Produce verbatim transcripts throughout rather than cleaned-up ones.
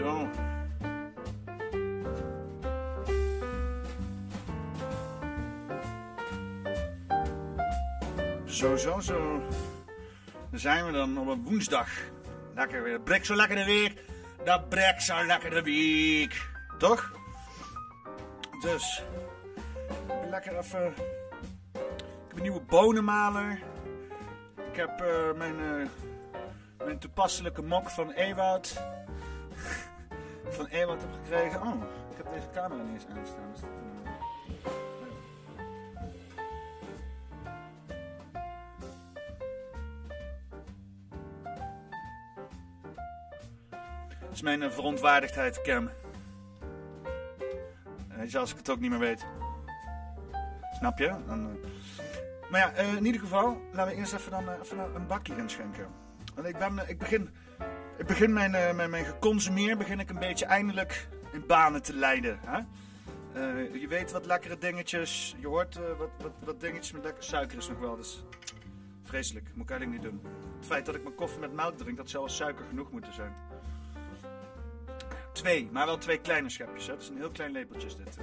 Zo. Zo, zo, zo. Dan zijn we dan op een woensdag. Lekker weer. Brek zo lekker de week. Dat brek zo lekker de week. Toch? Dus. Lekker even. Ik heb een nieuwe bonenmaler. Ik heb uh, mijn, uh, mijn toepasselijke mok van Ewout. Van Ewout heb gekregen. Oh, ik heb deze camera niet eens aanstaan. Dus dat, uh... Dat is mijn uh, verontwaardigdheid, Cam. Weet je, als ik het ook niet meer weet. Snap je? Dan, uh... Maar ja, uh, in ieder geval, laten we eerst even, dan, uh, even een bakje inschenken. Want ik, ben, uh, ik begin, ik begin mijn, uh, mijn, mijn geconsumeer, begin ik een beetje eindelijk in banen te leiden. Hè? Uh, je weet wat lekkere dingetjes, je hoort uh, wat, wat, wat dingetjes met lekker suiker is nog wel. Dus vreselijk, moet ik eigenlijk niet doen. Het feit dat ik mijn koffie met melk drink, dat zou wel suiker genoeg moeten zijn. Twee, maar wel twee kleine schepjes. Hè? Dat is een heel klein lepeltje is dit.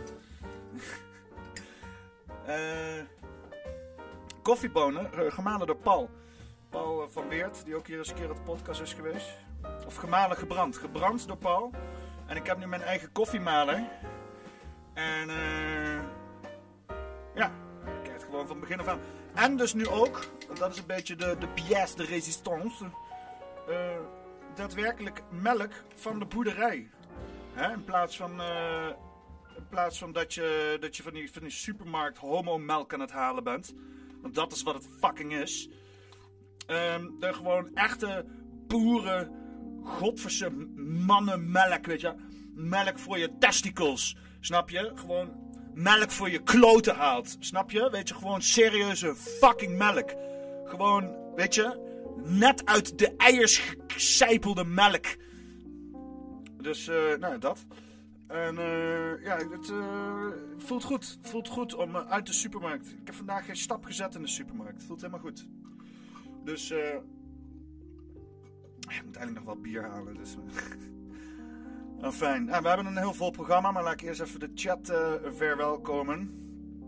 uh, koffiebonen, uh, gemalen door Paul. Paul uh, van Weert, die ook hier eens een keer op de podcast is geweest. Of gemalen gebrand. Gebrand door Paul. En ik heb nu mijn eigen koffiemaler. En uh, ja, ik kijk het gewoon van begin af aan. En dus nu ook, dat is een beetje de, de pièce de résistance. Uh, daadwerkelijk melk van de boerderij. Hè? In plaats van, uh, in plaats van dat je, dat je van, die, van die supermarkt homo-melk aan het halen bent. Want dat is wat het fucking is. Um, er gewoon echte boeren, godverse mannenmelk, weet je. Melk voor je testicles, snap je? Gewoon melk voor je kloten haalt, snap je? Weet je, gewoon serieuze fucking melk. Gewoon, weet je, net uit de eiers gecijpelde melk. Dus, uh, nou dat. En uh, ja, het uh, voelt goed. Het voelt goed om uh, uit de supermarkt. Ik heb vandaag geen stap gezet in de supermarkt. Het voelt helemaal goed. Dus, uh, ik moet eigenlijk nog wel bier halen. Dus, oh, fijn. Ja, we hebben een heel vol programma, maar laat ik eerst even de chat uh, verwelkomen.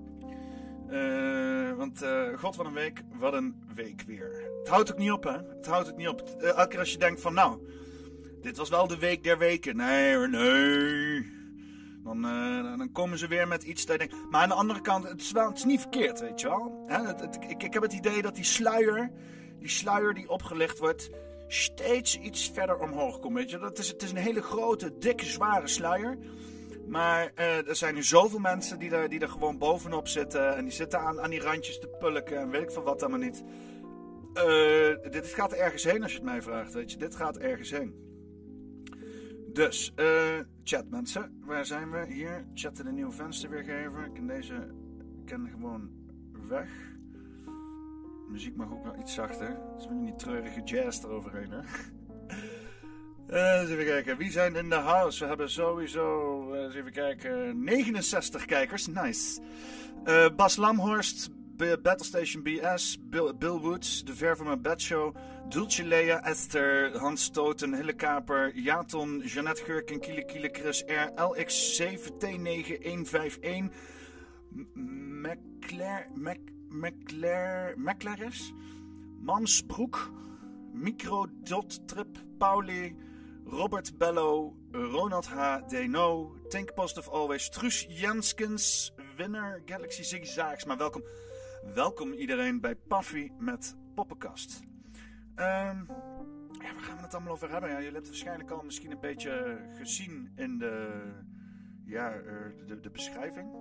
Uh, want, uh, god wat een week, wat een week weer. Het houdt ook niet op, hè. Het houdt ook niet op. Uh, elke keer als je denkt van, nou, dit was wel de week der weken. Nee hoor, nee. Dan, uh, dan komen ze weer met iets dat je denkt. Maar aan de andere kant, het is, wel, het is niet verkeerd, weet je wel. Hè? Het, het, ik, ik heb het idee dat die sluier, die sluier die opgelicht wordt, steeds iets verder omhoog komt, weet je. Dat is, het is een hele grote, dikke, zware sluier. Maar uh, er zijn nu zoveel mensen die er, die er gewoon bovenop zitten. En die zitten aan, aan die randjes te pulken en weet ik van wat allemaal niet. Uh, dit gaat ergens heen als je het mij vraagt, weet je. Dit gaat ergens heen. Dus, uh, chat mensen, waar zijn we? Hier, chatten een nieuw venster weergeven. Ik ken deze, ik ken gewoon weg. De muziek mag ook wel iets zachter. Het is nu niet treurige jazz eroverheen, hè. Uh, eens even kijken, wie zijn in de house? We hebben sowieso, uh, eens even kijken, negenenzestig kijkers, nice. Uh, Bas Lamhorst, B- Battlestation B S, Bill, Bill Woods, De Ver van mijn Bedshow, Dulce Lea, Esther, Hans Stoten, Hille Kaper, Jaton, Jeannette Gurken, Kiele Kiele, Chris R, L X zeven T negen een vijf een, McClare, Mac, McClare, McClares, Mansbroek, Micro Dot Trip, Pauli, Robert Bello, Ronald H. Deno, Think Positive Always, Truus Jenskens, Winner, Galaxy Zigzags. Maar welkom, welkom iedereen bij Paffy met Poppenkast. Um, ja, waar gaan we het allemaal over hebben? Ja, jullie hebben het waarschijnlijk al misschien een beetje gezien in de, ja, uh, de, de beschrijving.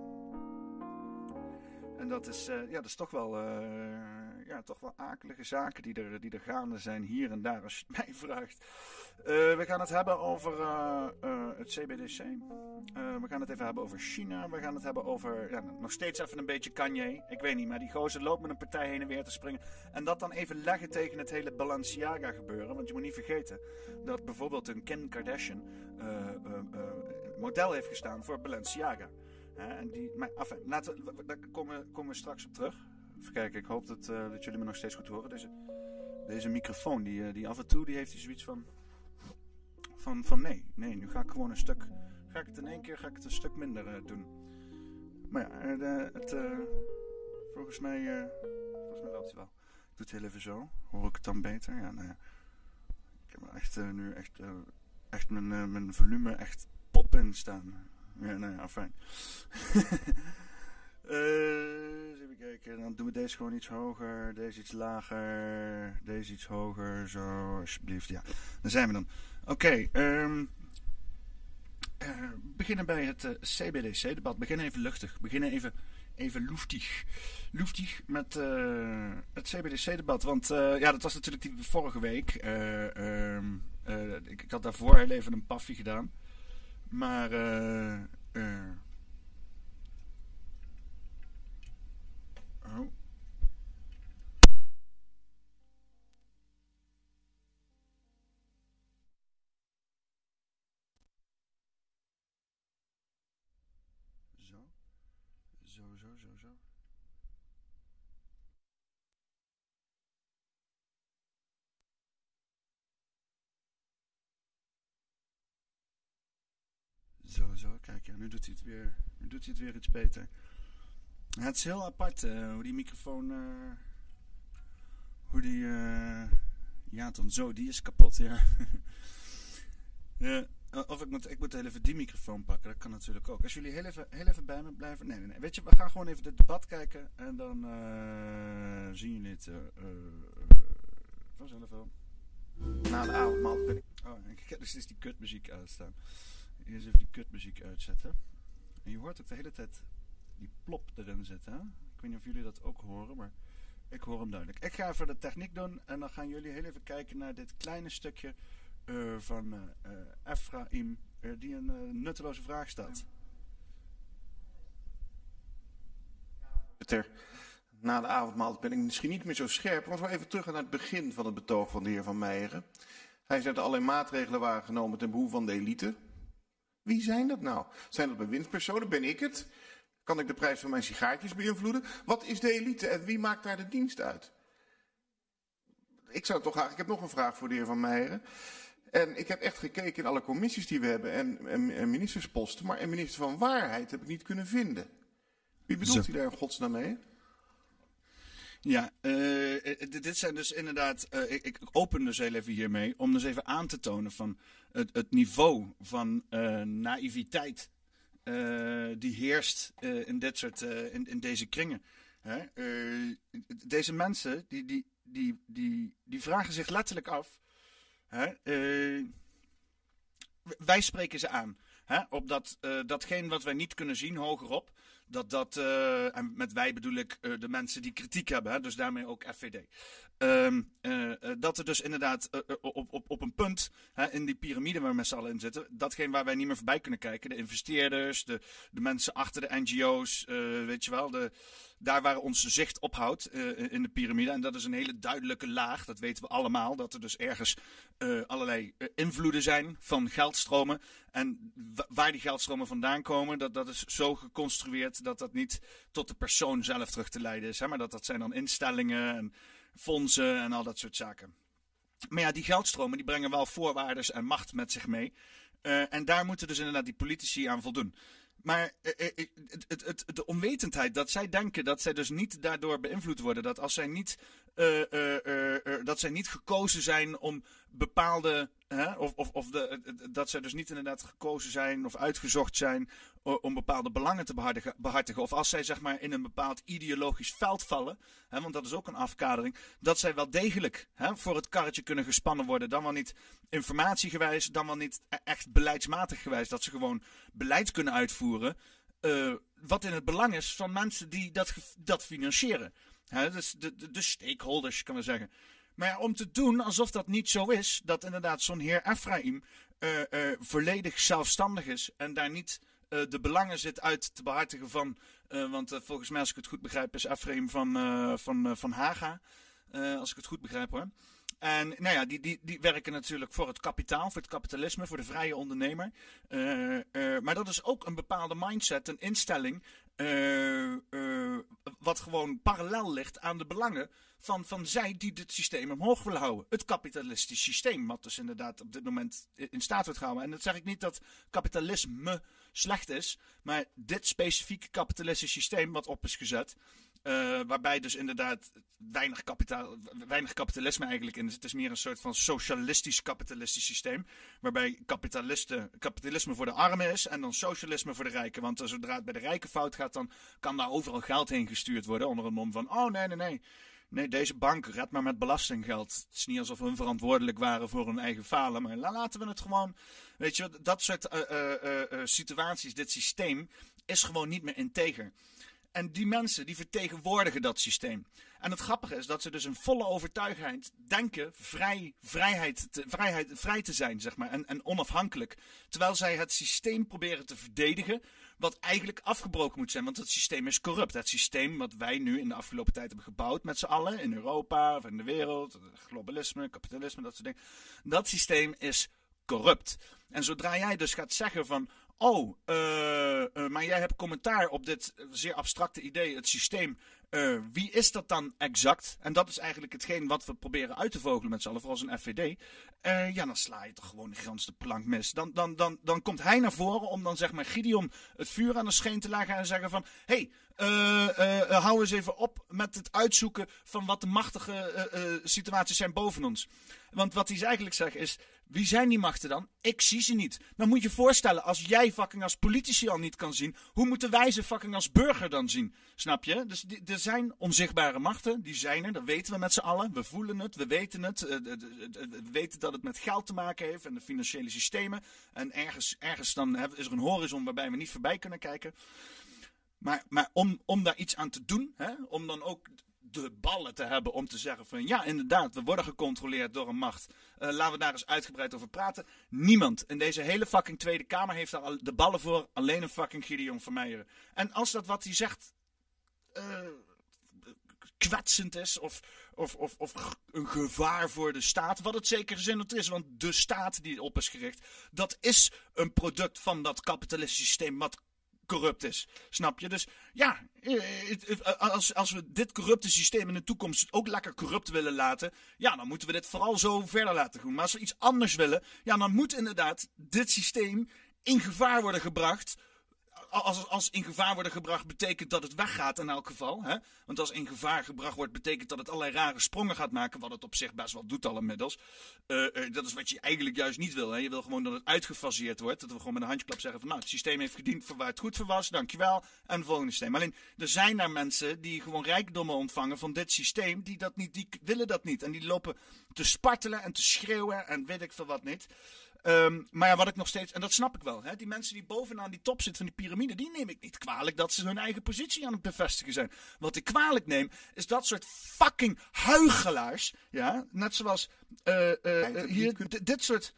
En dat is, uh, ja, dat is toch wel, uh, ja, toch wel akelige zaken die er, die er gaande zijn hier en daar, als je het mij vraagt. Uh, we gaan het hebben over uh, uh, het C B D C. Uh, we gaan het even hebben over China. We gaan het hebben over, ja, nog steeds even een beetje Kanye. Ik weet niet, maar die gozer loopt met een partij heen en weer te springen. En dat dan even leggen tegen het hele Balenciaga gebeuren. Want je moet niet vergeten dat bijvoorbeeld een Kim Kardashian uh, uh, uh, model heeft gestaan voor Balenciaga. Uh, en die, maar, enfin, laten we, daar komen, komen we straks op terug. Even kijken, ik hoop dat, uh, dat jullie me nog steeds goed horen. Deze, deze microfoon, die, uh, die af en toe die heeft hij zoiets van... van, van nee, nee, nu ga ik gewoon een stuk, ga ik het in één keer, ga ik het een stuk minder uh, doen. Maar ja, uh, het, uh, volgens mij, uh, volgens mij loopt het wel. Ik doe het heel even zo, hoor ik het dan beter? Ja, nou ja. Ik heb echt uh, nu echt, uh, echt mijn, uh, mijn volume echt pop in staan. Ja, nou ja, fijn. Uh, eens even kijken, dan doen we deze gewoon iets hoger, deze iets lager, deze iets hoger, zo, alsjeblieft, ja. Daar zijn we dan. Oké, okay, um, uh, beginnen bij het uh, C B D C-debat. Beginnen even luchtig, beginnen even, even loeftig. Loeftig met uh, het C B D C-debat, want uh, ja, dat was natuurlijk die vorige week. Uh, um, uh, ik, ik had daarvoor heel even een paffie gedaan, maar... Uh, uh, Oh. Zo. Zo, zo, zo, zo. Zo, zo. Kijk, ja, nu doet hij het weer, nu doet hij het weer iets beter. Ja, het is heel apart uh, hoe die microfoon, uh, hoe die, uh, ja dan zo, die is kapot, ja. Ja, of ik moet, ik moet heel even die microfoon pakken, dat kan natuurlijk ook. Als jullie heel even, heel even bij me blijven, nee, nee, nee, weet je, we gaan gewoon even dit debat kijken en dan uh, zien jullie het uh, uh, vanzelf wel. Na de avondmaaltijd. Oh, ik heb dus die kutmuziek uitstaan. Eerst even die kutmuziek uitzetten. En je hoort ook de hele tijd... die plop erin zit, hè? Ik weet niet of jullie dat ook horen, maar ik hoor hem duidelijk. Ik ga even de techniek doen en dan gaan jullie heel even kijken naar dit kleine stukje uh, van uh, uh, Efraim, uh, die een uh, nutteloze vraag stelt. Ter, na de avondmaaltijd ben ik misschien niet meer zo scherp, want we even terug naar het begin van het betoog van de heer Van Meijeren. Hij zei dat er allerlei maatregelen waren genomen ten behoeve van de elite. Wie zijn dat nou? Zijn dat bewindspersonen? Ben ik het? Kan ik de prijs van mijn sigaartjes beïnvloeden? Wat is de elite en wie maakt daar de dienst uit? Ik zou toch graag... Ik heb nog een vraag voor de heer Van Meijeren. En ik heb echt gekeken in alle commissies die we hebben en, en, en ministersposten, maar een minister van Waarheid heb ik niet kunnen vinden. Wie bedoelt Zo. u daar in godsnaam mee? Ja, uh, dit zijn dus inderdaad, uh, ik, ik open dus heel even hiermee om dus even aan te tonen van het, het niveau van uh, naïviteit uh, die heerst uh, in dit soort, uh, in, in deze kringen. Hè? Uh, deze mensen, die, die, die, die, die vragen zich letterlijk af, hè? Uh, wij spreken ze aan, hè? Op dat, uh, datgene wat wij niet kunnen zien hogerop. Dat dat, uh, en met wij bedoel ik uh, de mensen die kritiek hebben, hè, dus daarmee ook F V D. Um, uh, uh, dat er dus inderdaad uh, uh, op, op, op een punt hè, in die piramide waar we met z'n allen in zitten, datgene waar wij niet meer voorbij kunnen kijken, de investeerders, de, de mensen achter de N G O's, uh, weet je wel, de, daar waar ons zicht ophoudt uh, in de piramide. En dat is een hele duidelijke laag, dat weten we allemaal, dat er dus ergens uh, allerlei uh, invloeden zijn van geldstromen. En w- waar die geldstromen vandaan komen, dat, dat is zo geconstrueerd dat dat niet tot de persoon zelf terug te leiden is. Hè, maar dat dat zijn dan instellingen en fondsen en al dat soort zaken. Maar ja, die geldstromen die brengen wel voorwaarden en macht met zich mee. Uh, en daar moeten dus inderdaad die politici aan voldoen. Maar uh, uh, het, het, het, de onwetendheid dat zij denken dat zij dus niet daardoor beïnvloed worden. Dat als zij niet, uh, uh, uh, uh, dat zij niet gekozen zijn om bepaalde... Hè, of of, of de, uh, dat zij dus niet inderdaad gekozen zijn of uitgezocht zijn om bepaalde belangen te behartigen, behartigen. Of als zij zeg maar in een bepaald ideologisch veld vallen, hè, want dat is ook een afkadering, dat zij wel degelijk hè, voor het karretje kunnen gespannen worden. Dan wel niet informatiegewijs, dan wel niet echt beleidsmatig gewijs. Dat ze gewoon beleid kunnen uitvoeren uh, wat in het belang is van mensen die dat, dat financieren. Hè, dus de, de, de stakeholders, kan we zeggen. Maar ja, om te doen alsof dat niet zo is, dat inderdaad zo'n heer Efraim uh, uh, volledig zelfstandig is en daar niet uh, de belangen zit uit te behartigen van, uh, want uh, volgens mij als ik het goed begrijp is Efraim van, uh, van, uh, van Haga, uh, als ik het goed begrijp hoor. En nou ja, die, die, die werken natuurlijk voor het kapitaal, voor het kapitalisme, voor de vrije ondernemer. Uh, uh, maar dat is ook een bepaalde mindset, een instelling, uh, uh, wat gewoon parallel ligt aan de belangen van, van zij die dit systeem omhoog willen houden. Het kapitalistisch systeem, wat dus inderdaad op dit moment in staat wordt gehouden. En dat zeg ik niet dat kapitalisme slecht is, maar dit specifieke kapitalistische systeem wat op is gezet, uh, waarbij dus inderdaad weinig, kapitaal, weinig kapitalisme eigenlijk in is. Het is meer een soort van socialistisch kapitalistisch systeem, waarbij kapitalisten, kapitalisme voor de armen is en dan socialisme voor de rijken. Want uh, zodra het bij de rijken fout gaat, dan kan daar overal geld heen gestuurd worden onder een mom van, oh nee, nee, nee. Nee, deze bank redt maar met belastinggeld. Het is niet alsof hun verantwoordelijk waren voor hun eigen falen. Maar laten we het gewoon... Weet je, dat soort uh, uh, uh, uh, situaties, dit systeem, is gewoon niet meer integer. En die mensen, die vertegenwoordigen dat systeem. En het grappige is dat ze dus in volle overtuigheid denken vrij, vrijheid te, vrijheid, vrij te zijn, zeg maar, en, en onafhankelijk. Terwijl zij het systeem proberen te verdedigen, wat eigenlijk afgebroken moet zijn. Want het systeem is corrupt. Het systeem wat wij nu in de afgelopen tijd hebben gebouwd met z'n allen, in Europa of in de wereld, globalisme, kapitalisme, dat soort dingen. Dat systeem is corrupt. En zodra jij dus gaat zeggen van, oh, uh, uh, maar jij hebt commentaar op dit zeer abstracte idee, het systeem. Uh, wie is dat dan exact? En dat is eigenlijk hetgeen wat we proberen uit te vogelen met z'n allen, vooral als een F V D. Uh, ja, dan sla je toch gewoon de grens de plank mis. Dan, dan, dan, dan komt hij naar voren om dan zeg maar Gideon het vuur aan de scheen te leggen en zeggen van, hé, hey, uh, uh, uh, hou eens even op met het uitzoeken van wat de machtige uh, uh, situaties zijn boven ons. Want wat hij eigenlijk zegt is, wie zijn die machten dan? Ik zie ze niet. Dan moet je je voorstellen, als jij fucking als politici al niet kan zien, hoe moeten wij ze fucking als burger dan zien? Snap je? Dus die, er zijn onzichtbare machten, die zijn er, dat weten we met z'n allen. We voelen het, we weten het. Uh, uh, uh, uh, we weten dat het met geld te maken heeft en de financiële systemen. En ergens, ergens dan is er een horizon waarbij we niet voorbij kunnen kijken. Maar, maar om, om daar iets aan te doen, hè, om dan ook de ballen te hebben om te zeggen van, ja, inderdaad, we worden gecontroleerd door een macht. Uh, laten we daar eens uitgebreid over praten. Niemand in deze hele fucking Tweede Kamer heeft daar al de ballen voor. Alleen een fucking Gideon van Meijeren. En als dat wat hij zegt uh, kwetsend is of, of, of, of een gevaar voor de staat, wat het zeker zin het is, want de staat die op is gericht, dat is een product van dat kapitalistische systeem wat corrupt is. Snap je? Dus ja, als, als we dit corrupte systeem in de toekomst ook lekker corrupt willen laten, ja, dan moeten we dit vooral zo verder laten doen. Maar als we iets anders willen, ja, dan moet inderdaad dit systeem in gevaar worden gebracht. Als, als in gevaar worden gebracht betekent dat het weggaat in elk geval. Hè? Want als in gevaar gebracht wordt betekent dat het allerlei rare sprongen gaat maken. Wat het op zich best wel doet al inmiddels. Uh, uh, dat is wat je eigenlijk juist niet wil. Hè? Je wil gewoon dat het uitgefaseerd wordt. Dat we gewoon met een handjeklap zeggen van, nou, het systeem heeft gediend voor waar het goed voor was. Dankjewel. En het volgende systeem. Alleen er zijn daar mensen die gewoon rijkdommen ontvangen van dit systeem. Die dat niet, die willen dat niet. En die lopen te spartelen en te schreeuwen en weet ik veel wat niet. Um, maar ja, wat ik nog steeds, en dat snap ik wel, hè, die mensen die bovenaan die top zitten van die piramide, die neem ik niet kwalijk dat ze hun eigen positie aan het bevestigen zijn. Wat ik kwalijk neem, is dat soort fucking huichelaars, ja, net zoals uh, uh, uh, hier, d- dit soort...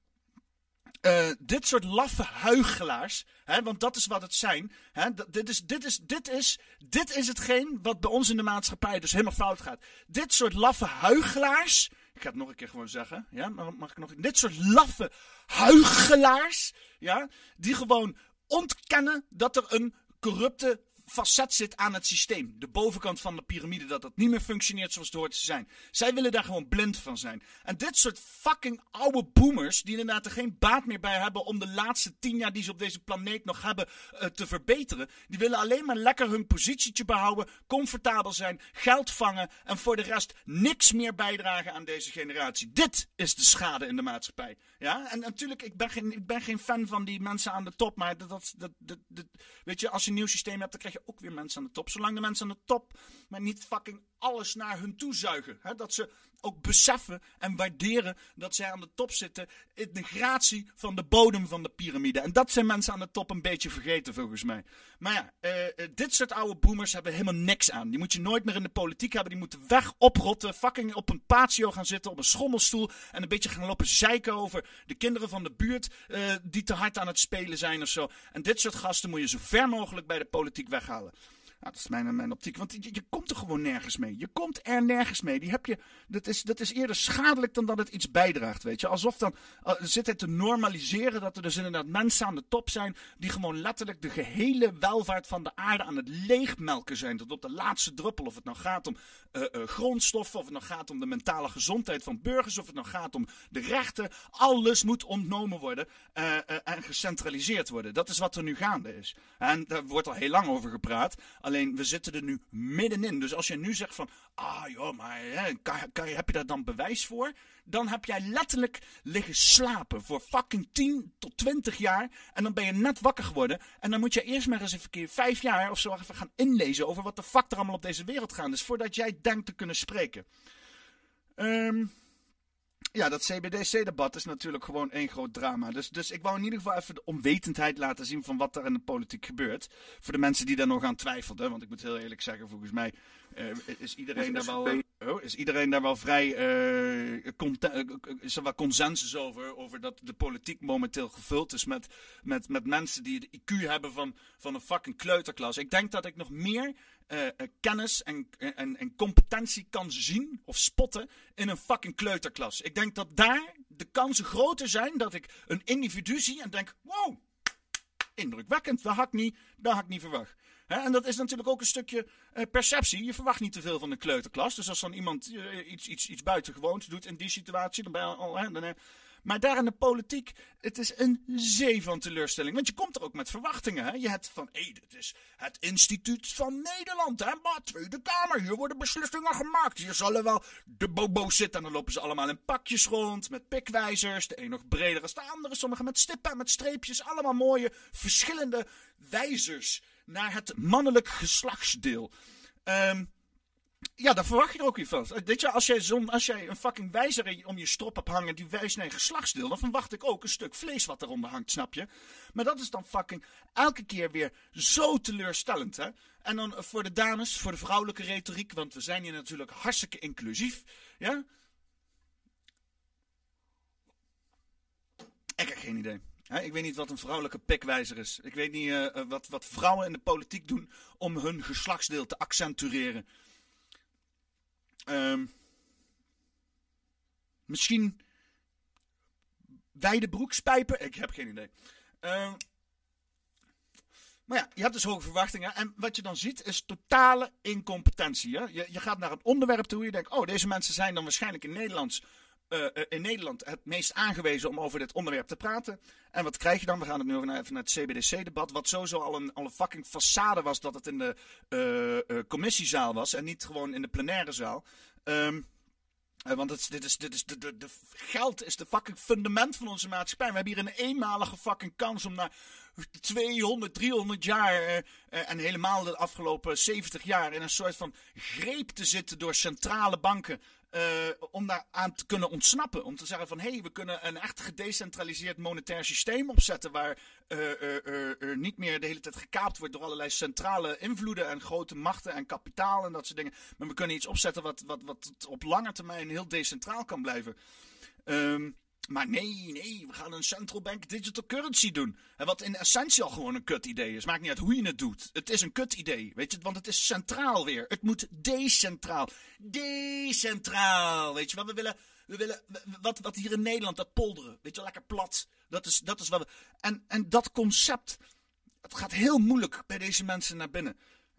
Uh, dit soort laffe huichelaars, hè, want dat is wat het zijn. Hè, d- dit, is, dit, is, dit, is, dit is hetgeen wat bij ons in de maatschappij dus helemaal fout gaat. Dit soort laffe huichelaars, ik ga het nog een keer gewoon zeggen, ja, mag ik nog, dit soort laffe huichelaars, ja, die gewoon ontkennen dat er een corrupte facet zit aan het systeem. De bovenkant van de piramide, dat dat niet meer functioneert zoals het hoort te zijn. Zij willen daar gewoon blind van zijn. En dit soort fucking oude boomers, die inderdaad er geen baat meer bij hebben om de laatste tien jaar die ze op deze planeet nog hebben uh, te verbeteren, die willen alleen maar lekker hun positietje behouden, comfortabel zijn, geld vangen en voor de rest niks meer bijdragen aan deze generatie. Dit is de schade in de maatschappij. Ja, en natuurlijk, ik ben geen, ik ben geen fan van die mensen aan de top, maar dat, dat, dat, dat, dat, weet je, als je een nieuw systeem hebt, dan krijg je ook weer mensen aan de top. Zolang de mensen aan de top maar niet fucking alles naar hun toe zuigen. Hè? Dat ze ook beseffen en waarderen dat zij aan de top zitten in de gratie van de bodem van de piramide. En dat zijn mensen aan de top een beetje vergeten volgens mij. Maar ja, uh, uh, dit soort oude boomers hebben helemaal niks aan. Die moet je nooit meer in de politiek hebben. Die moeten weg oprotten, fucking op een patio gaan zitten, op een schommelstoel en een beetje gaan lopen zeiken over de kinderen van de buurt uh, die te hard aan het spelen zijn of zo. En dit soort gasten moet je zo ver mogelijk bij de politiek weghalen. Nou, dat is mijn, mijn optiek. Want je, je komt er gewoon nergens mee. Je komt er nergens mee. Die heb je, dat, is, dat is eerder schadelijk dan dat het iets bijdraagt. Weet je? Alsof dan uh, zit het te normaliseren dat er dus inderdaad mensen aan de top zijn die gewoon letterlijk de gehele welvaart van de aarde aan het leegmelken zijn. Tot op de laatste druppel. Of het nou gaat om uh, uh, grondstoffen, of het nou gaat om de mentale gezondheid van burgers, of het nou gaat om de rechten. Alles moet ontnomen worden uh, uh, en gecentraliseerd worden. Dat is wat er nu gaande is. En daar wordt al heel lang over gepraat. Alleen, we zitten er nu middenin. Dus als je nu zegt van, ah joh, maar hè, kan, kan, heb je daar dan bewijs voor? Dan heb jij letterlijk liggen slapen voor fucking tien tot twintig jaar. En dan ben je net wakker geworden. En dan moet je eerst maar eens even keer vijf jaar of zo even gaan inlezen over wat de fuck er allemaal op deze wereld gaande is. Voordat jij denkt te kunnen spreken. Um, ja, dat C B D C-debat is natuurlijk gewoon één groot drama. Dus, dus ik wou in ieder geval even de onwetendheid laten zien van wat er in de politiek gebeurt. Voor de mensen die daar nog aan twijfelden. Want ik moet heel eerlijk zeggen, volgens mij uh, is iedereen daar wel... Oh, is iedereen daar wel vrij, uh, is er wel consensus over, over dat de politiek momenteel gevuld is met, met, met mensen die de I Q hebben van, van een fucking kleuterklas. Ik denk dat ik nog meer uh, kennis en, en, en competentie kan zien of spotten in een fucking kleuterklas. Ik denk dat daar de kansen groter zijn dat ik een individu zie en denk, wow, indrukwekkend, dat had ik niet, dat had ik niet verwacht. He, en dat is natuurlijk ook een stukje uh, perceptie. Je verwacht niet te veel van de kleuterklas. Dus als dan iemand uh, iets, iets, iets buitengewoons doet in die situatie, dan ben je al... He, dan, uh, maar daar in de politiek, het is een zee van teleurstelling. Want je komt er ook met verwachtingen. Hè? Je hebt van, hé, hey, dit is het instituut van Nederland. Hè? Maar Tweede Kamer, hier worden beslissingen gemaakt. Hier zullen wel de bobo's zitten. En dan lopen ze allemaal in pakjes rond, met pikwijzers. De een nog breder dan de andere. Sommigen met stippen, met streepjes. Allemaal mooie, verschillende wijzers naar het mannelijk geslachtsdeel. Um, ja, daar verwacht je er ook iets van. Weet je, als jij, zo, als jij een fucking wijzer om je strop hebt hangen die wijst naar een geslachtsdeel, dan verwacht ik ook een stuk vlees wat eronder hangt, snap je? Maar dat is dan fucking elke keer weer zo teleurstellend, hè? En dan voor de dames, voor de vrouwelijke retoriek, want we zijn hier natuurlijk hartstikke inclusief, ja? Ik heb geen idee. He, ik weet niet wat een vrouwelijke pikwijzer is. Ik weet niet uh, wat, wat vrouwen in de politiek doen om hun geslachtsdeel te accentueren. Um, misschien wijde broekspijpen? Ik heb geen idee. Um, maar ja, je hebt dus hoge verwachtingen. En wat je dan ziet is totale incompetentie. Hè? Je, je gaat naar een onderwerp toe. Je denkt, oh, deze mensen zijn dan waarschijnlijk in Nederlands... Uh, uh, in Nederland het meest aangewezen om over dit onderwerp te praten. En wat krijg je dan? We gaan het nu even naar het C B D C-debat. Wat sowieso al een, al een fucking façade was dat het in de uh, uh, commissiezaal was. En niet gewoon in de plenaire zaal. Um, uh, want het, dit is, dit is de, de, de geld is de fucking fundament van onze maatschappij. We hebben hier een eenmalige fucking kans om na tweehonderd, driehonderd jaar uh, uh, en helemaal de afgelopen zeventig jaar in een soort van greep te zitten door centrale banken. Uh, om daar aan te kunnen ontsnappen. Om te zeggen van, hé, hey, we kunnen een echt gedecentraliseerd monetair systeem opzetten waar uh, uh, uh, uh, niet meer de hele tijd gekaapt wordt door allerlei centrale invloeden en grote machten en kapitaal en dat soort dingen. Maar we kunnen iets opzetten wat, wat, wat op lange termijn heel decentraal kan blijven. Um, Maar nee, nee, we gaan een central bank digital currency doen. En wat in essentie al gewoon een kut idee is. Maakt niet uit hoe je het doet. Het is een kut idee, weet je, want het is centraal weer. Het moet decentraal. Decentraal, weet je wat we willen? We willen, wat, wat hier in Nederland, dat polderen, weet je, lekker plat. Dat is, dat is wat we... En, en dat concept, het gaat heel moeilijk bij deze mensen naar binnen.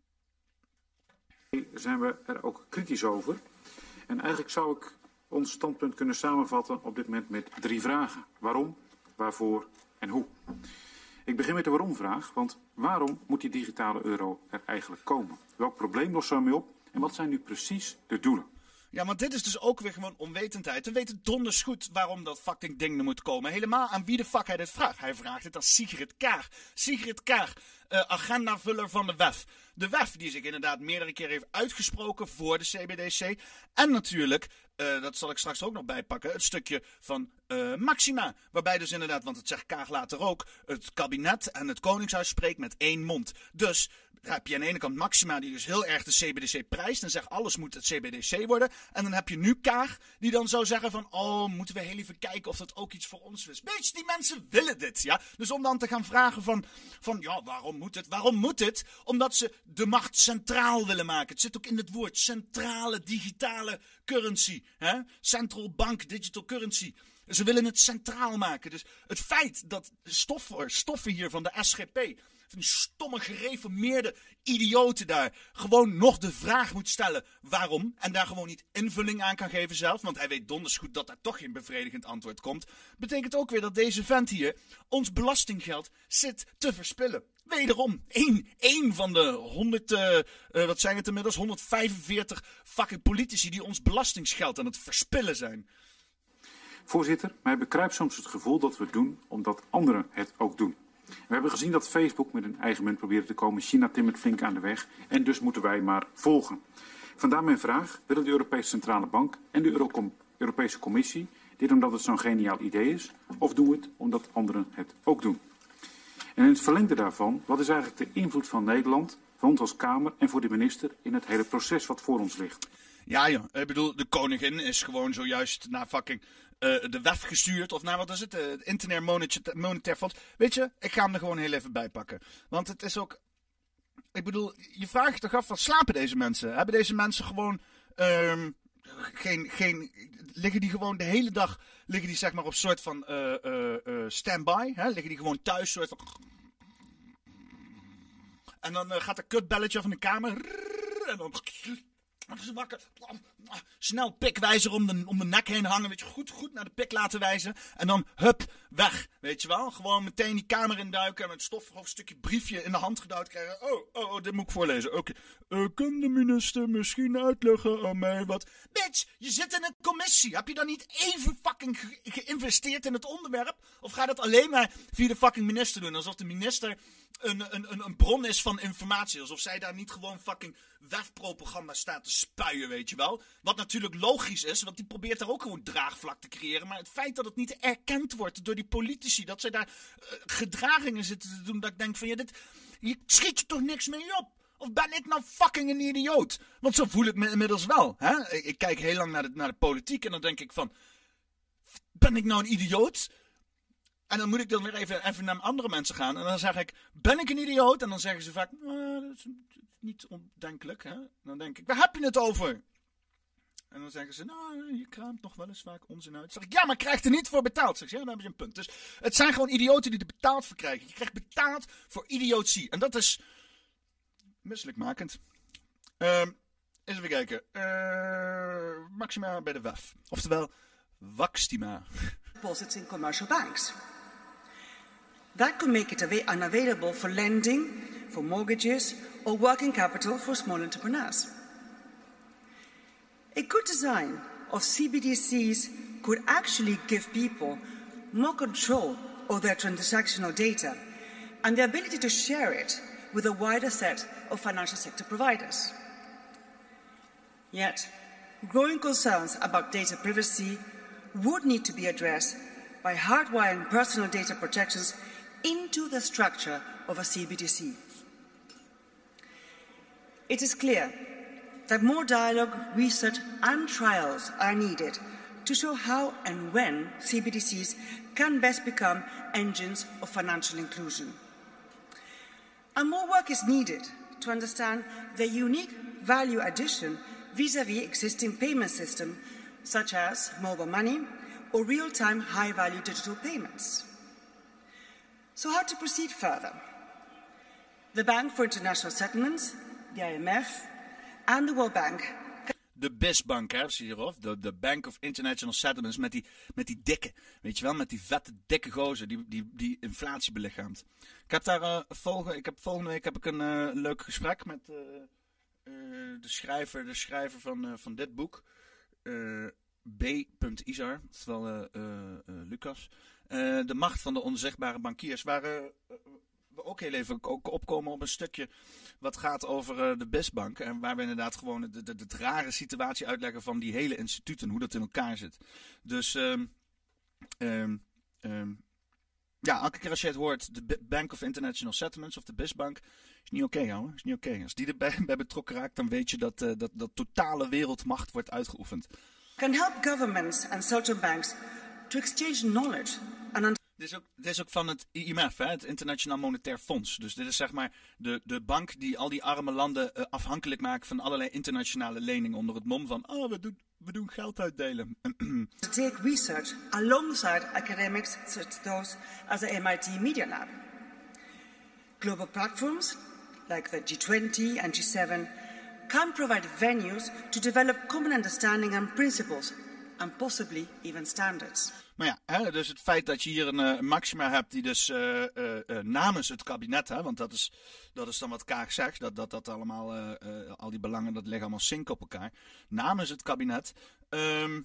Zijn we er ook kritisch over. En eigenlijk zou ik ons standpunt kunnen samenvatten op dit moment met drie vragen. Waarom, waarvoor en hoe? Ik begin met de waarom-vraag, want waarom moet die digitale euro er eigenlijk komen? Welk probleem lost ze ermee op en wat zijn nu precies de doelen? Ja, maar dit is dus ook weer gewoon onwetendheid. We weten donders goed waarom dat fucking ding er moet komen. Helemaal aan wie de fuck hij dit vraagt. Hij vraagt het aan Sigrid Kaag. Sigrid Kaag, uh, agendavuller van de W E F. De W E F die zich inderdaad meerdere keren heeft uitgesproken voor de C B D C. En natuurlijk uh, dat zal ik straks ook nog bijpakken, het stukje van uh, Maxima. Waarbij dus inderdaad, want het zegt Kaag later ook, het kabinet en het Koningshuis spreekt met één mond. Dus heb je aan de ene kant Maxima die dus heel erg de C B D C prijst en zegt alles moet het C B D C worden. En dan heb je nu Kaag die dan zou zeggen van oh, moeten we heel even kijken of dat ook iets voor ons is. Weet je, die mensen willen dit, ja. Dus om dan te gaan vragen van, van ja, waarom moet het? Waarom moet het? Omdat ze de macht centraal willen maken. Het zit ook in het woord centrale digitale currency. Hè? Central bank digital currency. Ze willen het centraal maken. Dus het feit dat stoffen, stoffen hier van de S G P, van die stomme gereformeerde idioten daar, gewoon nog de vraag moet stellen waarom. En daar gewoon niet invulling aan kan geven zelf. Want hij weet donders goed dat daar toch geen bevredigend antwoord komt. Betekent ook weer dat deze vent hier ons belastinggeld zit te verspillen. Wederom, één, één van de honderd, uh, uh, wat zijn het inmiddels, honderdvijfenveertig fucking politici die ons belastingsgeld aan het verspillen zijn. Voorzitter, mij bekruipt soms het gevoel dat we het doen omdat anderen het ook doen. We hebben gezien dat Facebook met een eigen munt probeerde te komen. China timmert flink aan de weg en dus moeten wij maar volgen. Vandaar mijn vraag, willen de Europese Centrale Bank en de Eurocom- Europese Commissie dit omdat het zo'n geniaal idee is? Of doen we het omdat anderen het ook doen? En in het verlengde daarvan, wat is eigenlijk de invloed van Nederland, van ons als Kamer en voor de minister in het hele proces wat voor ons ligt? Ja, ja, ik bedoel, de koningin is gewoon zojuist naar fucking uh, de W E F gestuurd. Of naar wat is het? Uh, het Internet Monetair, Monetair Fonds. Weet je, ik ga hem er gewoon heel even bij pakken. Want het is ook. Ik bedoel, je vraagt je toch af, wat slapen deze mensen? Hebben deze mensen gewoon. Um, geen, geen, liggen die gewoon de hele dag. Liggen die zeg maar op soort van uh, uh, uh, stand-by? Hè? Liggen die gewoon thuis, soort van. En dan uh, gaat er kutbelletje van de kamer. En dan. Dan is ze wakker. Snel pikwijzer om de, om de nek heen hangen. Weet je, goed, goed naar de pik laten wijzen. En dan, hup, weg. Weet je wel? Gewoon meteen die kamer induiken. En met stoffig of een stukje briefje in de hand gedouwd krijgen. Oh, oh, oh dit moet ik voorlezen. Oké. Okay. Uh, kan de minister misschien uitleggen aan mij wat? Bitch, je zit in een commissie. Heb je dan niet even fucking ge- geïnvesteerd in het onderwerp? Of gaat het alleen maar via de fucking minister doen? Alsof de minister een, een, een, een bron is van informatie. Alsof zij daar niet gewoon fucking W E F-propaganda staat te spuien, weet je wel. Wat natuurlijk logisch is, want die probeert daar ook gewoon draagvlak te creëren. Maar het feit dat het niet erkend wordt door die politici, dat zij daar uh, gedragingen zitten te doen, dat ik denk van, ja, dit, hier schiet je toch niks mee op? Of ben ik nou fucking een idioot? Want zo voel ik me inmiddels wel. Hè? Ik, ik kijk heel lang naar de, naar de politiek en dan denk ik van, ben ik nou een idioot? En dan moet ik dan weer even, even naar andere mensen gaan. En dan zeg ik, ben ik een idioot? En dan zeggen ze vaak, nou, dat is niet ondenkelijk. Hè? Dan denk ik, waar heb je het over? En dan zeggen ze, nou, je kraamt nog wel eens vaak onzin uit. Dan zeg ik, ja, maar krijgt er niet voor betaald. Zeg ik, ja, dan heb je een punt. Dus het zijn gewoon idioten die er betaald voor krijgen. Je krijgt betaald voor idiotie. En dat is misselijkmakend. Uh, eens even kijken. Uh, Maxima bij de W E F. Oftewel, Waxtima. Deposits in commercial banks. That could make it av- unavailable for lending, for mortgages, or working capital for small entrepreneurs. A good design of C B D Cs could actually give people more control of their transactional data and the ability to share it with a wider set of financial sector providers. Yet, growing concerns about data privacy would need to be addressed by hardwiring personal data protections into the structure of a C B D C. It is clear that more dialogue, research and trials are needed to show how and when C B D Cs can best become engines of financial inclusion. And more work is needed to understand the unique value addition vis-à-vis existing payment systems such as mobile money or real-time high-value digital payments. So how to proceed further? The Bank for International Settlements, the I M F and the World Bank. De B I S-bank, hè, zie je hierop? De, de Bank of International Settlements met die, met die dikke, weet je wel, met die vette, dikke gozer die, die, die inflatie belichaamt. Ik heb daar uh, volgende, ik heb, volgende week heb ik een uh, leuk gesprek met uh, uh, de schrijver, de schrijver van, uh, van dit boek. Uh, B. Izar, oftewel uh, uh, uh, Lucas. Uh, de macht van de onzichtbare bankiers. Waar uh, uh, we ook heel even ook opkomen op een stukje wat gaat over uh, de BISbank. En waar we inderdaad gewoon de, de, de, de rare situatie uitleggen van die hele instituten. Hoe dat in elkaar zit. Dus um, um, um, ja, elke keer als je het hoort, de Bank of International Settlements of de BISbank, is niet oké, okay, hoor. Is niet oké. Okay. Als die erbij bij betrokken raakt, dan weet je dat, uh, dat, dat totale wereldmacht wordt uitgeoefend. Can help governments and central banks to exchange knowledge and Dit is, ook, dit is ook van het I M F, hè, het Internationaal Monetair Fonds. Dus dit is zeg maar de, de bank die al die arme landen uh, afhankelijk maakt van allerlei internationale leningen onder het mom van, oh, we doen, we doen geld uitdelen. to take research alongside academics such as those as the M I T Media Lab. Global platforms like the G twenty and G seven can provide venues to develop common understanding and principles and possibly even standards. Maar ja, hè, dus het feit dat je hier een, een maxima hebt die dus uh, uh, uh, namens het kabinet, hè, want dat is, dat is dan wat Kaag zegt, dat dat, dat allemaal, uh, uh, al die belangen, dat liggen allemaal zink op elkaar. Namens het kabinet, um,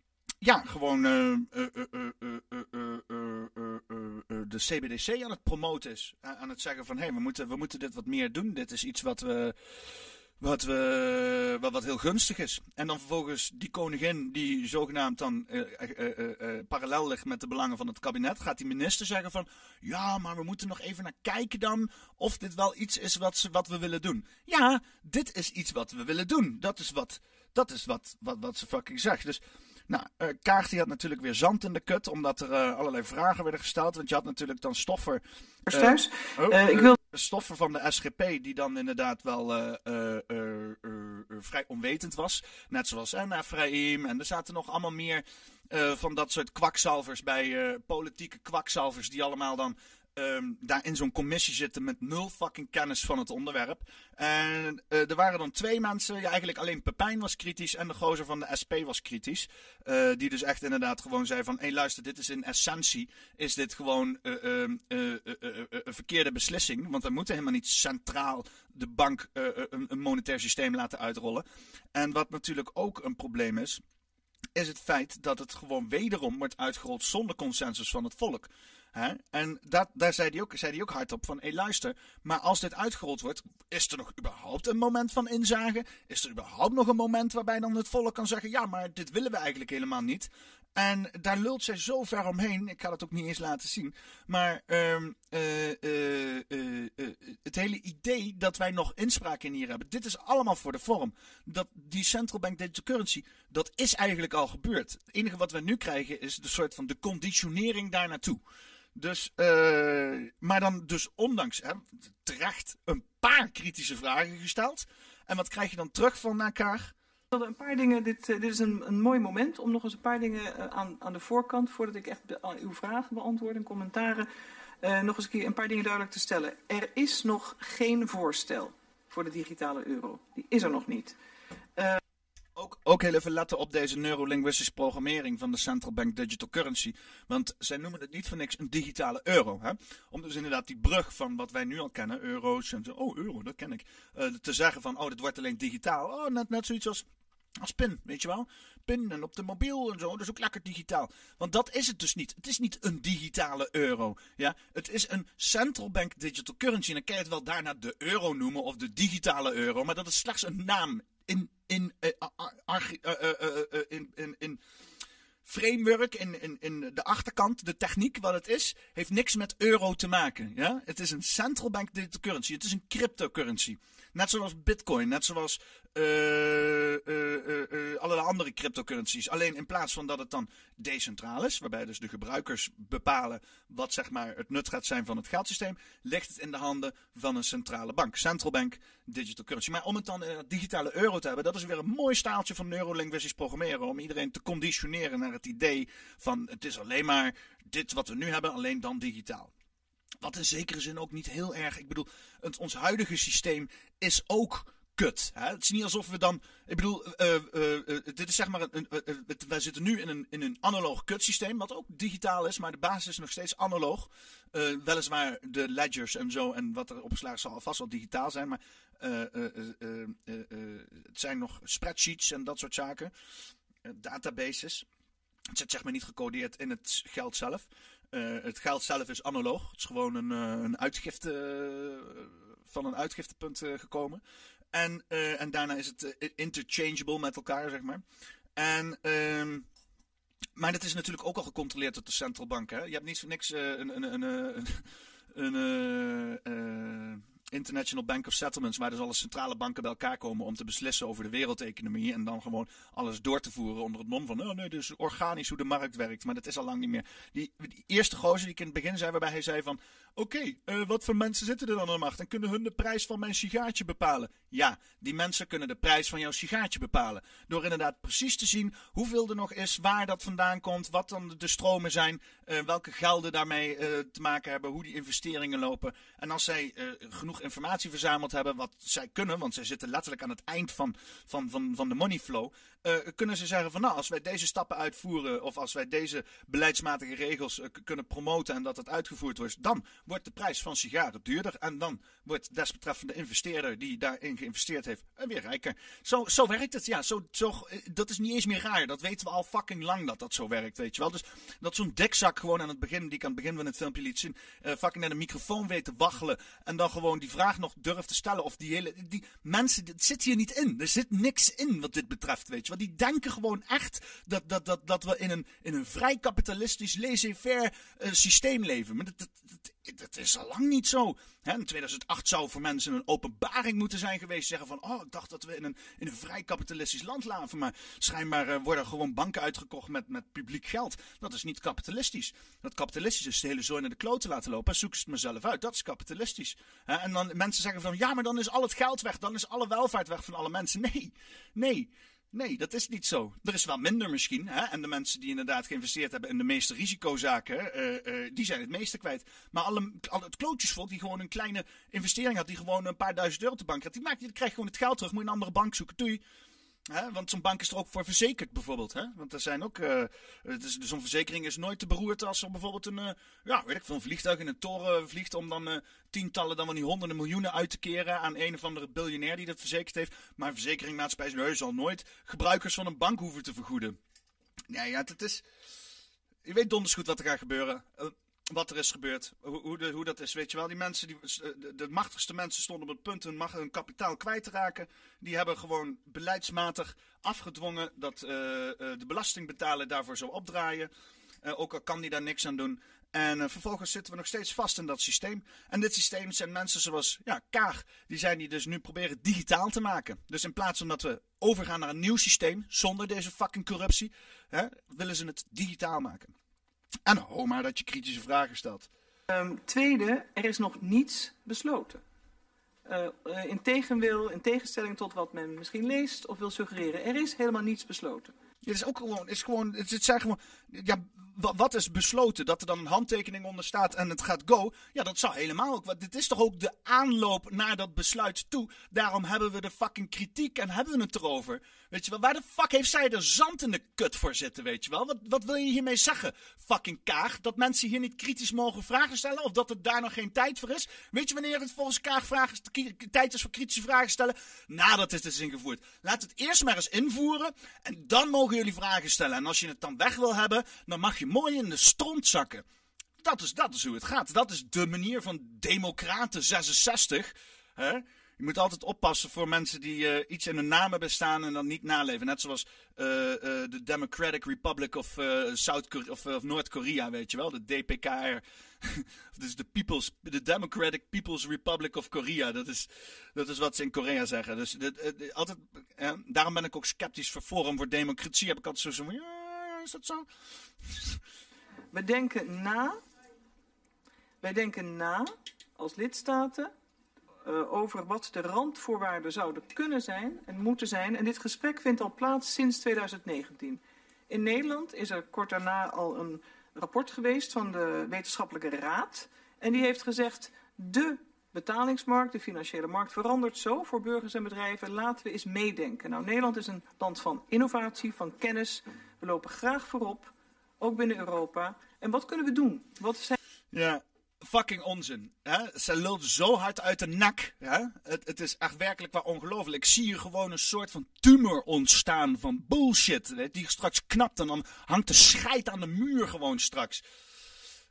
ja, gewoon uh, uh, uh, uh, uh, uh, uh, uh, uh, uh, de C B D C aan het promoten is. Uh, aan het zeggen van, hé, hey, we, moeten, we moeten dit wat meer doen. Dit is iets wat we... Wat, we, wat, wat heel gunstig is. En dan vervolgens die koningin die zogenaamd dan uh, uh, uh, uh, parallel ligt met de belangen van het kabinet. Gaat die minister zeggen van, ja, maar we moeten nog even naar kijken dan of dit wel iets is wat, ze, wat we willen doen. Ja, dit is iets wat we willen doen. Dat is wat, dat is wat, wat, wat ze fucking zegt. Dus, nou, uh, Kaag die had natuurlijk weer zand in de kut, omdat er uh, allerlei vragen werden gesteld. Want je had natuurlijk dan Stoffer. Uh, thuis. Oh, uh, ik wil... Stoffer van de S G P, die dan inderdaad wel uh, uh, uh, uh, uh, vrij onwetend was. Net zoals en Efraïm. En er zaten nog allemaal meer uh, van dat soort kwakzalvers bij, uh, politieke kwakzalvers, die allemaal dan Um, daar in zo'n commissie zitten met nul fucking kennis van het onderwerp. En uh, er waren dan twee mensen, ja, eigenlijk alleen Pepijn was kritisch en de gozer van de S P was kritisch. Uh, die dus echt inderdaad gewoon zei van, hé hey, luister, dit is in essentie, is dit gewoon uh, uh, uh, uh, uh, uh, een verkeerde beslissing. Want we moeten helemaal niet centraal de bank uh, een, een monetair systeem laten uitrollen. En wat natuurlijk ook een probleem is, is het feit dat het gewoon wederom wordt uitgerold zonder consensus van het volk. He? En dat, daar zei hij ook, zei hij ook hardop van, hé hey, luister, maar als dit uitgerold wordt, is er nog überhaupt een moment van inzage? Is er überhaupt nog een moment waarbij dan het volk kan zeggen, ja, maar dit willen we eigenlijk helemaal niet? En daar lult zij zo ver omheen, ik ga het ook niet eens laten zien, maar um, uh, uh, uh, uh, het hele idee dat wij nog inspraak in hier hebben, dit is allemaal voor de vorm. Dat die central bank digital currency, dat is eigenlijk al gebeurd. Het enige wat we nu krijgen is de soort van de conditionering daar naartoe. Dus, uh, maar dan dus ondanks, hè, terecht, een paar kritische vragen gesteld. En wat krijg je dan terug van elkaar? Ik wilde een paar dingen, dit, uh, dit is een, een mooi moment om nog eens een paar dingen uh, aan, aan de voorkant, voordat ik echt be, uh, uw vragen beantwoord en commentaren, uh, nog eens een keer een paar dingen duidelijk te stellen. Er is nog geen voorstel voor de digitale euro. Die is er nog niet. Uh, Ook, ook heel even letten op deze neurolinguïstische programmering van de Central Bank Digital Currency. Want zij noemen het niet voor niks een digitale euro. Hè? Om dus inderdaad die brug van wat wij nu al kennen, euro's en zo, oh euro, dat ken ik. Uh, te zeggen van, oh dit wordt alleen digitaal. Oh, net, net zoiets als, als PIN, weet je wel. PIN en op de mobiel en zo, dat is ook lekker digitaal. Want dat is het dus niet. Het is niet een digitale euro. Ja? Het is een Central Bank Digital Currency. En dan kan je het wel daarna de euro noemen of de digitale euro. Maar dat is slechts een naam. In, in, uh, uh, uh, uh, uh, uh, in, in, in framework, in, in, in de achterkant, de techniek, wat het is, heeft niks met euro te maken. Ja? Het is een central bank digital currency. Het is een cryptocurrency. Net zoals Bitcoin, net zoals uh, uh, uh, uh, allerlei andere cryptocurrencies. Alleen in plaats van dat het dan decentraal is, waarbij dus de gebruikers bepalen wat zeg maar het nut gaat zijn van het geldsysteem, ligt het in de handen van een centrale bank. Central bank digital currency. Maar om het dan in een digitale euro te hebben, dat is weer een mooi staaltje van neurolinguïstisch programmeren. Om iedereen te conditioneren naar het idee van het is alleen maar dit wat we nu hebben, alleen dan digitaal. Wat in zekere zin ook niet heel erg, ik bedoel, het, ons huidige systeem is ook kut. Hè? Het is niet alsof we dan, ik bedoel, uh, uh, uh, dit is zeg maar, een, een, uh, uh, wij zitten nu in een, in een analoog kutsysteem, wat ook digitaal is, maar de basis is nog steeds analoog. Uh, weliswaar de ledgers en zo en wat er opgeslagen zal vast wel digitaal zijn, maar uh, uh, uh, uh, uh, uh, het zijn nog spreadsheets en dat soort zaken, uh, databases. Het zit zeg maar niet gecodeerd in het geld zelf. Uh, het geld zelf is analoog. Het is gewoon een, uh, een uitgifte uh, van een uitgiftepunt uh, gekomen. En, uh, en daarna is het uh, interchangeable met elkaar, zeg maar. En, uh, maar dat is natuurlijk ook al gecontroleerd door de central bank. Hè? Je hebt niet voor niks uh, een, een, een, een, een uh, uh, International Bank of Settlements, waar dus alle centrale banken bij elkaar komen om te beslissen over de wereldeconomie en dan gewoon alles door te voeren onder het mom van, oh nee, dus organisch hoe de markt werkt. Maar dat is al lang niet meer. Die, die eerste gozer die ik in het begin zei, waarbij hij zei van, oké, okay, uh, wat voor mensen zitten er dan aan de macht en kunnen hun de prijs van mijn sigaartje bepalen? Ja, die mensen kunnen de prijs van jouw sigaartje bepalen. Door inderdaad precies te zien hoeveel er nog is, waar dat vandaan komt, wat dan de stromen zijn, uh, welke gelden daarmee uh, te maken hebben, hoe die investeringen lopen. En als zij uh, genoeg informatie verzameld hebben, wat zij kunnen, want zij zitten letterlijk aan het eind van, van, van, van de money flow, uh, kunnen ze zeggen van, nou, als wij deze stappen uitvoeren of als wij deze beleidsmatige regels uh, k- kunnen promoten en dat het uitgevoerd wordt, dan wordt de prijs van sigaren duurder en dan wordt desbetreffende investeerder die daarin geïnvesteerd heeft weer rijker. Zo, zo werkt het, ja. Zo, zo, dat is niet eens meer raar. Dat weten we al fucking lang dat dat zo werkt, weet je wel. Dus dat zo'n dikzak gewoon aan het begin, die ik aan het begin van het filmpje liet zien, uh, fucking naar de microfoon weet te waggelen en dan gewoon die vraag nog durft te stellen of die hele, die mensen, dit zit hier niet in. Er zit niks in wat dit betreft, weet je wel. Die denken gewoon echt dat, dat, dat, dat we in een, in een vrij kapitalistisch, laissez-faire uh, systeem leven. Maar dat, dat, dat, dat is al lang niet zo. Hè, in tweeduizend acht zou voor mensen een openbaring moeten zijn geweest. Zeggen van, oh, ik dacht dat we in een, in een vrij kapitalistisch land leven. Maar schijnbaar uh, worden gewoon banken uitgekocht met, met publiek geld. Dat is niet kapitalistisch. Dat kapitalistisch is de hele zooi naar de kloten laten lopen. Zoek het mezelf uit. Dat is kapitalistisch. Hè, en dan mensen zeggen van, ja, maar dan is al het geld weg. Dan is alle welvaart weg van alle mensen. Nee, nee. Nee, dat is niet zo. Er is wel minder misschien. Hè? En de mensen die inderdaad geïnvesteerd hebben in de meeste risicozaken, uh, uh, die zijn het meeste kwijt. Maar alle, alle het klootjesvolk die gewoon een kleine investering had, die gewoon een paar duizend euro op de bank had, die, maakt, die krijgt gewoon het geld terug. Moet je een andere bank zoeken. Doei. Hè? Want zo'n bank is er ook voor verzekerd bijvoorbeeld. Hè? Want er zijn ook, uh, dus, zo'n verzekering is nooit te beroerd als er bijvoorbeeld een, uh, ja, weet ik veel, een vliegtuig in een toren vliegt om dan uh, tientallen, dan wel niet honderden miljoenen uit te keren aan een of andere biljonair die dat verzekerd heeft. Maar een verzekeringmaatschappij nee, zal nooit gebruikers van een bank hoeven te vergoeden. Nee, ja, het is, je weet donders goed wat er gaat gebeuren. Uh, Wat er is gebeurd, hoe, hoe, de, hoe dat is, weet je wel. Die mensen, die, de, de machtigste mensen stonden op het punt hun, mag, hun kapitaal kwijt te raken. Die hebben gewoon beleidsmatig afgedwongen dat uh, uh, de belastingbetaler daarvoor zou opdraaien. Uh, ook al kan die daar niks aan doen. En uh, vervolgens zitten we nog steeds vast in dat systeem. En dit systeem zijn mensen zoals ja, Kaag. Die zijn die dus nu proberen digitaal te maken. Dus in plaats van dat we overgaan naar een nieuw systeem, zonder deze fucking corruptie, hè, willen ze het digitaal maken. En hoor maar dat je kritische vragen stelt. Um, tweede, er is nog niets besloten. Uh, uh, in tegenwil, in tegenstelling tot wat men misschien leest of wil suggereren. Er is helemaal niets besloten. Het is ook gewoon, is gewoon, het zijn gewoon, ja, wat is besloten? Dat er dan een handtekening onder staat en het gaat go? Ja, dat zou helemaal ook. Dit is toch ook de aanloop naar dat besluit toe. Daarom hebben we de fucking kritiek en hebben we het erover. Weet je wel, waar de fuck heeft zij er zand in de kut voor zitten, weet je wel? Wat, wat wil je hiermee zeggen, fucking Kaag? Dat mensen hier niet kritisch mogen vragen stellen? Of dat er daar nog geen tijd voor is? Weet je wanneer het volgens Kaag vragen, tijd is voor kritische vragen stellen? Nadat het is ingevoerd. Laat het eerst maar eens invoeren en dan mogen jullie vragen stellen. En als je het dan weg wil hebben, dan mag je mooi in de stront zakken. Dat is, dat is hoe het gaat. Dat is de manier van Democraten zesenzestig. Hè? Je moet altijd oppassen voor mensen die uh, iets in hun naam hebben staan en dan niet naleven. Net zoals uh, uh, de Democratic Republic of, uh, South Korea, of, uh, of Noord-Korea, weet je wel. De D P K R. Dus de People's, de Democratic People's Republic of Korea. Dat is, dat is wat ze in Korea zeggen. Dus de, de, altijd, uh, daarom ben ik ook sceptisch voor Forum voor Democratie. Heb ik altijd zo van, ja, is dat zo? We denken na, wij denken na als lidstaten uh, over wat de randvoorwaarden zouden kunnen zijn en moeten zijn. En dit gesprek vindt al plaats sinds tweeduizend negentien. In Nederland is er kort daarna al een rapport geweest van de Wetenschappelijke Raad. En die heeft gezegd, de betalingsmarkt, de financiële markt verandert zo voor burgers en bedrijven. Laten we eens meedenken. Nou, Nederland is een land van innovatie, van kennis. We lopen graag voorop, ook binnen Europa. En wat kunnen we doen? Wat zijn... Ja, fucking onzin. Hè? Ze lult zo hard uit de nek. Hè? Het, het is echt werkelijk waar ongelooflijk. Ik zie hier gewoon een soort van tumor ontstaan van bullshit. Die straks knapt en dan hangt de scheid aan de muur gewoon straks.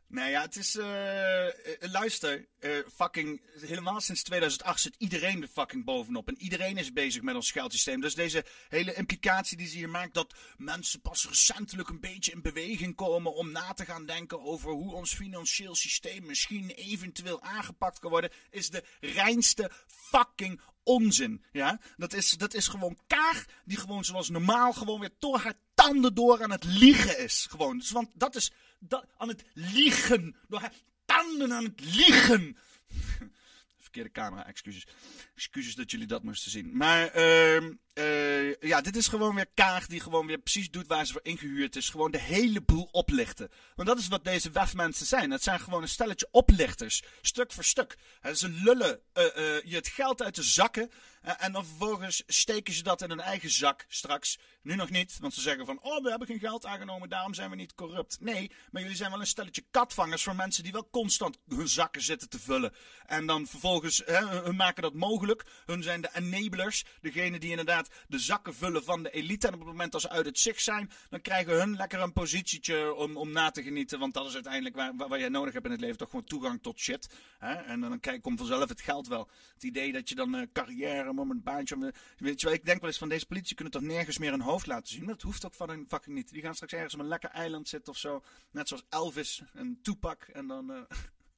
Nee, ja, het is... Uh, luister, uh, fucking... Helemaal sinds tweeduizend acht zit iedereen er fucking bovenop. En iedereen is bezig met ons geldsysteem. Dus deze hele implicatie die ze hier maakt... dat mensen pas recentelijk een beetje in beweging komen... om na te gaan denken over hoe ons financieel systeem... misschien eventueel aangepakt kan worden... is de reinste fucking onzin. Ja? Dat is, dat is gewoon Kaag... die gewoon zoals normaal gewoon weer door haar tanden door aan het liegen is. Gewoon. Dus, want dat is... Dat, aan het liegen. Door haar tanden aan het liegen. Verkeerde camera, excuses. Excuses dat jullie dat moesten zien. Maar uh, uh, ja, dit is gewoon weer Kaag die gewoon weer precies doet waar ze voor ingehuurd is. Gewoon de hele boel oplichten. Want dat is wat deze W E F-mensen zijn. Dat zijn gewoon een stelletje oplichters. Stuk voor stuk. He, ze lullen uh, uh, je het geld uit de zakken. Uh, en dan vervolgens steken ze dat in hun eigen zak straks. Nu nog niet, want ze zeggen van... Oh, we hebben geen geld aangenomen, daarom zijn we niet corrupt. Nee, maar jullie zijn wel een stelletje katvangers voor mensen die wel constant hun zakken zitten te vullen. En dan vervolgens, hè, hun maken dat mogelijk. Hun zijn de enablers. Degene die inderdaad de zakken vullen van de elite. En op het moment dat ze uit het zicht zijn, dan krijgen hun lekker een positietje om, om na te genieten. Want dat is uiteindelijk waar, waar, waar jij nodig hebt in het leven. Toch gewoon toegang tot shit. Hè? En dan kijk, komt vanzelf het geld wel. Het idee dat je dan uh, carrière, om een baantje... Om, weet je wel, ik denk wel eens van deze politie kunnen toch nergens meer een hoofd laten zien. Maar dat hoeft ook van hun fucking niet. Die gaan straks ergens op een lekker eiland zitten of zo. Net zoals Elvis en Tupac. En dan... Uh...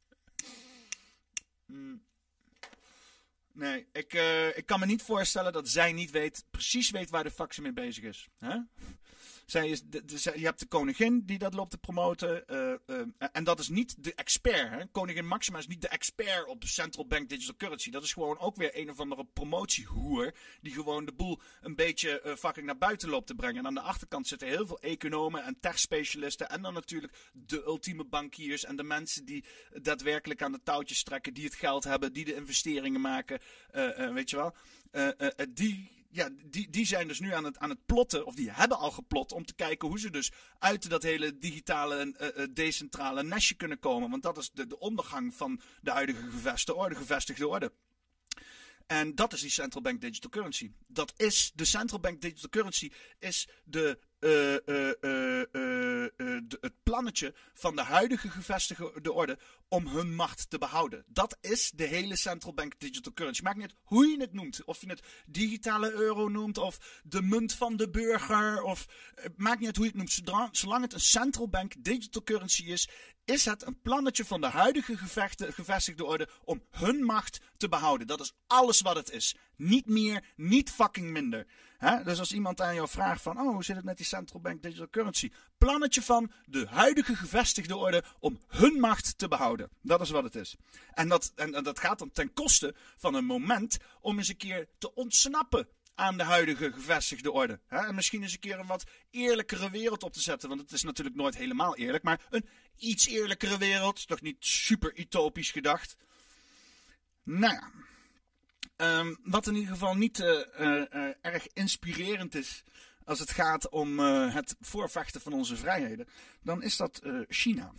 mm. Nee, ik, uh, ik kan me niet voorstellen dat zij niet weet, precies weet waar de fuck ze mee bezig is. Huh? Zij is de, de, je hebt de koningin die dat loopt te promoten. Uh, uh, en dat is niet de expert. Hè? Koningin Maxima is niet de expert op central bank digital currency. Dat is gewoon ook weer een of andere promotiehoer. Die gewoon de boel een beetje uh, fucking naar buiten loopt te brengen. En aan de achterkant zitten heel veel economen en techspecialisten. En dan natuurlijk de ultieme bankiers. En de mensen die daadwerkelijk aan de touwtjes trekken. Die het geld hebben. Die de investeringen maken. Uh, uh, weet je wel. Uh, uh, uh, die... Ja, die, die zijn dus nu aan het, aan het plotten, of die hebben al geplot, om te kijken hoe ze dus uit dat hele digitale, uh, uh, decentrale nestje kunnen komen. Want dat is de, de ondergang van de huidige gevestigde orde, gevestigde orde. En dat is die central bank digital currency. Dat is, de central bank digital currency is de, uh, uh, uh, uh, uh, de, het plannetje van de huidige gevestigde orde om hun macht te behouden. Dat is de hele central bank digital currency. Maakt niet uit hoe je het noemt. Of je het digitale euro noemt, of de munt van de burger. Of, maakt niet uit hoe je het noemt. Zodra, zolang het een central bank digital currency is, is het een plannetje van de huidige gevechte, gevestigde orde om hun macht te behouden. Dat is alles wat het is. Niet meer, niet fucking minder. He? Dus als iemand aan jou vraagt van, oh, hoe zit het met die central bank digital currency? Plannetje van de huidige gevestigde orde om hun macht te behouden. Dat is wat het is. En dat, en, en dat gaat dan ten koste van een moment om eens een keer te ontsnappen aan de huidige gevestigde orde. He? En misschien eens een keer een wat eerlijkere wereld op te zetten. Want het is natuurlijk nooit helemaal eerlijk. Maar een iets eerlijkere wereld. Toch niet super utopisch gedacht. Nou ja. Um, wat in ieder geval niet uh, uh, uh, erg inspirerend is als het gaat om uh, het voorvechten van onze vrijheden. Dan is dat uh, China.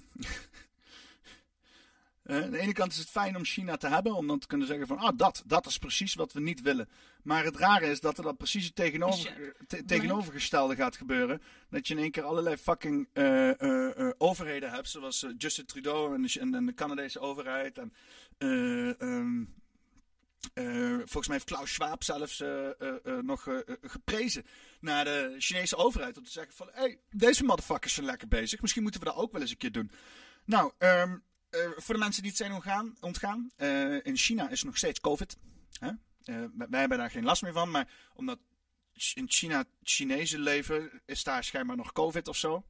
Uh, aan de ene kant is het fijn om China te hebben, om dan te kunnen zeggen van, ah, dat, dat is precies wat we niet willen. Maar het rare is dat er dan precies het tegenover, te, tegenovergestelde gaat gebeuren. Dat je in één keer allerlei fucking uh, uh, uh, overheden hebt, zoals uh, Justin Trudeau en de, en de Canadese overheid. En uh, um, uh, volgens mij heeft Klaus Schwab zelfs uh, uh, uh, nog uh, uh, geprezen naar de Chinese overheid. Om te zeggen van, hé, hey, deze motherfuckers zijn lekker bezig. Misschien moeten we dat ook wel eens een keer doen. Nou, um, Uh, voor de mensen die het zijn ontgaan, ontgaan uh, in China is nog steeds COVID. Hè? Uh, wij hebben daar geen last meer van, maar omdat in China Chinezen leven, is daar schijnbaar nog COVID of zo.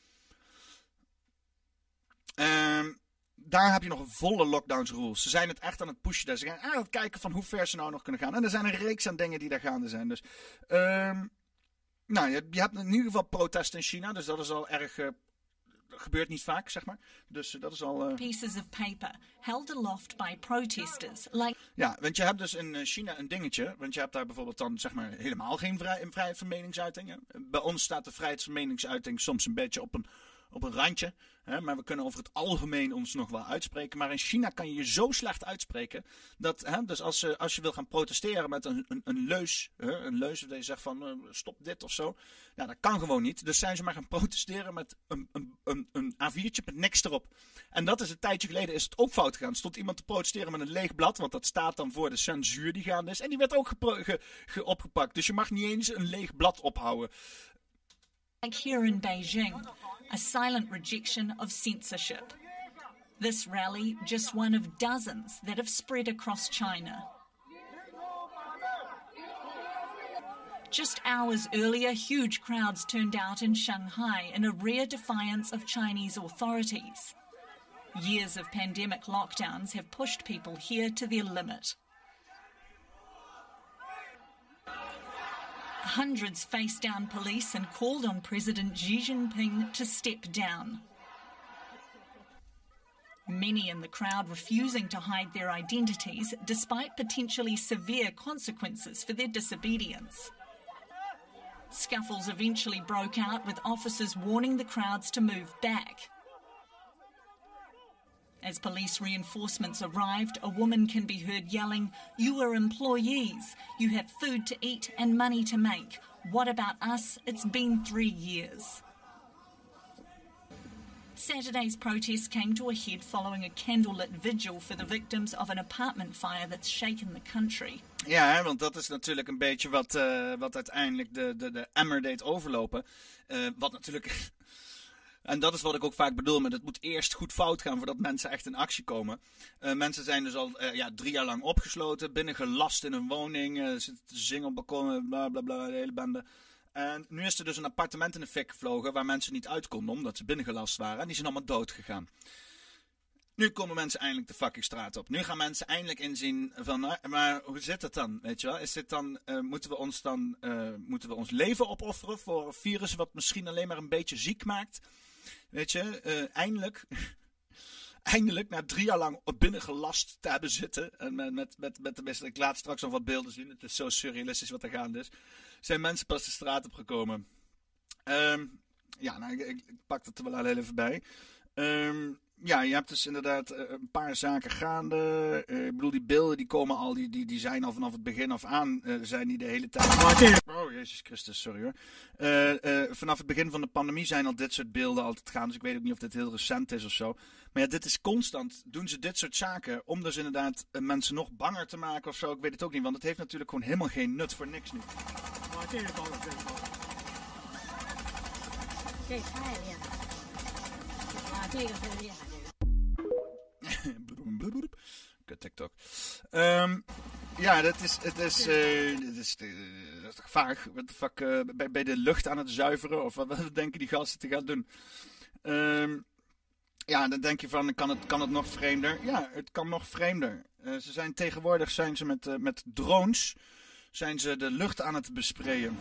Uh, daar heb je nog een volle lockdowns rules. Ze zijn het echt aan het pushen. Daar. Ze gaan aan het kijken van hoe ver ze nou nog kunnen gaan. En er zijn een reeks aan dingen die daar gaande zijn. Dus, uh, nou, je, je hebt in ieder geval protesten in China, dus dat is al erg... Uh, gebeurt niet vaak, zeg maar. Dus uh, dat is al... Uh... Pieces of paper held aloft by protesters. Like... Ja, want je hebt dus in China een dingetje. Want je hebt daar bijvoorbeeld dan, zeg maar, helemaal geen vrij, vrijheid van meningsuiting. Hè? Bij ons staat de vrijheid van meningsuiting soms een beetje op een, op een randje. Hè, maar we kunnen over het algemeen ons nog wel uitspreken. Maar in China kan je je zo slecht uitspreken. Dat, hè, dus als, uh, als je wil gaan protesteren met een, een, een leus. Hè, een leus dat je zegt van uh, stop dit of zo. Ja, dat kan gewoon niet. Dus zijn ze maar gaan protesteren met een, een, een, een A viertje met niks erop. En dat is een tijdje geleden is het ook fout gegaan. Stond iemand te protesteren met een leeg blad. Want dat staat dan voor de censuur die gaande is. En die werd ook gepro- ge, ge, opgepakt. Dus je mag niet eens een leeg blad ophouden. Like here in Beijing, a silent rejection of censorship. This rally, just one of dozens that have spread across China. Just hours earlier, huge crowds turned out in Shanghai in a rare defiance of Chinese authorities. Years of pandemic lockdowns have pushed people here to their limit. Hundreds faced down police and called on President Xi Jinping to step down. Many in the crowd refusing to hide their identities despite potentially severe consequences for their disobedience. Scuffles eventually broke out with officers warning the crowds to move back. As police reinforcements arrived, a woman can be heard yelling, "You are employees. You have food to eat and money to make. What about us? It's been three years." Saturday's protest came to a head following a candlelit vigil for the victims of an apartment fire that's shaken the country. Ja, hè, want dat is natuurlijk een beetje wat, uh, wat uiteindelijk de, de, de emmer deed overlopen. Uh, wat natuurlijk... En dat is wat ik ook vaak bedoel, maar het moet eerst goed fout gaan voordat mensen echt in actie komen. Uh, mensen zijn dus al uh, ja, drie jaar lang opgesloten, binnengelast in hun woning, uh, zitten te zingen op balkonnen, bla bla bla, de hele bende. En nu is er dus een appartement in de fik gevlogen waar mensen niet uit konden omdat ze binnengelast waren. En die zijn allemaal dood gegaan. Nu komen mensen eindelijk de fucking straat op. Nu gaan mensen eindelijk inzien van, uh, maar hoe zit het dan, weet je wel? Is dit dan, uh, moeten we ons dan, uh, moeten we ons leven opofferen voor een virus wat misschien alleen maar een beetje ziek maakt? Weet je, uh, eindelijk, eindelijk na drie jaar lang binnengelast te hebben zitten. En met, met, met, met de beste, ik laat straks nog wat beelden zien. Het is zo surrealistisch wat er gaande is. Zijn mensen pas de straat op gekomen. Um, ja, nou, ik, ik pak het er wel heel even bij. Um, ja, je hebt dus inderdaad uh, een paar zaken gaande. Uh, ik bedoel, die beelden die komen al, die, die, die zijn al vanaf het begin af aan, uh, zijn die de hele tijd... Oh, Jezus Christus, sorry hoor. Uh, uh, vanaf het begin van de pandemie zijn al dit soort beelden altijd gaan. Dus ik weet ook niet of dit heel recent is of zo. Maar ja, dit is constant. Doen ze dit soort zaken om dus inderdaad uh, mensen nog banger te maken of zo? Ik weet het ook niet, want het heeft natuurlijk gewoon helemaal geen nut voor niks nu. Kut TikTok. Um, ja, dat is, het is, uh, dat is, uh, dat is toch vaag. Wat de fuck, uh, bij, bij de lucht aan het zuiveren? Of wat, wat denken die gasten te gaan doen? Um, ja, dan denk je van, kan het, kan het nog vreemder? Ja, het kan nog vreemder. Uh, ze zijn tegenwoordig zijn ze met, uh, met drones zijn ze de lucht aan het besprayen.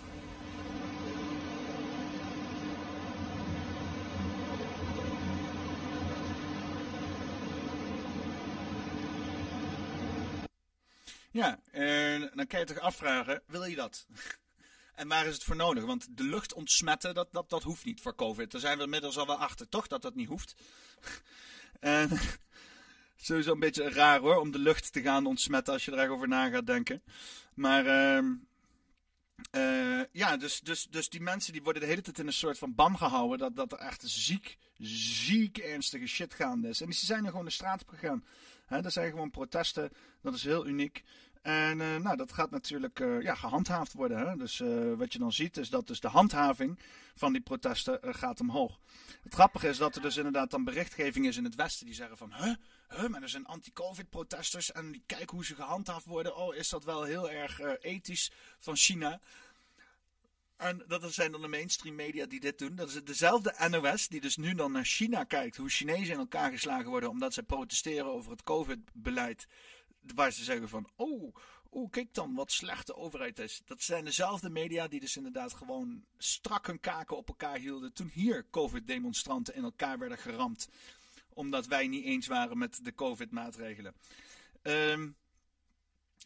Ja, en dan kan je toch afvragen, wil je dat? En waar is het voor nodig? Want de lucht ontsmetten, dat, dat, dat hoeft niet voor COVID. Daar zijn we inmiddels al wel achter, toch? Dat dat niet hoeft. En sowieso een beetje raar hoor, om de lucht te gaan ontsmetten als je er echt over na gaat denken. Maar uh, uh, ja, dus, dus, dus die mensen die worden de hele tijd in een soort van ban gehouden. Dat, dat er echt ziek, ziek ernstige shit gaande is. En ze zijn er gewoon de straat op gegaan. He, dat zijn gewoon protesten, dat is heel uniek. En uh, nou, dat gaat natuurlijk uh, ja, gehandhaafd worden. Hè? Dus uh, wat je dan ziet is dat dus de handhaving van die protesten uh, gaat omhoog. Het grappige is dat er dus inderdaad dan berichtgeving is in het Westen die zeggen van... Huh? Huh? Maar er zijn anti-covid protesters en kijk hoe ze gehandhaafd worden. Oh, is dat wel heel erg uh, ethisch van China? En dat zijn dan de mainstream media die dit doen. Dat is dezelfde N O S die dus nu dan naar China kijkt. Hoe Chinezen in elkaar geslagen worden omdat ze protesteren over het covid-beleid. Waar ze zeggen van, oh, oh, kijk dan wat slecht de overheid is. Dat zijn dezelfde media die dus inderdaad gewoon strak hun kaken op elkaar hielden. Toen hier covid-demonstranten in elkaar werden geramd. Omdat wij niet eens waren met de covid-maatregelen. Um,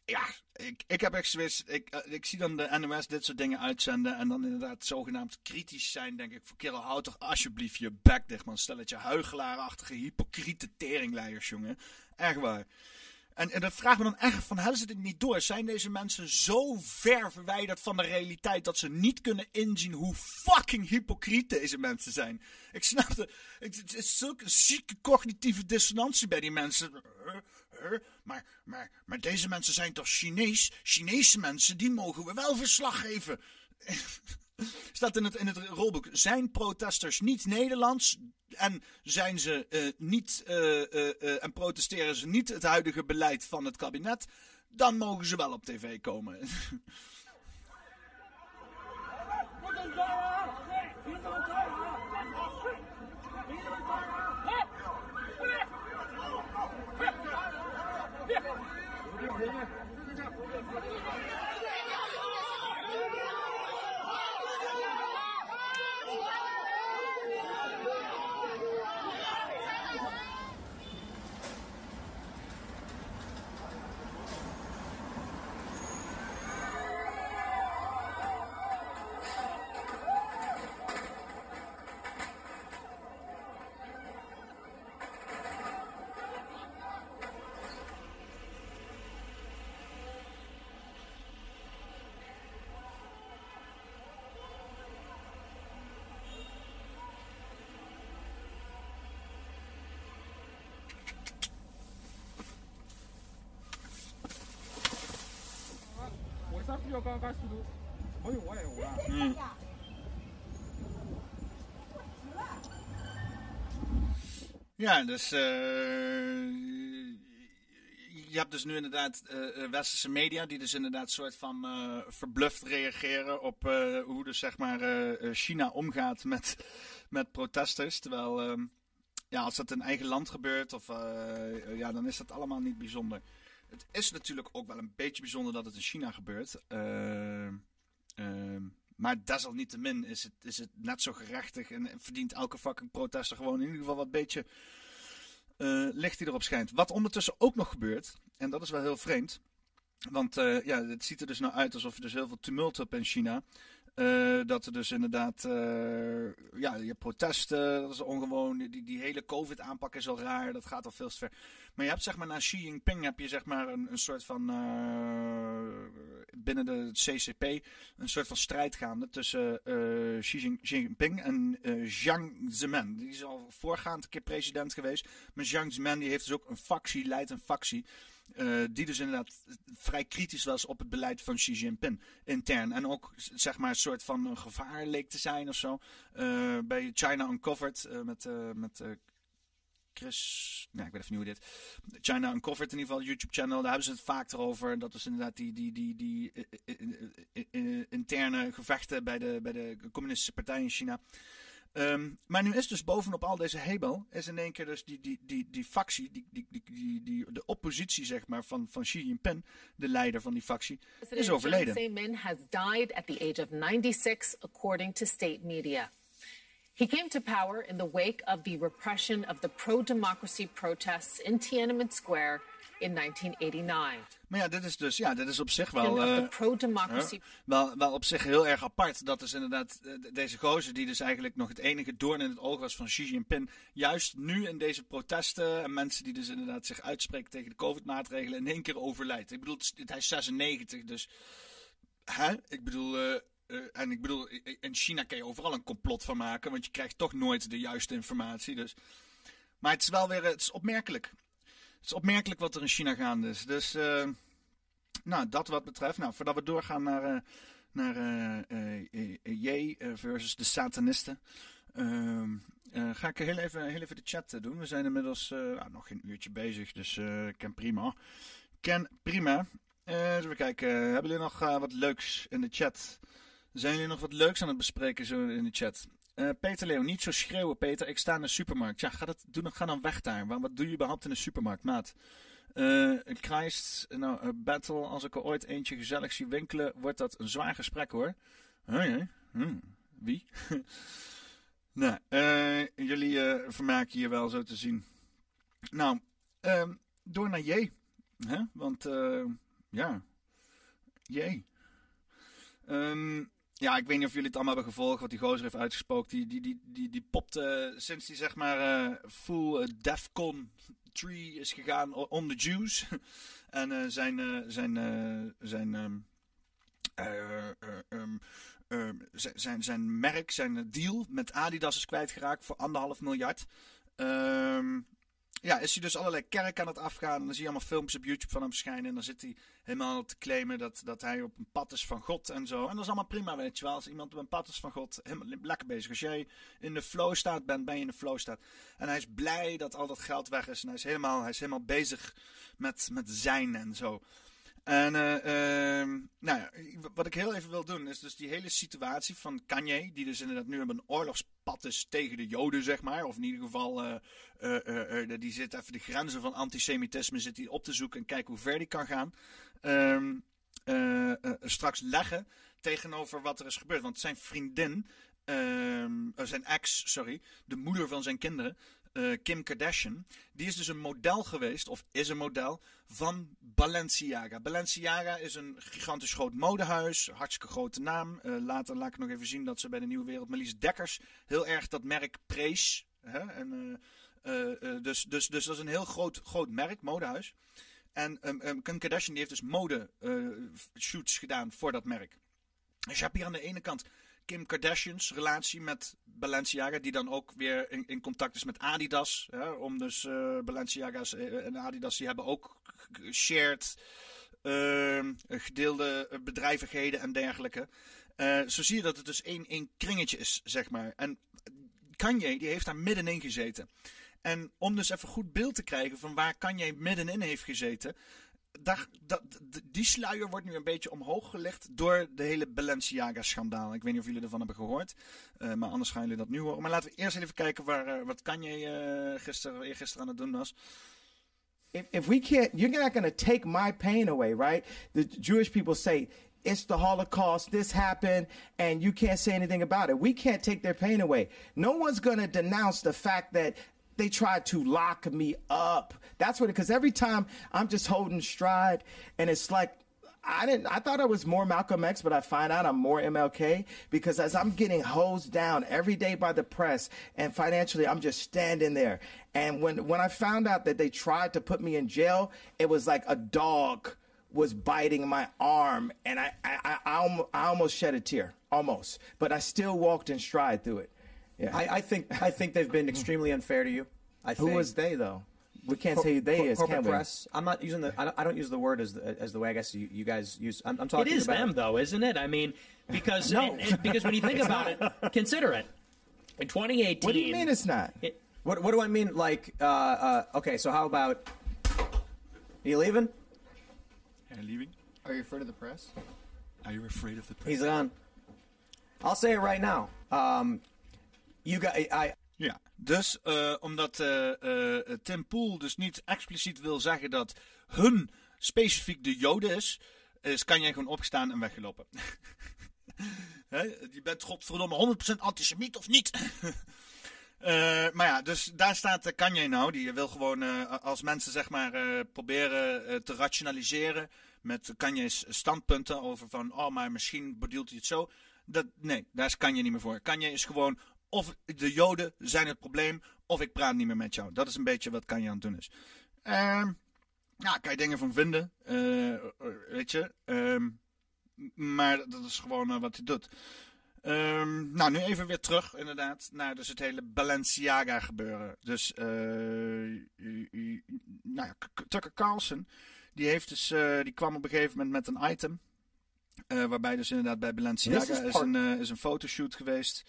ja, ik, ik heb echt zoiets, ik, uh, ik zie dan de N O S dit soort dingen uitzenden en dan inderdaad zogenaamd kritisch zijn, denk ik, voor kerel, houd toch alsjeblieft je bek dicht, man. Stel het je huigelaarachtige, hypocriete teringleiers, jongen. Echt waar. En, en dat vraagt me dan echt van, hebben ze dit niet door? Zijn deze mensen zo ver verwijderd van de realiteit dat ze niet kunnen inzien hoe fucking hypocriet deze mensen zijn? Ik snap het. Het is zulke zieke cognitieve dissonantie bij die mensen. Maar, maar, maar deze mensen zijn toch Chinees? Chinese mensen, die mogen we wel verslag geven. Staat in het, in het rolboek. Zijn protesters niet Nederlands? En zijn ze uh, niet uh, uh, uh, en protesteren ze niet het huidige beleid van het kabinet? Dan mogen ze wel op tv komen. Hmm. Ja, dus uh, je hebt dus nu inderdaad uh, westerse media die dus inderdaad soort van uh, verbluft reageren op uh, hoe dus zeg maar uh, China omgaat met, met protesters. Terwijl uh, ja, als dat in eigen land gebeurt, of, uh, ja, dan is dat allemaal niet bijzonder. Het is natuurlijk ook wel een beetje bijzonder dat het in China gebeurt. Uh, uh, maar desalniettemin is het, is het net zo gerechtig en verdient elke fucking protester gewoon in ieder geval wat beetje uh, licht die erop schijnt. Wat ondertussen ook nog gebeurt, en dat is wel heel vreemd. Want uh, ja, het ziet er dus nou uit alsof je dus heel veel tumult hebt in China. Uh, dat er dus inderdaad, uh, ja, je protesten, dat is ongewoon, die, die hele COVID-aanpak is al raar, dat gaat al veel te ver. Maar je hebt zeg maar na Xi Jinping heb je zeg maar een, een soort van, uh, binnen de C C P, een soort van strijd gaande tussen uh, Xi Jinping en uh, Jiang Zemin. Die is al voorgaand een keer president geweest, maar Jiang Zemin die heeft dus ook een factie, leidt een factie. Uh, die dus inderdaad vrij kritisch was op het beleid van Xi Jinping intern. En ook zeg maar een soort van een gevaar leek te zijn of zo. Uh, bij China Uncovered uh, met, uh, met uh, Chris... Nee, ik weet even niet hoe dit... China Uncovered in ieder geval, YouTube channel. Daar hebben ze het vaak erover. Dat is inderdaad die, die, die, die uh, uh, uh, uh, interne gevechten bij de, bij de communistische partij in China. Um, maar nu is dus bovenop al deze hebel, is in één keer dus die, die, die, die factie, die, die, die, die, die, de oppositie zeg maar van, van Xi Jinping, de leider van die factie, is overleden. Jiang Zemin has died at the age of ninety-six, according to state media. He came to power in the wake of the repression of the pro-democracy protests in Tiananmen Square in nineteen eighty-nine. Maar ja, dit is dus, ja, dit is op zich wel, uh, pro-democracy... uh, wel, wel op zich heel erg apart. Dat is inderdaad uh, deze gozer die dus eigenlijk nog het enige doorn in het oog was van Xi Jinping. Juist nu in deze protesten en mensen die dus inderdaad zich uitspreken tegen de COVID-maatregelen in één keer overlijdt. Ik bedoel, het, hij is zesennegentig, dus... Hè? Ik bedoel... Uh, Uh, en ik bedoel, in China kan je overal een complot van maken, want je krijgt toch nooit de juiste informatie. Dus. Maar het is wel weer, het is opmerkelijk. Het is opmerkelijk wat er in China gaande is. Dus, uh, nou, dat wat betreft. Nou, voordat we doorgaan naar, uh, naar uh, uh, uh, J versus de satanisten, uh, uh, ga ik heel even, heel even de chat doen. We zijn inmiddels uh, nou, nog geen uurtje bezig, dus uh, ken prima. Ken prima. Uh, even kijken, uh, hebben jullie nog uh, wat leuks in de chat? Zijn jullie nog wat leuks aan het bespreken zo in de chat? Uh, Peter Leeuw, niet zo schreeuwen Peter, ik sta in de supermarkt. Ja, ga, dat, doe, ga dan weg daar. Wat doe je überhaupt in de supermarkt, maat? Uh, Christ, nou, uh, Battle, als ik er ooit eentje gezellig zie winkelen, wordt dat een zwaar gesprek hoor. Huh, huh? Hmm, wie? nou, uh, jullie uh, vermaken je wel zo te zien. Nou, uh, door naar J. Hè? Want... Uh, ja. Jee. Um, ja, ik weet niet of jullie het allemaal hebben gevolgd, wat die gozer heeft uitgesproken. Die, die, die, die, die popt uh, sinds die zeg maar uh, full uh, Defcon drie is gegaan on the Jews. en uh, zijn, uh, zijn, uh, zijn, um, uh, uh, um, uh, zijn, zijn merk, zijn deal met Adidas is kwijtgeraakt voor anderhalf miljard. Um, Ja, is hij dus allerlei kerk aan het afgaan. En dan zie je allemaal filmpjes op YouTube van hem verschijnen. En dan zit hij helemaal te claimen dat, dat hij op een pad is van God en zo. En dat is allemaal prima, weet je wel. Als iemand op een pad is van God, helemaal lekker bezig. Als jij in de flow staat bent, ben je in de flow staat. En hij is blij dat al dat geld weg is. En hij is helemaal, hij is helemaal bezig met, met zijn en zo. En uh, uh, nou ja, wat ik heel even wil doen is dus die hele situatie van Kanye, die dus inderdaad nu op een oorlogspad is tegen de Joden, zeg maar. Of in ieder geval, uh, uh, uh, uh, die zit even de grenzen van antisemitisme zit die op te zoeken en kijken hoe ver die kan gaan. Um, uh, uh, straks leggen tegenover wat er is gebeurd. Want zijn vriendin, uh, zijn ex, sorry, de moeder van zijn kinderen, Uh, Kim Kardashian, die is dus een model geweest, of is een model, van Balenciaga. Balenciaga is een gigantisch groot modehuis, hartstikke grote naam. Uh, later laat ik nog even zien dat ze bij de Nieuwe Wereld Marlies Dekkers heel erg dat merk prees. Hè? En, uh, uh, uh, dus, dus, dus dat is een heel groot, groot merk, modehuis. En um, um, Kim Kardashian die heeft dus mode uh, shoots gedaan voor dat merk. Dus je hebt hier aan de ene kant Kim Kardashian's relatie met Balenciaga, die dan ook weer in, in contact is met Adidas. Hè, om dus uh, Balenciaga's en Adidas, die hebben ook shared uh, gedeelde bedrijvigheden en dergelijke. Uh, zo zie je dat het dus één, één kringetje is, zeg maar. En Kanye, die heeft daar middenin gezeten. En om dus even goed beeld te krijgen van waar Kanye middenin heeft gezeten, Daar, dat, die sluier wordt nu een beetje omhoog gelegd door de hele Balenciaga-schandaal. Ik weet niet of jullie ervan hebben gehoord, uh, maar anders gaan jullie dat nu horen. Maar laten we eerst even kijken waar, uh, wat Kanye uh, gisteren, eergisteren aan het doen was. If, if we can't, you're not going to take my pain away, right? The Jewish people say, it's the Holocaust, this happened, and you can't say anything about it. We can't take their pain away. No one's going to denounce the fact that they tried to lock me up. That's what, because every time I'm just holding stride, and it's like, I didn't, I thought I was more Malcolm X, but I find out I'm more M L K, because as I'm getting hosed down every day by the press, and financially, I'm just standing there. And when, when I found out that they tried to put me in jail, it was like a dog was biting my arm, and I, I, I, I almost shed a tear, almost. But I still walked in stride through it. Yeah. I, I think I think they've been extremely unfair to you. I Who think. was they though? We can't say who they Cor- is, corporate can we? press. I'm not using the. I don't, I don't use the word as the, as the way I guess you, you guys use. I'm, I'm talking It is about them, though, isn't it? I mean, because No. and- and because when you think about it, consider it. In twenty eighteen, What do you mean it's not? It, What What do I mean? Like, uh, uh, okay, so how about? Are you leaving? Are you leaving? Are you afraid of the press? Are you afraid of the press? He's gone. I'll say it right now. Um, you got. I. Ja, dus uh, omdat uh, uh, Tim Pool dus niet expliciet wil zeggen dat hun specifiek de Joden is, is kan jij gewoon opgestaan en weggelopen. He, je bent godverdomme honderd procent antisemiet of niet? Uh, maar ja, dus daar staat uh, Kanye nou. Die wil gewoon uh, als mensen zeg maar uh, proberen uh, te rationaliseren met Kanye's standpunten over van, oh maar misschien bedoelt hij het zo. Dat, nee, daar is Kanye niet meer voor. Kanye is gewoon, of de Joden zijn het probleem, of ik praat niet meer met jou. Dat is een beetje wat Kanye aan het doen is. Uh, ja, kan je dingen van vinden, uh, weet je. Uh, maar dat is gewoon uh, wat hij doet. Um, nou, nu even weer terug, inderdaad, naar dus het hele Balenciaga gebeuren. Dus, uh, uh, uh, nou ja, Tucker Carlson, die, heeft dus, uh, die kwam op een gegeven moment met een item. Uh, waarbij dus inderdaad bij Balenciaga is, is, een, uh, is een fotoshoot geweest.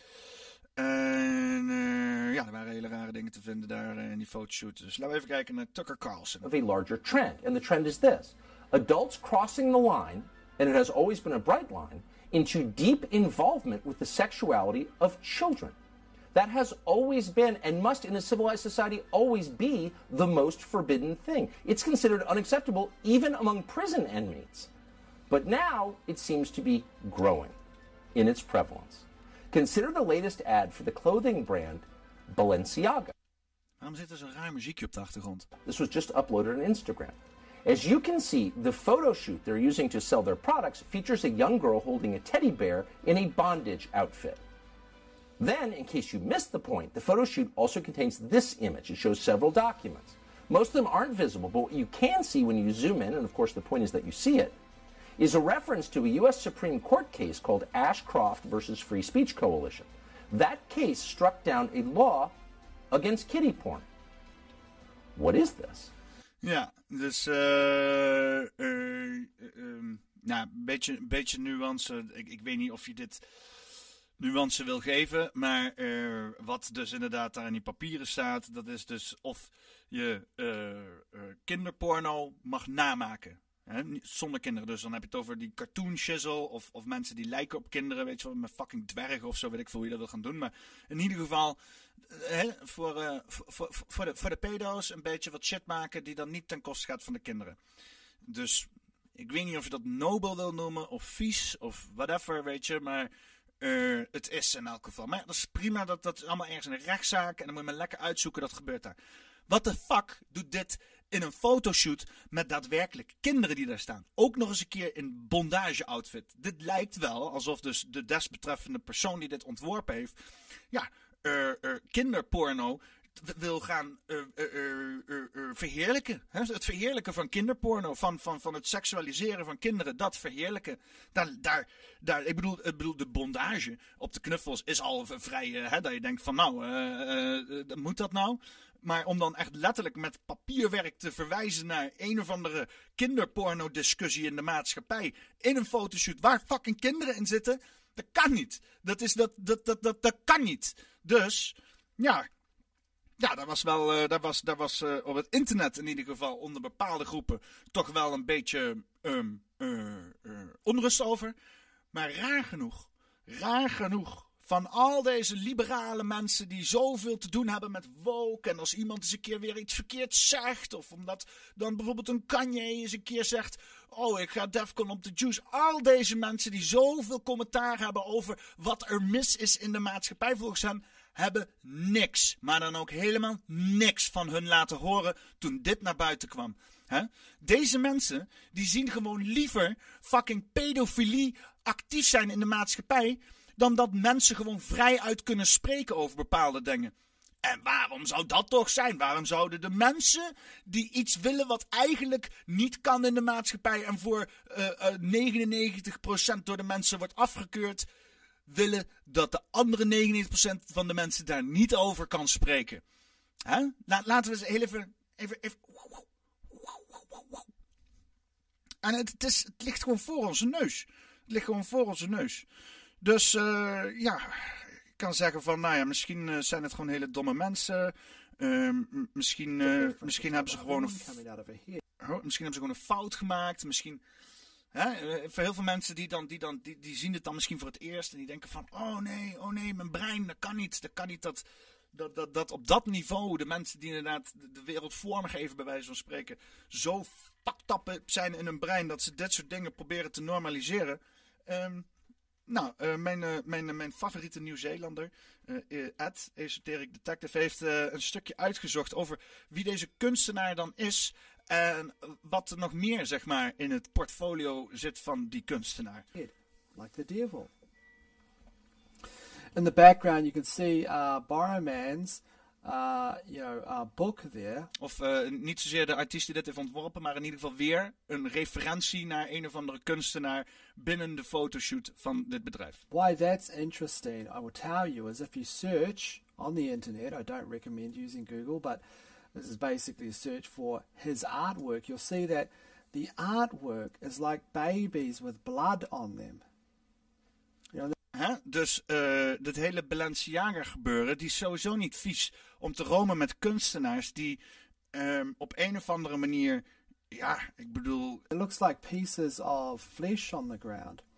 En uh, ja, er waren hele rare dingen te vinden daar uh, in die fotoshoot. Dus laten we even kijken naar Tucker Carlson. Of a larger trend, and the trend is this. Adults crossing the line, and it has always been a bright line, into deep involvement with the sexuality of children. That has always been, and must in a civilized society always be, the most forbidden thing. It's considered unacceptable even among prison inmates. But now it seems to be growing in its prevalence. Consider the latest ad for the clothing brand Balenciaga. Waarom zit er zo'n raar muziekje op de achtergrond? This was just uploaded on Instagram. As you can see, the photo shoot they're using to sell their products features a young girl holding a teddy bear in a bondage outfit. Then, in case you missed the point, the photo shoot also contains this image. It shows several documents. Most of them aren't visible, but what you can see when you zoom in, and of course the point is that you see it, is a reference to a U S Supreme Court case called Ashcroft versus Free Speech Coalition. That case struck down a law against kiddie porn. What is this? Ja, dus uh, uh, uh, um, nou, een beetje, beetje nuance. Ik, ik weet niet of je dit nuance wil geven, maar uh, wat dus inderdaad daar in die papieren staat, dat is dus of je uh, uh, kinderporno mag namaken. Hè? Zonder kinderen, dus dan heb je het over die cartoon shizzle of, of mensen die lijken op kinderen, weet je wel, met fucking dwergen of zo, weet ik veel hoe je dat wil gaan doen. Maar in ieder geval, hè, voor, uh, voor, voor, de, voor de pedo's een beetje wat shit maken die dan niet ten koste gaat van de kinderen. Dus ik weet niet of je dat nobel wil noemen of vies of whatever, weet je, maar uh, het is in elk geval. Maar ja, dat is prima, dat, dat is allemaal ergens in een rechtszaak en dan moet je maar lekker uitzoeken, dat gebeurt daar. Wat de fuck doet dit in een fotoshoot met daadwerkelijk kinderen die daar staan? Ook nog eens een keer in bondage-outfit. Dit lijkt wel alsof dus de desbetreffende persoon die dit ontworpen heeft, ja, uh, uh, kinderporno wil gaan uh, uh, uh, uh, uh, verheerlijken. Hè? Het verheerlijken van kinderporno, van, van, van het seksualiseren van kinderen, dat verheerlijken. Daar, daar, daar, ik, bedoel, ik bedoel, de bondage op de knuffels is al vrij, uh, hè, dat je denkt van nou, uh, uh, moet dat nou? Maar om dan echt letterlijk met papierwerk te verwijzen naar een of andere kinderporno-discussie in de maatschappij, in een fotoshoot waar fucking kinderen in zitten, dat kan niet. Dat, is, dat, dat, dat, dat, dat kan niet. Dus, ja, ja daar was wel, uh, daar was, daar was uh, op het internet in ieder geval onder bepaalde groepen toch wel een beetje um, uh, uh, onrust over. Maar raar genoeg, raar genoeg, van al deze liberale mensen die zoveel te doen hebben met woke. En als iemand eens een keer weer iets verkeerd zegt. Of omdat dan bijvoorbeeld een Kanye eens een keer zegt. Oh, ik ga Defcon op de juice. Al deze mensen die zoveel commentaar hebben over wat er mis is in de maatschappij volgens hen, hebben niks, maar dan ook helemaal niks van hun laten horen toen dit naar buiten kwam. He? Deze mensen die zien gewoon liever fucking pedofilie actief zijn in de maatschappij dan dat mensen gewoon vrij uit kunnen spreken over bepaalde dingen. En waarom zou dat toch zijn? Waarom zouden de mensen die iets willen wat eigenlijk niet kan in de maatschappij en voor uh, uh, negenennegentig procent door de mensen wordt afgekeurd, willen dat de andere negenennegentig procent van de mensen daar niet over kan spreken? Hè? La- laten we eens heel even, even, even... En het, het, is, het ligt gewoon voor onze neus. Het ligt gewoon voor onze neus. Dus uh, ja, ik kan zeggen van, nou ja, misschien uh, zijn het gewoon hele domme mensen. Uh, m- misschien, uh, misschien hebben ze gewoon een f- oh, misschien hebben ze gewoon een fout gemaakt. Misschien, hè, uh, voor heel veel mensen die, dan, die, dan, die, die zien het dan misschien voor het eerst en die denken van, oh nee, oh nee, mijn brein, dat kan niet. Dat kan niet dat, dat, dat, dat op dat niveau de mensen die inderdaad de wereld vormgeven, bij wijze van spreken, zo fucked up zijn in hun brein dat ze dit soort dingen proberen te normaliseren. Um, Nou, uh, mijn, uh, mijn, uh, mijn favoriete Nieuw-Zeelander, uh, Ed, Esoteric Detective, heeft uh, een stukje uitgezocht over wie deze kunstenaar dan is en wat er nog meer, zeg maar, in het portfolio zit van die kunstenaar. Like the devil. In the background you can see uh, Borrowman's uh, you know, uh, book there. Of uh, niet zozeer de artiest die dit heeft ontworpen, maar in ieder geval weer een referentie naar een of andere kunstenaar binnen de fotoshoot van dit bedrijf. Why that's interesting, I will tell you, is if you search on the internet, I don't recommend using Google, but this is basically a search for his artwork, you'll see that the artwork is like babies with blood on them. You know, Hè? Dus uh, dit hele Balenciaga gebeuren, die is sowieso niet vies om te romen met kunstenaars die um, op een of andere manier, ja, ik bedoel... It looks like pieces of flesh on the ground.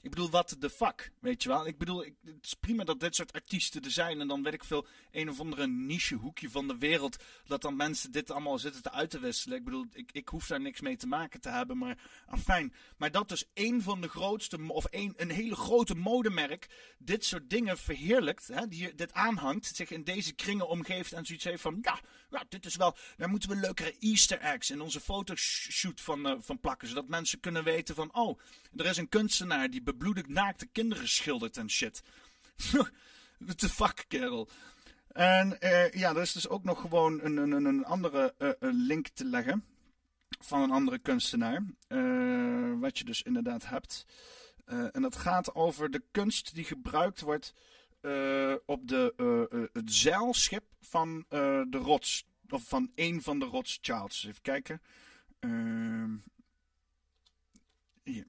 Ik bedoel, wat de fuck, weet je wel? Ik bedoel, ik, het is prima dat dit soort artiesten er zijn. En dan weet ik veel, een of andere niche hoekje van de wereld. Dat dan mensen dit allemaal zitten te uit te wisselen. Ik bedoel, ik, ik hoef daar niks mee te maken te hebben. Maar afijn. Maar dat dus één van de grootste, of één, een hele grote modemerk dit soort dingen verheerlijkt. Hè, die dit aanhangt, zich in deze kringen omgeeft en zoiets heeft van, ja, ja dit is wel, daar moeten we leukere Easter eggs in onze fotoshoot van, uh, van plakken. Zodat mensen kunnen weten van, oh, er is een kunstenaar die bebloedig naakte kinderen schildert en shit. What the fuck, kerel. En uh, ja, er is dus ook nog gewoon een, een, een andere uh, een link te leggen van een andere kunstenaar. Uh, wat je dus inderdaad hebt. Uh, en dat gaat over de kunst die gebruikt wordt uh, op de, uh, uh, het zeilschip van uh, de rots. Of van een van de Rothschilds. Even kijken. Uh, hier.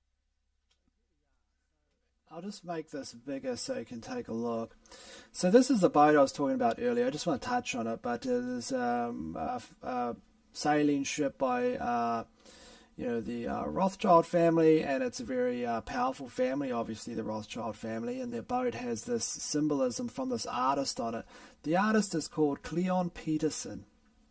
I'll just make this bigger so you can take a look. So this is the boat I was talking about earlier. I just want to touch on it, but it is um, a, a sailing ship by uh, you know the uh, Rothschild family, and it's a very uh, powerful family, obviously the Rothschild family, and their boat has this symbolism from this artist on it. The artist is called Cleon Peterson.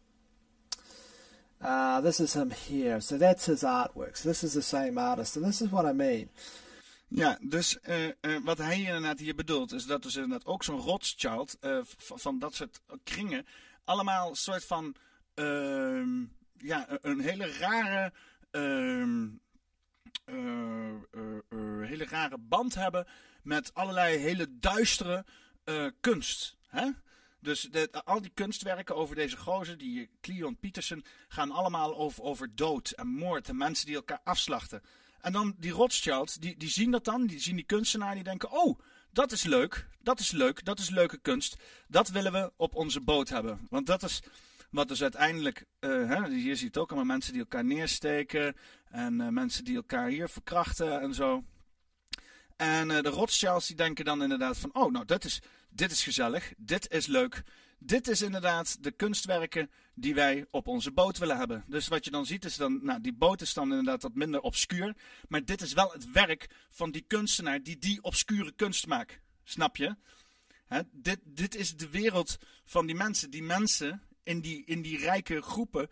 Uh, this is him here. So that's his artwork. So this is the same artist, and this is what I mean. Ja, dus uh, uh, wat hij inderdaad hier bedoelt, is dat dus inderdaad ook zo'n Rothschild uh, van, van dat soort kringen allemaal een soort van uh, ja, een hele rare uh, uh, uh, uh, hele rare band hebben met allerlei hele duistere uh, kunst. Hè? Dus de, al die kunstwerken over deze gozer, die Cleon Peterson, gaan allemaal over, over dood en moord en mensen die elkaar afslachten. En dan die Rothschilds, die, die zien dat dan, die zien die kunstenaar, die denken, oh, dat is leuk, dat is leuk, dat is leuke kunst. Dat willen we op onze boot hebben. Want dat is wat dus uiteindelijk, uh, hè, hier zie je het ook allemaal, mensen die elkaar neersteken en uh, mensen die elkaar hier verkrachten en zo. En uh, de Rothschilds die denken dan inderdaad van, oh, nou, dit is, dit is gezellig, dit is leuk. Dit is inderdaad de kunstwerken die wij op onze boot willen hebben. Dus wat je dan ziet is dan, nou, die boot is dan inderdaad wat minder obscuur. Maar dit is wel het werk van die kunstenaar die die obscure kunst maakt. Snap je? Hè? Dit, dit is de wereld van die mensen. Die mensen in die, in die rijke groepen...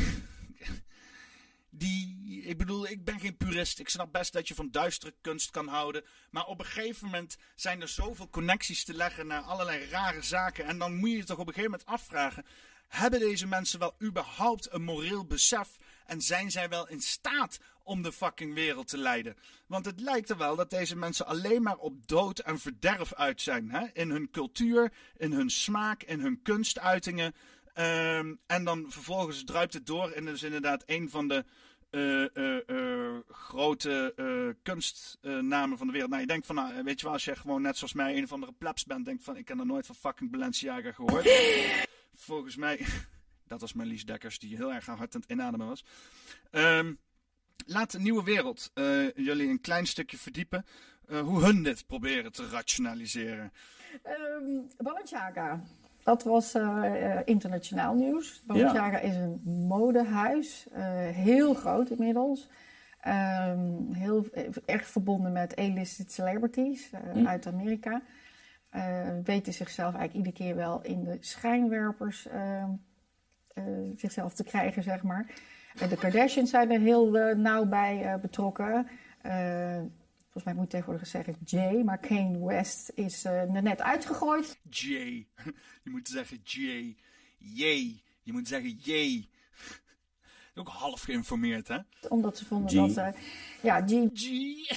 Die, ik bedoel, ik ben geen purist. Ik snap best dat je van duistere kunst kan houden. Maar op een gegeven moment zijn er zoveel connecties te leggen naar allerlei rare zaken. En dan moet je je toch op een gegeven moment afvragen. Hebben deze mensen wel überhaupt een moreel besef? En zijn zij wel in staat om de fucking wereld te leiden? Want het lijkt er wel dat deze mensen alleen maar op dood en verderf uit zijn. Hè? In hun cultuur, in hun smaak, in hun kunstuitingen. Um, en dan vervolgens druipt het door en dat is inderdaad een van de uh, uh, uh, grote uh, kunstnamen van de wereld. Nou, je denkt van, nou, weet je wel, als je gewoon net zoals mij een of andere plebs bent, denkt van, ik heb er nooit van fucking Balenciaga gehoord. Volgens mij, dat was Marlies Dekkers, die heel erg hard aan het inademen was. Um, laat de nieuwe wereld uh, jullie een klein stukje verdiepen uh, hoe hun dit proberen te rationaliseren. Um, Balenciaga. Dat was uh, uh, internationaal nieuws. Balenciaga ja. is een modehuis, uh, heel groot inmiddels. Um, heel erg verbonden met A-listed celebrities uh, hm. uit Amerika. Uh, weten zichzelf eigenlijk iedere keer wel in de schijnwerpers uh, uh, zichzelf te krijgen, zeg maar. Uh, de Kardashians zijn er heel uh, nauw bij uh, betrokken. Uh, Volgens mij moet tegenwoordig zeggen Jay, maar Kanye West is uh, er net uitgegooid. Jay. Je moet zeggen Jay. Jay. Je moet zeggen Jay. Ook half geïnformeerd, hè? Omdat ze vonden G. dat... Uh, ja, G. G.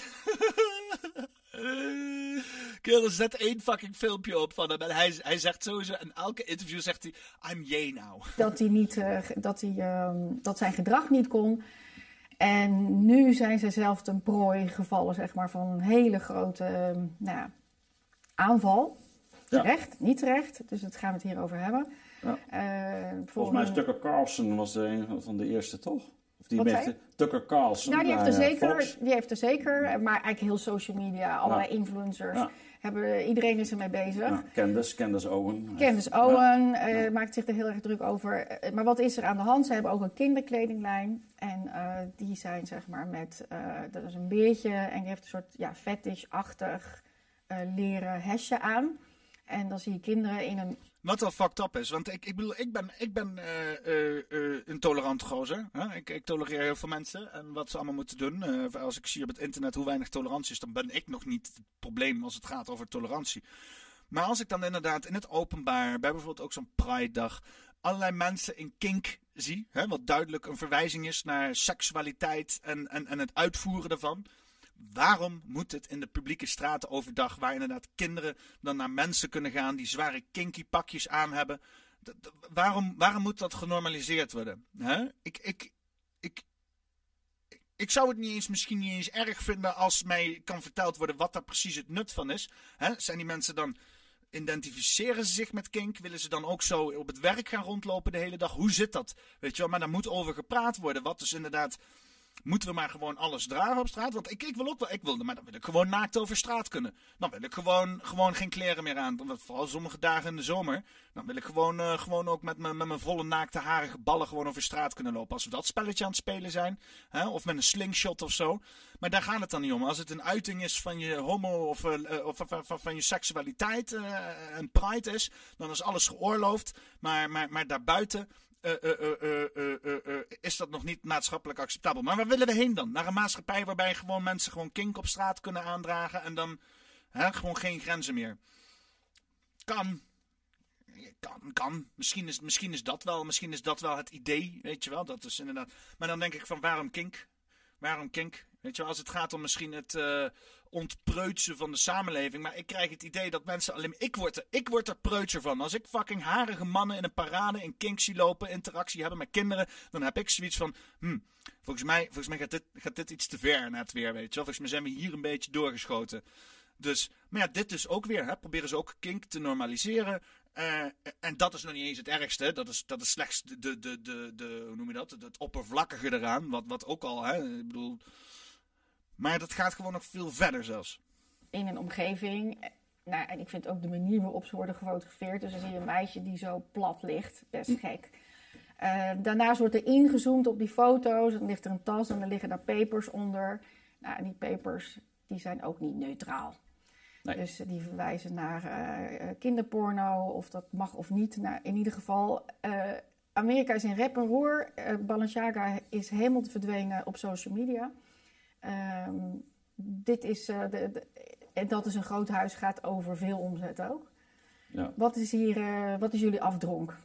Kerel, zet één fucking filmpje op van hem. En hij, hij zegt sowieso, in elke interview zegt hij, I'm Jay now. Dat hij niet, uh, dat hij, uh, dat zijn gedrag niet kon. En nu zijn ze zelf ten prooi gevallen, zeg maar, van een hele grote uh, nou ja, aanval. Ja. Terecht, niet terecht. Dus dat gaan we het hierover hebben. Ja. Uh, Volgens mij Tucker Carlson was de een van de eerste, toch? Of die Wat met zei je? Tucker Carlson. Nou, die heeft, er bij, uh, zeker, Fox. die heeft er zeker, maar eigenlijk heel social media, allerlei Ja. influencers. Ja. Hebben, iedereen is ermee bezig. Ja, Candace, Candace Owen. Candace Ja. Owen uh, maakt zich er heel erg druk over. Uh, maar wat is er aan de hand? Ze hebben ook een kinderkledinglijn. En uh, die zijn zeg maar met, uh, dat is een beertje en die heeft een soort ja, fetish-achtig uh, leren hesje aan. En dan zie je kinderen in een... Wat wel fucked up is, want ik, ik bedoel, ik ben, ik ben uh, uh, uh, een tolerant gozer. Hè? Ik, ik tolereer heel veel mensen en wat ze allemaal moeten doen. Uh, als ik zie op het internet hoe weinig tolerantie is, dan ben ik nog niet het probleem als het gaat over tolerantie. Maar als ik dan inderdaad in het openbaar, bij bijvoorbeeld ook zo'n Pride-dag, allerlei mensen in kink zie, hè, wat duidelijk een verwijzing is naar seksualiteit en, en, en het uitvoeren daarvan. Waarom moet het in de publieke straten overdag, waar inderdaad kinderen dan naar mensen kunnen gaan die zware kinky pakjes aan hebben? D- d- waarom, waarom moet dat genormaliseerd worden? Hè? Ik, ik, ik, ik zou het niet eens, misschien niet eens erg vinden als mij kan verteld worden wat daar precies het nut van is. Hè? Zijn die mensen dan, identificeren ze zich met kink? Willen ze dan ook zo op het werk gaan rondlopen de hele dag? Hoe zit dat? Weet je wel, maar daar moet over gepraat worden. Wat dus inderdaad... Moeten we maar gewoon alles dragen op straat? Want ik, ik wil ook wel, ik wilde, maar dan wil ik gewoon naakt over straat kunnen. Dan wil ik gewoon, gewoon geen kleren meer aan. Want vooral sommige dagen in de zomer. Dan wil ik gewoon, uh, gewoon ook met mijn met mijn volle naakte harige ballen gewoon over straat kunnen lopen. Als we dat spelletje aan het spelen zijn. Hè? Of met een slingshot of zo. Maar daar gaat het dan niet om. Als het een uiting is van je homo of, uh, of van, van, van je seksualiteit uh, en pride is. Dan is alles geoorloofd. Maar, maar, maar daarbuiten... Uh, uh, uh, uh, uh, uh, uh, is dat nog niet maatschappelijk acceptabel. Maar waar willen we heen dan? Naar een maatschappij waarbij gewoon mensen gewoon kink op straat kunnen aandragen en dan hè, gewoon geen grenzen meer. Kan. Kan, kan. Misschien is, misschien is dat wel, misschien is dat wel het idee, weet je wel. Dat is inderdaad. Maar dan denk ik van waarom kink? Waarom kink? Weet je wel, als het gaat om misschien het uh, ontpreutsen van de samenleving. Maar ik krijg het idee dat mensen alleen... Ik word, er, ik word er preutser van. Als ik fucking harige mannen in een parade in kink zie lopen, interactie hebben met kinderen, dan heb ik zoiets van... Hmm, volgens mij, volgens mij gaat, dit, gaat dit iets te ver net weer, weet je wel. Volgens mij zijn we hier een beetje doorgeschoten. Dus, maar ja, dit dus ook weer. Hè? Proberen ze ook kink te normaliseren. Uh, en dat is nog niet eens het ergste. Dat is, dat is slechts de, de, de, de, de, hoe noem je dat? Het oppervlakkige eraan. Wat, wat ook al, hè. Ik bedoel... Maar dat gaat gewoon nog veel verder zelfs. In een omgeving, nou, en ik vind ook de manier waarop ze worden gefotografeerd. Dus dan zie je een meisje die zo plat ligt, best gek. Uh, daarnaast wordt er ingezoomd op die foto's. Dan ligt er een tas en dan liggen daar papers onder. Nou, en die papers, die zijn ook niet neutraal. Nee. Dus die verwijzen naar uh, kinderporno, of dat mag of niet. Nou, in ieder geval, uh, Amerika is in rep en roer. Uh, Balenciaga is helemaal verdwenen op social media. Um, dit is, uh, de, de, en dat is een groot huis, gaat over veel omzet ook. Ja. Wat is hier, uh, wat is jullie afdronk?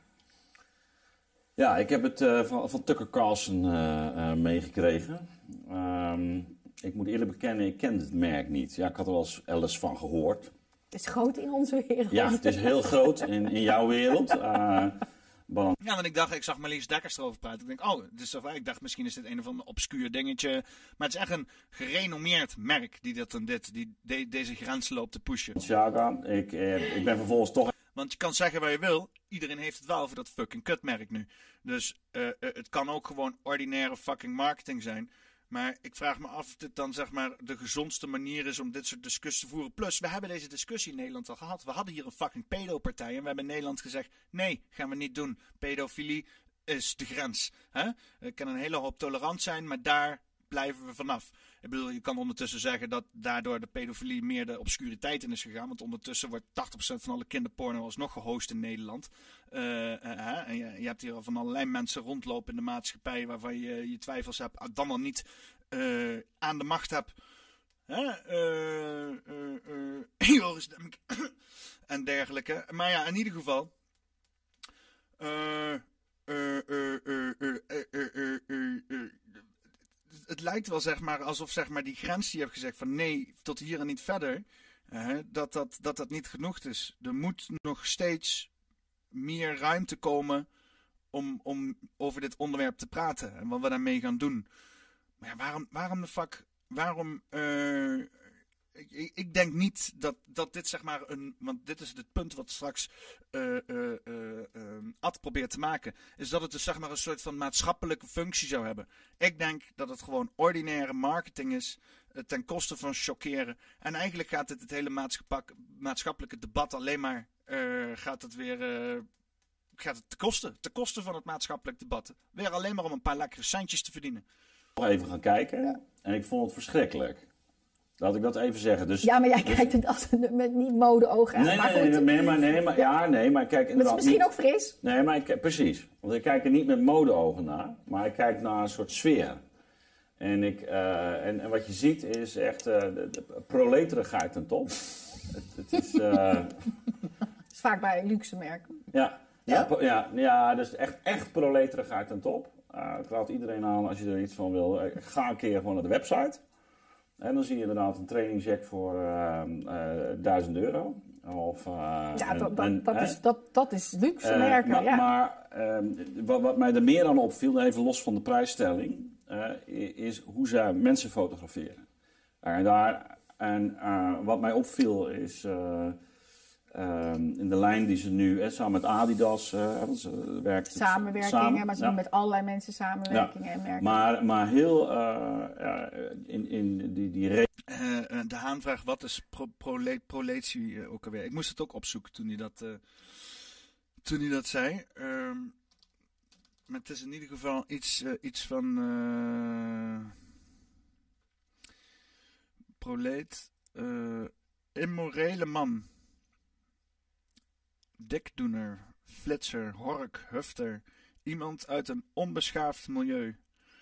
Ja, ik heb het uh, van, van Tucker Carlson uh, uh, meegekregen. Um, ik moet eerlijk bekennen, ik ken het merk niet. Ja, ik had er wel eens Alice van gehoord. Het is groot in onze wereld. Ja, het is heel groot in, in jouw wereld. Uh, Ja, want ik dacht, ik zag Marlies Dekkers erover praten. Ik denk, oh, dus ik dacht misschien is dit een of ander obscuur dingetje. Maar het is echt een gerenommeerd merk die dat en dit, die de, deze grenzen loopt te pushen. Ja, ik, eh, ik ben vervolgens toch... Want je kan zeggen wat je wil, iedereen heeft het wel over dat fucking kutmerk nu. Dus uh, uh, het kan ook gewoon ordinaire fucking marketing zijn. Maar ik vraag me af of dit dan zeg maar de gezondste manier is om dit soort discussies te voeren. Plus, we hebben deze discussie in Nederland al gehad. We hadden hier een fucking pedopartij en we hebben in Nederland gezegd, nee, gaan we niet doen. Pedofilie is de grens. Hè? Het kan een hele hoop tolerant zijn, maar daar blijven we vanaf. Ik bedoel, je kan ondertussen zeggen dat daardoor de pedofilie meer de obscuriteit in is gegaan. Want ondertussen wordt tachtig procent van alle kinderporno alsnog gehost in Nederland. Uh, uh, en je, je hebt hier al van allerlei mensen rondlopen in de maatschappij waarvan je je twijfels hebt. Dan al niet uh, aan de macht hebt. Uh, uh, uh, Joris Demmink en dergelijke. Maar ja, in ieder geval... Uh, uh, uh, uh, uh, uh, uh, uh, uh, het lijkt wel zeg maar alsof zeg maar, die grens die je hebt gezegd van nee, tot hier en niet verder, uh, dat, dat, dat dat niet genoeg is. Er moet nog steeds meer ruimte komen om, om over dit onderwerp te praten en wat we daarmee gaan doen. Maar ja, waarom, waarom de fuck, waarom uh, ik, ik denk niet dat, dat dit zeg maar een... Want dit is het punt wat straks uh, uh, uh, uh, Ad probeert te maken. Is dat het dus zeg maar een soort van maatschappelijke functie zou hebben. Ik denk dat het gewoon ordinaire marketing is. Uh, ten koste van chockeren. En eigenlijk gaat het het hele maatschappelijke debat alleen maar... Uh, gaat het weer... Uh, gaat het te kosten. Te kosten van het maatschappelijk debat. Weer alleen maar om een paar lekkere centjes te verdienen. Nog even gaan kijken. Ja. En ik vond het verschrikkelijk. Laat ik dat even zeggen. Dus, ja, maar jij dus... kijkt het als, met niet mode-ogen aan. Nee, maar nee, goed. nee, nee, maar, nee, maar, ja, nee, maar kijk... Maar het is misschien niet... ook fris. Nee, maar ik, precies. Want ik kijk er niet met mode-ogen naar. Maar ik kijk naar een soort sfeer. En, ik, uh, en, en wat je ziet is echt uh, de, de proleterigheid ten top. het, het is... Uh... is vaak bij luxe merken. Ja, ja, ja, ja, ja dus echt, echt proleterigheid ten top. Uh, ik raad iedereen aan, als je er iets van wil, uh, ga een keer gewoon naar de website. En dan zie je inderdaad een trainingcheck voor uh, uh, duizend euro. Of, uh, ja, en, dat, dat, en, dat, is, dat, dat is luxe uh, merken, maar, ja. Maar uh, wat, wat mij er meer aan opviel, even los van de prijsstelling, uh, is hoe zij mensen fotograferen. Uh, en daar, en uh, wat mij opviel is... Uh, Um, in de lijn die ze nu, hè, samen met Adidas, uh, ze werkt samenwerkingen, samen, maar ze ja. doen met allerlei mensen samenwerkingen ja. en merken. Maar, maar heel uh, uh, in, in die, die re- uh, uh, de Haan vraagt, wat is pro, prole, proletie uh, ook alweer? Ik moest het ook opzoeken toen hij dat, uh, toen hij dat zei. Um, maar het is in ieder geval iets, uh, iets van... Uh, proleet, uh, immorele man. Dikdoener, flitser, hork, hufter. Iemand uit een onbeschaafd milieu.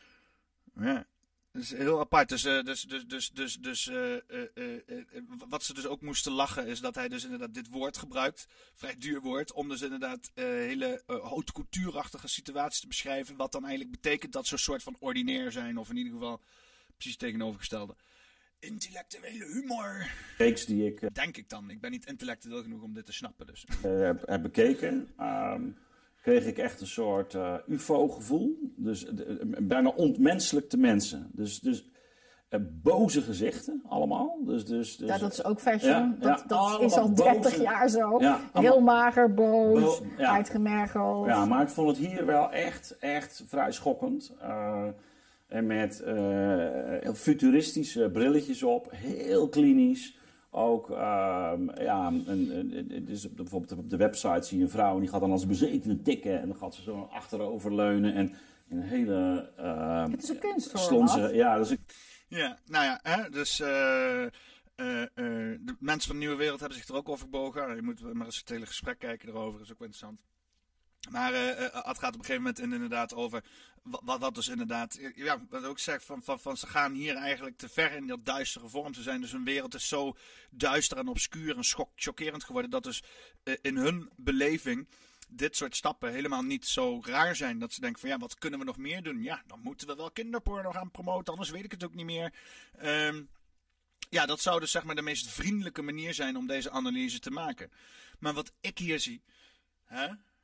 Ja, dat is heel apart. Dus, uh, dus, dus, dus, dus, dus uh, uh, uh, uh, wat ze dus ook moesten lachen is dat hij dus inderdaad dit woord gebruikt. Vrij duur woord. Om dus inderdaad uh, hele uh, haute couture-achtige situaties te beschrijven. Wat dan eigenlijk betekent dat ze een soort van ordinair zijn. Of in ieder geval precies tegenovergestelde. Intellectuele humor. Reeks die ik... Uh, Denk ik dan. Ik ben niet intellectueel genoeg om dit te snappen. Dus. Uh, heb, heb bekeken. Um, kreeg ik echt een soort uh, U F O-gevoel. Dus uh, bijna ontmenselijkte mensen. Dus, dus uh, boze gezichten allemaal. Dus, dus, dus, ja, dat is ook fashion. Ja, dat ja, dat is al dertig boze. Jaar zo. Ja, Heel allemaal, mager, boos, bo- ja. uitgemergeld. Ja, maar ik vond het hier wel echt, echt vrij schokkend. Uh, En met uh, heel futuristische brilletjes op, heel klinisch. Ook, uh, ja, een, een, dus bijvoorbeeld op de website zie je een vrouw en die gaat dan als bezetene tikken. En dan gaat ze zo achterover leunen en een hele... Uh, het is een kunstvorm, slonzen, ja, dat is een... Ja, nou ja, hè, dus... Uh... Uh, uh, de mensen van de Nieuwe Wereld hebben zich er ook over gebogen. Je moet maar eens het hele gesprek kijken erover, dat is ook wel interessant. Maar uh, uh, het gaat op een gegeven moment inderdaad over wat, wat dus inderdaad, ja, wat ook zegt van, van, van ze gaan hier eigenlijk te ver in dat duistere vorm. Ze zijn dus hun wereld is zo duister en obscuur en schok, chockerend geworden dat dus uh, in hun beleving dit soort stappen helemaal niet zo raar zijn. Dat ze denken van ja, wat kunnen we nog meer doen? Ja, dan moeten we wel kinderporno gaan promoten, anders weet ik het ook niet meer. Um, ja, dat zou dus zeg maar de meest vriendelijke manier zijn om deze analyse te maken. Maar wat ik hier zie, hè,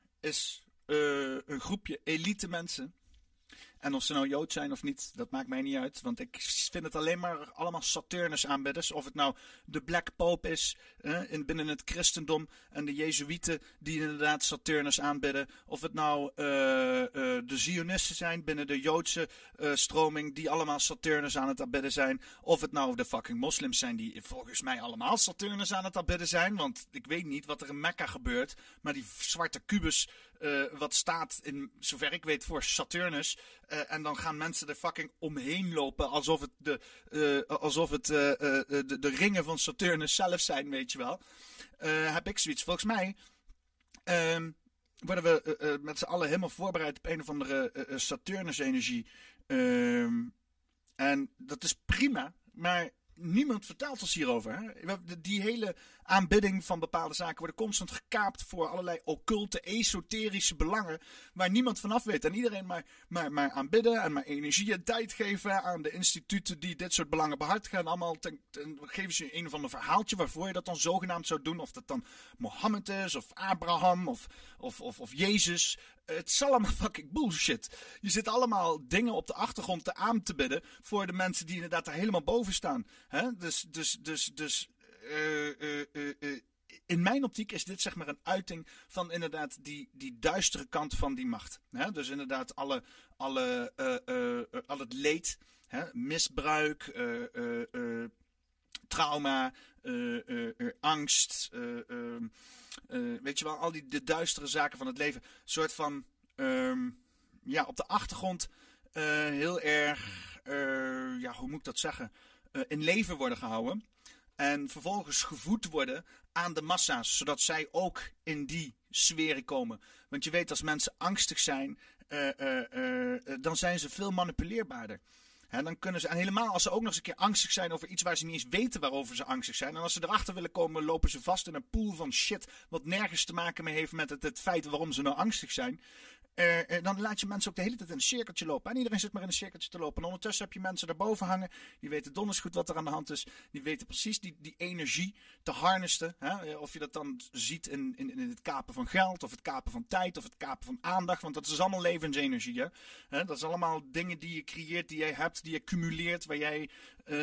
is uh, een groepje elite mensen. En of ze nou Jood zijn of niet, dat maakt mij niet uit. Want ik vind het alleen maar allemaal Saturnus aanbidders. Of het nou de Black Pope is eh, in, binnen het christendom. En de Jezuïeten die inderdaad Saturnus aanbidden. Of het nou uh, uh, de Zionisten zijn binnen de Joodse uh, stroming. Die allemaal Saturnus aan het aanbidden zijn. Of het nou de fucking moslims zijn die volgens mij allemaal Saturnus aan het aanbidden zijn. Want ik weet niet wat er in Mekka gebeurt. Maar die zwarte kubus uh, wat staat in, zover ik weet, voor Saturnus. Uh, en dan gaan mensen er fucking omheen lopen alsof het de, uh, alsof het, uh, uh, de, de ringen van Saturnus zelf zijn, weet je wel. Uh, heb ik zoiets. Volgens mij uh, worden we uh, uh, met z'n allen helemaal voorbereid op een of andere uh, uh, Saturnus-energie. Uh, en dat is prima, maar niemand vertelt ons hierover. Hè? Die hele aanbidding van bepaalde zaken worden constant gekaapt voor allerlei occulte, esoterische belangen waar niemand vanaf weet. En iedereen maar, maar, maar aanbidden en maar energie en tijd geven aan de instituten die dit soort belangen behartigen. En allemaal ten, ten, geven ze een of ander verhaaltje waarvoor je dat dan zogenaamd zou doen. Of dat dan Mohammed is, of Abraham, of, of, of, of Jezus. Het is allemaal fucking bullshit. Je zit allemaal dingen op de achtergrond te aan te bidden voor de mensen die inderdaad daar helemaal boven staan. Hè? Dus, dus, dus, dus uh, uh, uh, uh, in mijn optiek is dit zeg maar een uiting van inderdaad die, die duistere kant van die macht. Hè? Dus inderdaad alle, alle, uh, uh, uh, al het leed, hè? Misbruik, uh, uh, uh, trauma, uh, uh, uh, angst, uh, uh, uh, weet je wel, al die de duistere zaken van het leven. Een soort van, um, ja, op de achtergrond uh, heel erg, uh, ja, hoe moet ik dat zeggen, uh, in leven worden gehouden. En vervolgens gevoed worden aan de massa's, zodat zij ook in die sferen komen. Want je weet, als mensen angstig zijn, uh, uh, uh, dan zijn ze veel manipuleerbaarder. He, dan kunnen ze, en helemaal als ze ook nog eens een keer angstig zijn over iets waar ze niet eens weten waarover ze angstig zijn. En als ze erachter willen komen, lopen ze vast in een pool van shit wat nergens te maken mee heeft met het, het feit waarom ze nou angstig zijn. Uh, uh, dan laat je mensen ook de hele tijd in een cirkeltje lopen. En iedereen zit maar in een cirkeltje te lopen. En ondertussen heb je mensen daarboven hangen. Die weten donders goed wat er aan de hand is. Die weten precies die, die energie te harnesten. Hè? Of je dat dan ziet in, in, in het kapen van geld. Of het kapen van tijd. Of het kapen van aandacht. Want dat is allemaal levensenergie. Hè? Hè? Dat is allemaal dingen die je creëert. Die jij hebt. Die je cumuleert. Waar jij uh,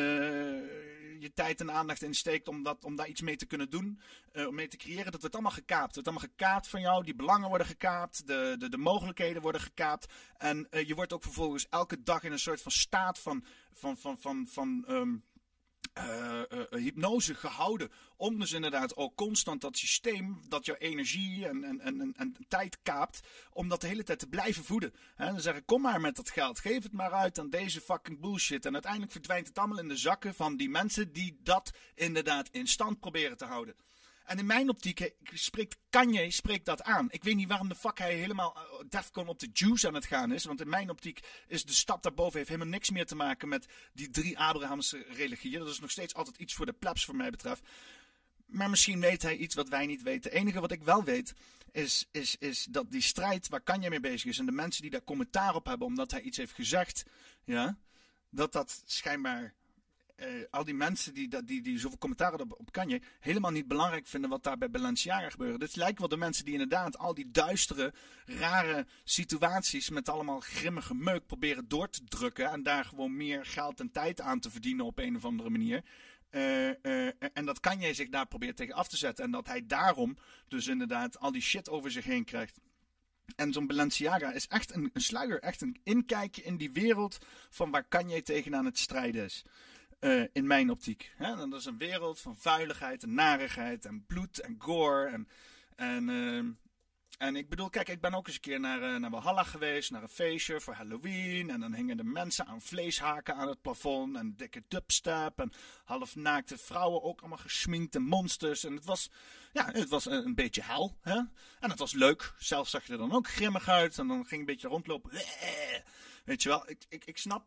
je tijd en aandacht in steekt. Om, dat, om daar iets mee te kunnen doen. Uh, om mee te creëren. Dat wordt allemaal gekaapt. Het wordt allemaal gekaapt van jou. Die belangen worden gekaapt. De, de, de mogelijkheden. mogelijkheden worden gekaapt. En uh, je wordt ook vervolgens elke dag in een soort van staat van, van, van, van, van um, uh, uh, hypnose gehouden. Om dus inderdaad ook constant dat systeem, dat jouw energie en, en, en, en tijd kaapt, om dat de hele tijd te blijven voeden. He, dan zeggen, kom maar met dat geld, geef het maar uit aan deze fucking bullshit. En uiteindelijk verdwijnt het allemaal in de zakken van die mensen die dat inderdaad in stand proberen te houden. En in mijn optiek spreekt Kanye spreekt dat aan. Ik weet niet waarom de fuck hij helemaal uh, Defcon op de juice aan het gaan is. Want in mijn optiek is de stap daarboven heeft helemaal niks meer te maken met die drie Abrahamse religieën. Dat is nog steeds altijd iets voor de plebs voor mij betreft. Maar misschien weet hij iets wat wij niet weten. Het enige wat ik wel weet is, is, is dat die strijd waar Kanye mee bezig is en de mensen die daar commentaar op hebben omdat hij iets heeft gezegd, ja, dat dat schijnbaar... Uh, al die mensen die, die, die zoveel commentaar hadden op, op Kanye helemaal niet belangrijk vinden wat daar bij Balenciaga gebeurde. Dit lijkt wel de mensen die inderdaad al die duistere, rare situaties met allemaal grimmige meuk proberen door te drukken en daar gewoon meer geld en tijd aan te verdienen op een of andere manier. Uh, uh, en dat Kanye zich daar probeert tegen af te zetten en dat hij daarom dus inderdaad al die shit over zich heen krijgt. En zo'n Balenciaga is echt een, een sluier, echt een inkijkje in die wereld van waar Kanye tegenaan het strijden is. Uh, in mijn optiek. Hè? Dat is een wereld van vuiligheid en narigheid en bloed en gore. En, en, uh, en ik bedoel, kijk, ik ben ook eens een keer naar, uh, naar Valhalla geweest, naar een feestje voor Halloween. En dan hingen de mensen aan vleeshaken aan het plafond en dikke dubstep en halfnaakte vrouwen, ook allemaal gesminkt en monsters. En het was, ja, het was een, een beetje hel. Hè? En het was leuk. Zelf zag je er dan ook grimmig uit en dan ging je een beetje rondlopen. Weet je wel, ik, ik, ik snap...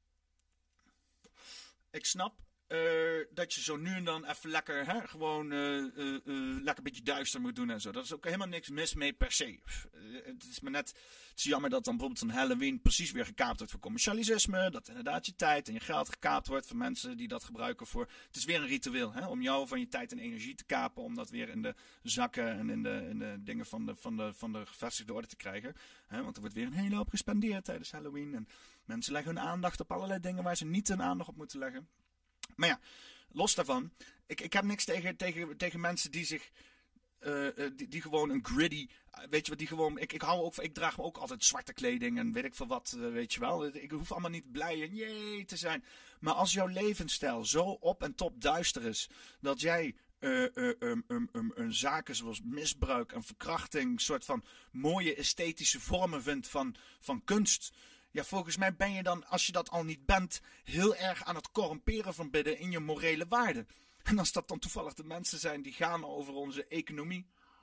Ik snap uh, dat je zo nu en dan even lekker, hè, gewoon uh, uh, uh, lekker een beetje duister moet doen en zo. Dat is ook helemaal niks mis mee per se. Uh, het is maar net, het is jammer dat dan bijvoorbeeld een Halloween precies weer gekaapt wordt voor commercialisme. Dat inderdaad je tijd en je geld gekaapt wordt voor mensen die dat gebruiken voor... Het is weer een ritueel, hè, om jou van je tijd en energie te kapen. Om dat weer in de zakken en in de, in de dingen van de, van, de, van de gevestigde orde te krijgen. Hè, want er wordt weer een hele hoop gespendeerd tijdens Halloween. En mensen leggen hun aandacht op allerlei dingen waar ze niet hun aandacht op moeten leggen. Maar ja, los daarvan, ik, ik heb niks tegen, tegen, tegen mensen die zich, uh, uh, die, die gewoon een gritty, uh, weet je wat, die gewoon, ik, ik hou ook, ik draag me ook altijd zwarte kleding en weet ik veel wat, uh, weet je wel. Ik hoef allemaal niet blij en jee te zijn. Maar als jouw levensstijl zo op en top duister is, dat jij uh, uh, um, um, um, um, zaken zoals misbruik en verkrachting, soort van mooie esthetische vormen vindt van, van kunst... Ja, volgens mij ben je dan, als je dat al niet bent, heel erg aan het corrumperen van binnen in je morele waarden. En als dat dan toevallig de mensen zijn die gaan over onze economie.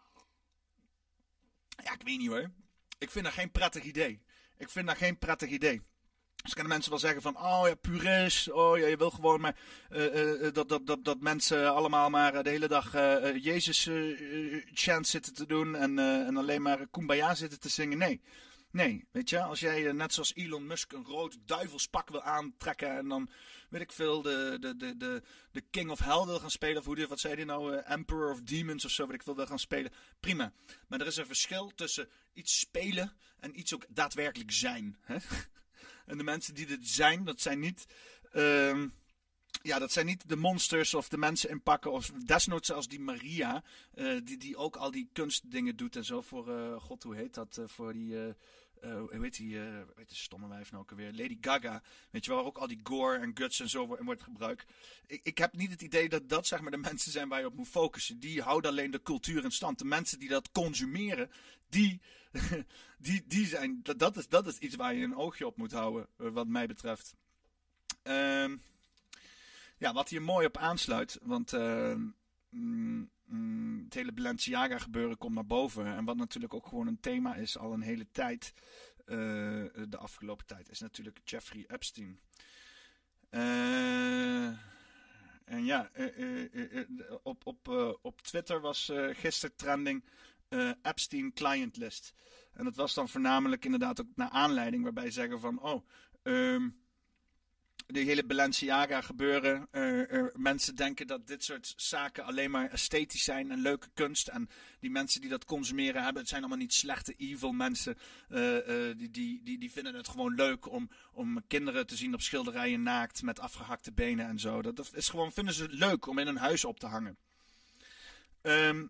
Ja, ik weet niet hoor. Ik vind dat geen prettig idee. Ik vind dat geen prettig idee. Dus kunnen mensen wel zeggen van, oh ja, purist, oh ja, je wil gewoon maar uh, uh, dat, dat, dat, dat mensen allemaal maar de hele dag uh, Jezus uh, chant zitten te doen en, uh, en alleen maar Kumbaya zitten te zingen. Nee. Nee, weet je, als jij uh, net zoals Elon Musk een rood duivelspak wil aantrekken en dan, weet ik veel, de, de, de, de, de King of Hell wil gaan spelen, of hoe dit, wat zei hij nou, uh, Emperor of Demons of zo, weet ik veel, wil gaan spelen, prima. Maar er is een verschil tussen iets spelen en iets ook daadwerkelijk zijn. Hè? En de mensen die dit zijn, dat zijn niet... Uh, Ja, dat zijn niet de monsters of de mensen inpakken. Of desnoods zelfs die Maria. Uh, die, die ook al die kunstdingen doet en zo. Voor, uh, god, hoe heet dat? Uh, voor die, uh, uh, hoe heet die, uh, weet de stomme wijf nou ook alweer? Lady Gaga. Weet je wel, waar ook al die gore en guts en zo wordt, wordt gebruikt. Ik, ik heb niet het idee dat dat zeg maar de mensen zijn waar je op moet focussen. Die houden alleen de cultuur in stand. De mensen die dat consumeren, die, die, die zijn, dat, dat, is, dat is iets waar je een oogje op moet houden, uh, wat mij betreft. Ehm... Uh, Ja, wat hier mooi op aansluit, want uh, mm, mm, het hele Balenciaga gebeuren komt naar boven. En wat natuurlijk ook gewoon een thema is al een hele tijd, uh, de afgelopen tijd, is natuurlijk Jeffrey Epstein. Uh, en ja, uh, uh, uh, uh, op, op, uh, op Twitter was uh, gisteren trending uh, Epstein client list. En dat was dan voornamelijk inderdaad ook naar aanleiding waarbij ze zeggen van, oh... Um, de hele Balenciaga gebeuren. Uh, uh, mensen denken dat dit soort zaken alleen maar esthetisch zijn en leuke kunst. En die mensen die dat consumeren hebben, het zijn allemaal niet slechte, evil mensen. Uh, uh, die, die, die, die vinden het gewoon leuk om, om kinderen te zien op schilderijen naakt met afgehakte benen en zo. Dat, dat is gewoon, vinden ze leuk om in hun huis op te hangen. Um,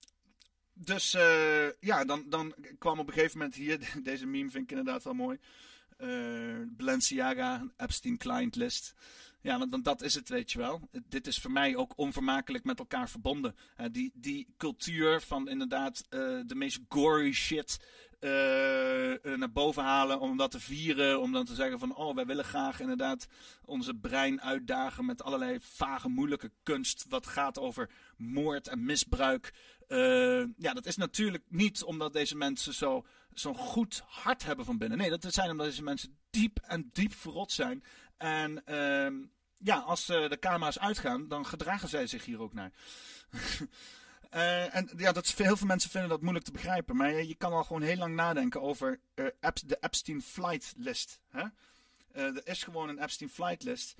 dus uh, ja, dan, dan kwam op een gegeven moment hier, deze meme vind ik inderdaad wel mooi. Uh, Balenciaga, Epstein client list. Ja, want, want dat is het, weet je wel. Dit is voor mij ook onvermakelijk met elkaar verbonden. Uh, die, die cultuur van inderdaad uh, de meest gory shit uh, uh, naar boven halen om dat te vieren. Om dan te zeggen van, oh, wij willen graag inderdaad onze brein uitdagen met allerlei vage, moeilijke kunst. Wat gaat over moord en misbruik. Uh, ja, dat is natuurlijk niet omdat deze mensen zo... zo'n goed hart hebben van binnen. Nee, dat zijn omdat deze mensen diep en diep verrot zijn. En uh, ja, als uh, de camera's uitgaan, dan gedragen zij zich hier ook naar. uh, en ja, dat, heel veel mensen vinden dat moeilijk te begrijpen. Maar je, je kan al gewoon heel lang nadenken over uh, de Epstein Flight List. Hè? Uh, er is gewoon een Epstein Flight List.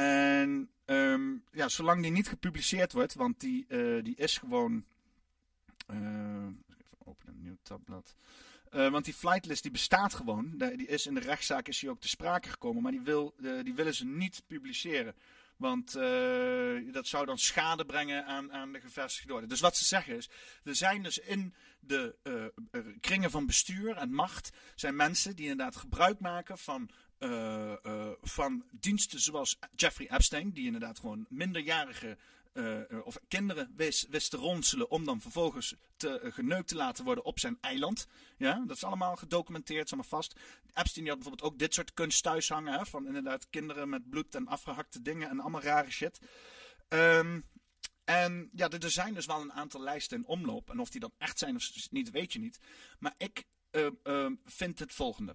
En um, ja, zolang die niet gepubliceerd wordt, want die, uh, die is gewoon... Uh, even openen, een nieuw tabblad. Uh, want die flightlist die bestaat gewoon. Die is in de rechtszaak is die ook te sprake gekomen. Maar die, wil, uh, die willen ze niet publiceren. Want uh, dat zou dan schade brengen aan, aan de gevestigde orde. Dus wat ze zeggen is, er zijn dus in de uh, kringen van bestuur en macht... zijn mensen die inderdaad gebruik maken van... Uh, uh, van diensten zoals Jeffrey Epstein... die inderdaad gewoon minderjarige... Uh, of kinderen wist, wist te ronselen om dan vervolgens te, uh, geneukt te laten worden op zijn eiland. Ja, dat is allemaal gedocumenteerd, is allemaal vast. Epstein die had bijvoorbeeld ook dit soort kunst thuis hangen. Hè, van inderdaad kinderen met bloed en afgehakte dingen en allemaal rare shit. Um, en ja, er zijn dus wel een aantal lijsten in omloop. En of die dan echt zijn of niet, weet je niet. Maar ik uh, uh, vind het volgende.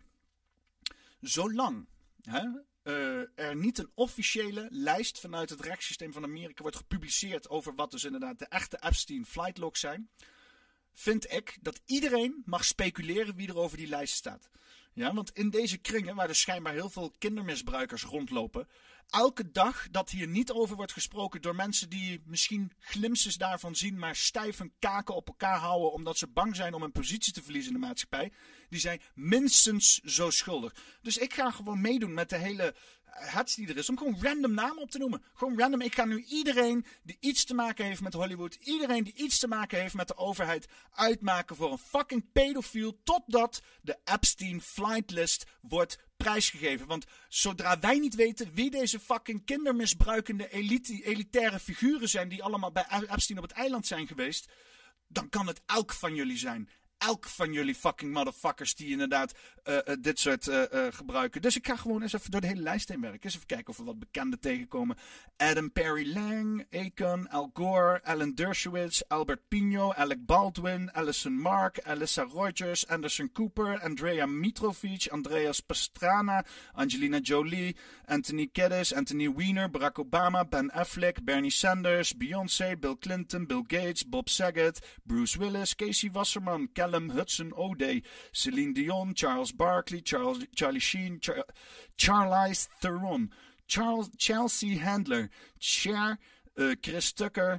Zolang... Hè, Uh, er niet een officiële lijst vanuit het rechtssysteem van Amerika wordt gepubliceerd over wat dus inderdaad de echte Epstein flight logs zijn, vind ik dat iedereen mag speculeren wie er over die lijst staat. Ja, want in deze kringen, waar er schijnbaar heel veel kindermisbruikers rondlopen, elke dag dat hier niet over wordt gesproken door mensen die misschien glimpses daarvan zien, maar stijf hun kaken op elkaar houden omdat ze bang zijn om hun positie te verliezen in de maatschappij, die zijn minstens zo schuldig. Dus ik ga gewoon meedoen met de hele hets die er is, om gewoon random namen op te noemen. Gewoon random. Ik ga nu iedereen die iets te maken heeft met Hollywood, iedereen die iets te maken heeft met de overheid, uitmaken voor een fucking pedofiel, totdat de Epstein flight list wordt prijsgegeven. Want zodra wij niet weten wie deze fucking kindermisbruikende elite, elitaire figuren zijn die allemaal bij Epstein op het eiland zijn geweest, dan kan het elk van jullie zijn. Elk van jullie fucking motherfuckers die inderdaad uh, uh, dit soort uh, uh, gebruiken. Dus ik ga gewoon eens even door de hele lijst heen werken. Eens even kijken of we wat bekenden tegenkomen. Adam Perry Lang, Akon, Al Gore, Alan Dershowitz, Albert Pino, Alec Baldwin, Alison Mark, Alyssa Rogers, Anderson Cooper, Andrea Mitrovic, Andreas Pastrana, Angelina Jolie, Anthony Kiedis, Anthony Weiner, Barack Obama, Ben Affleck, Bernie Sanders, Beyoncé, Bill Clinton, Bill Gates, Bob Saget, Bruce Willis, Casey Wasserman, Callum Hudson-Odoi, Celine Dion, Charles Barkley, Charles, Charlie Sheen, Char, Charlize Theron, Charles, Chelsea Handler, Cher, uh, Chris Tucker,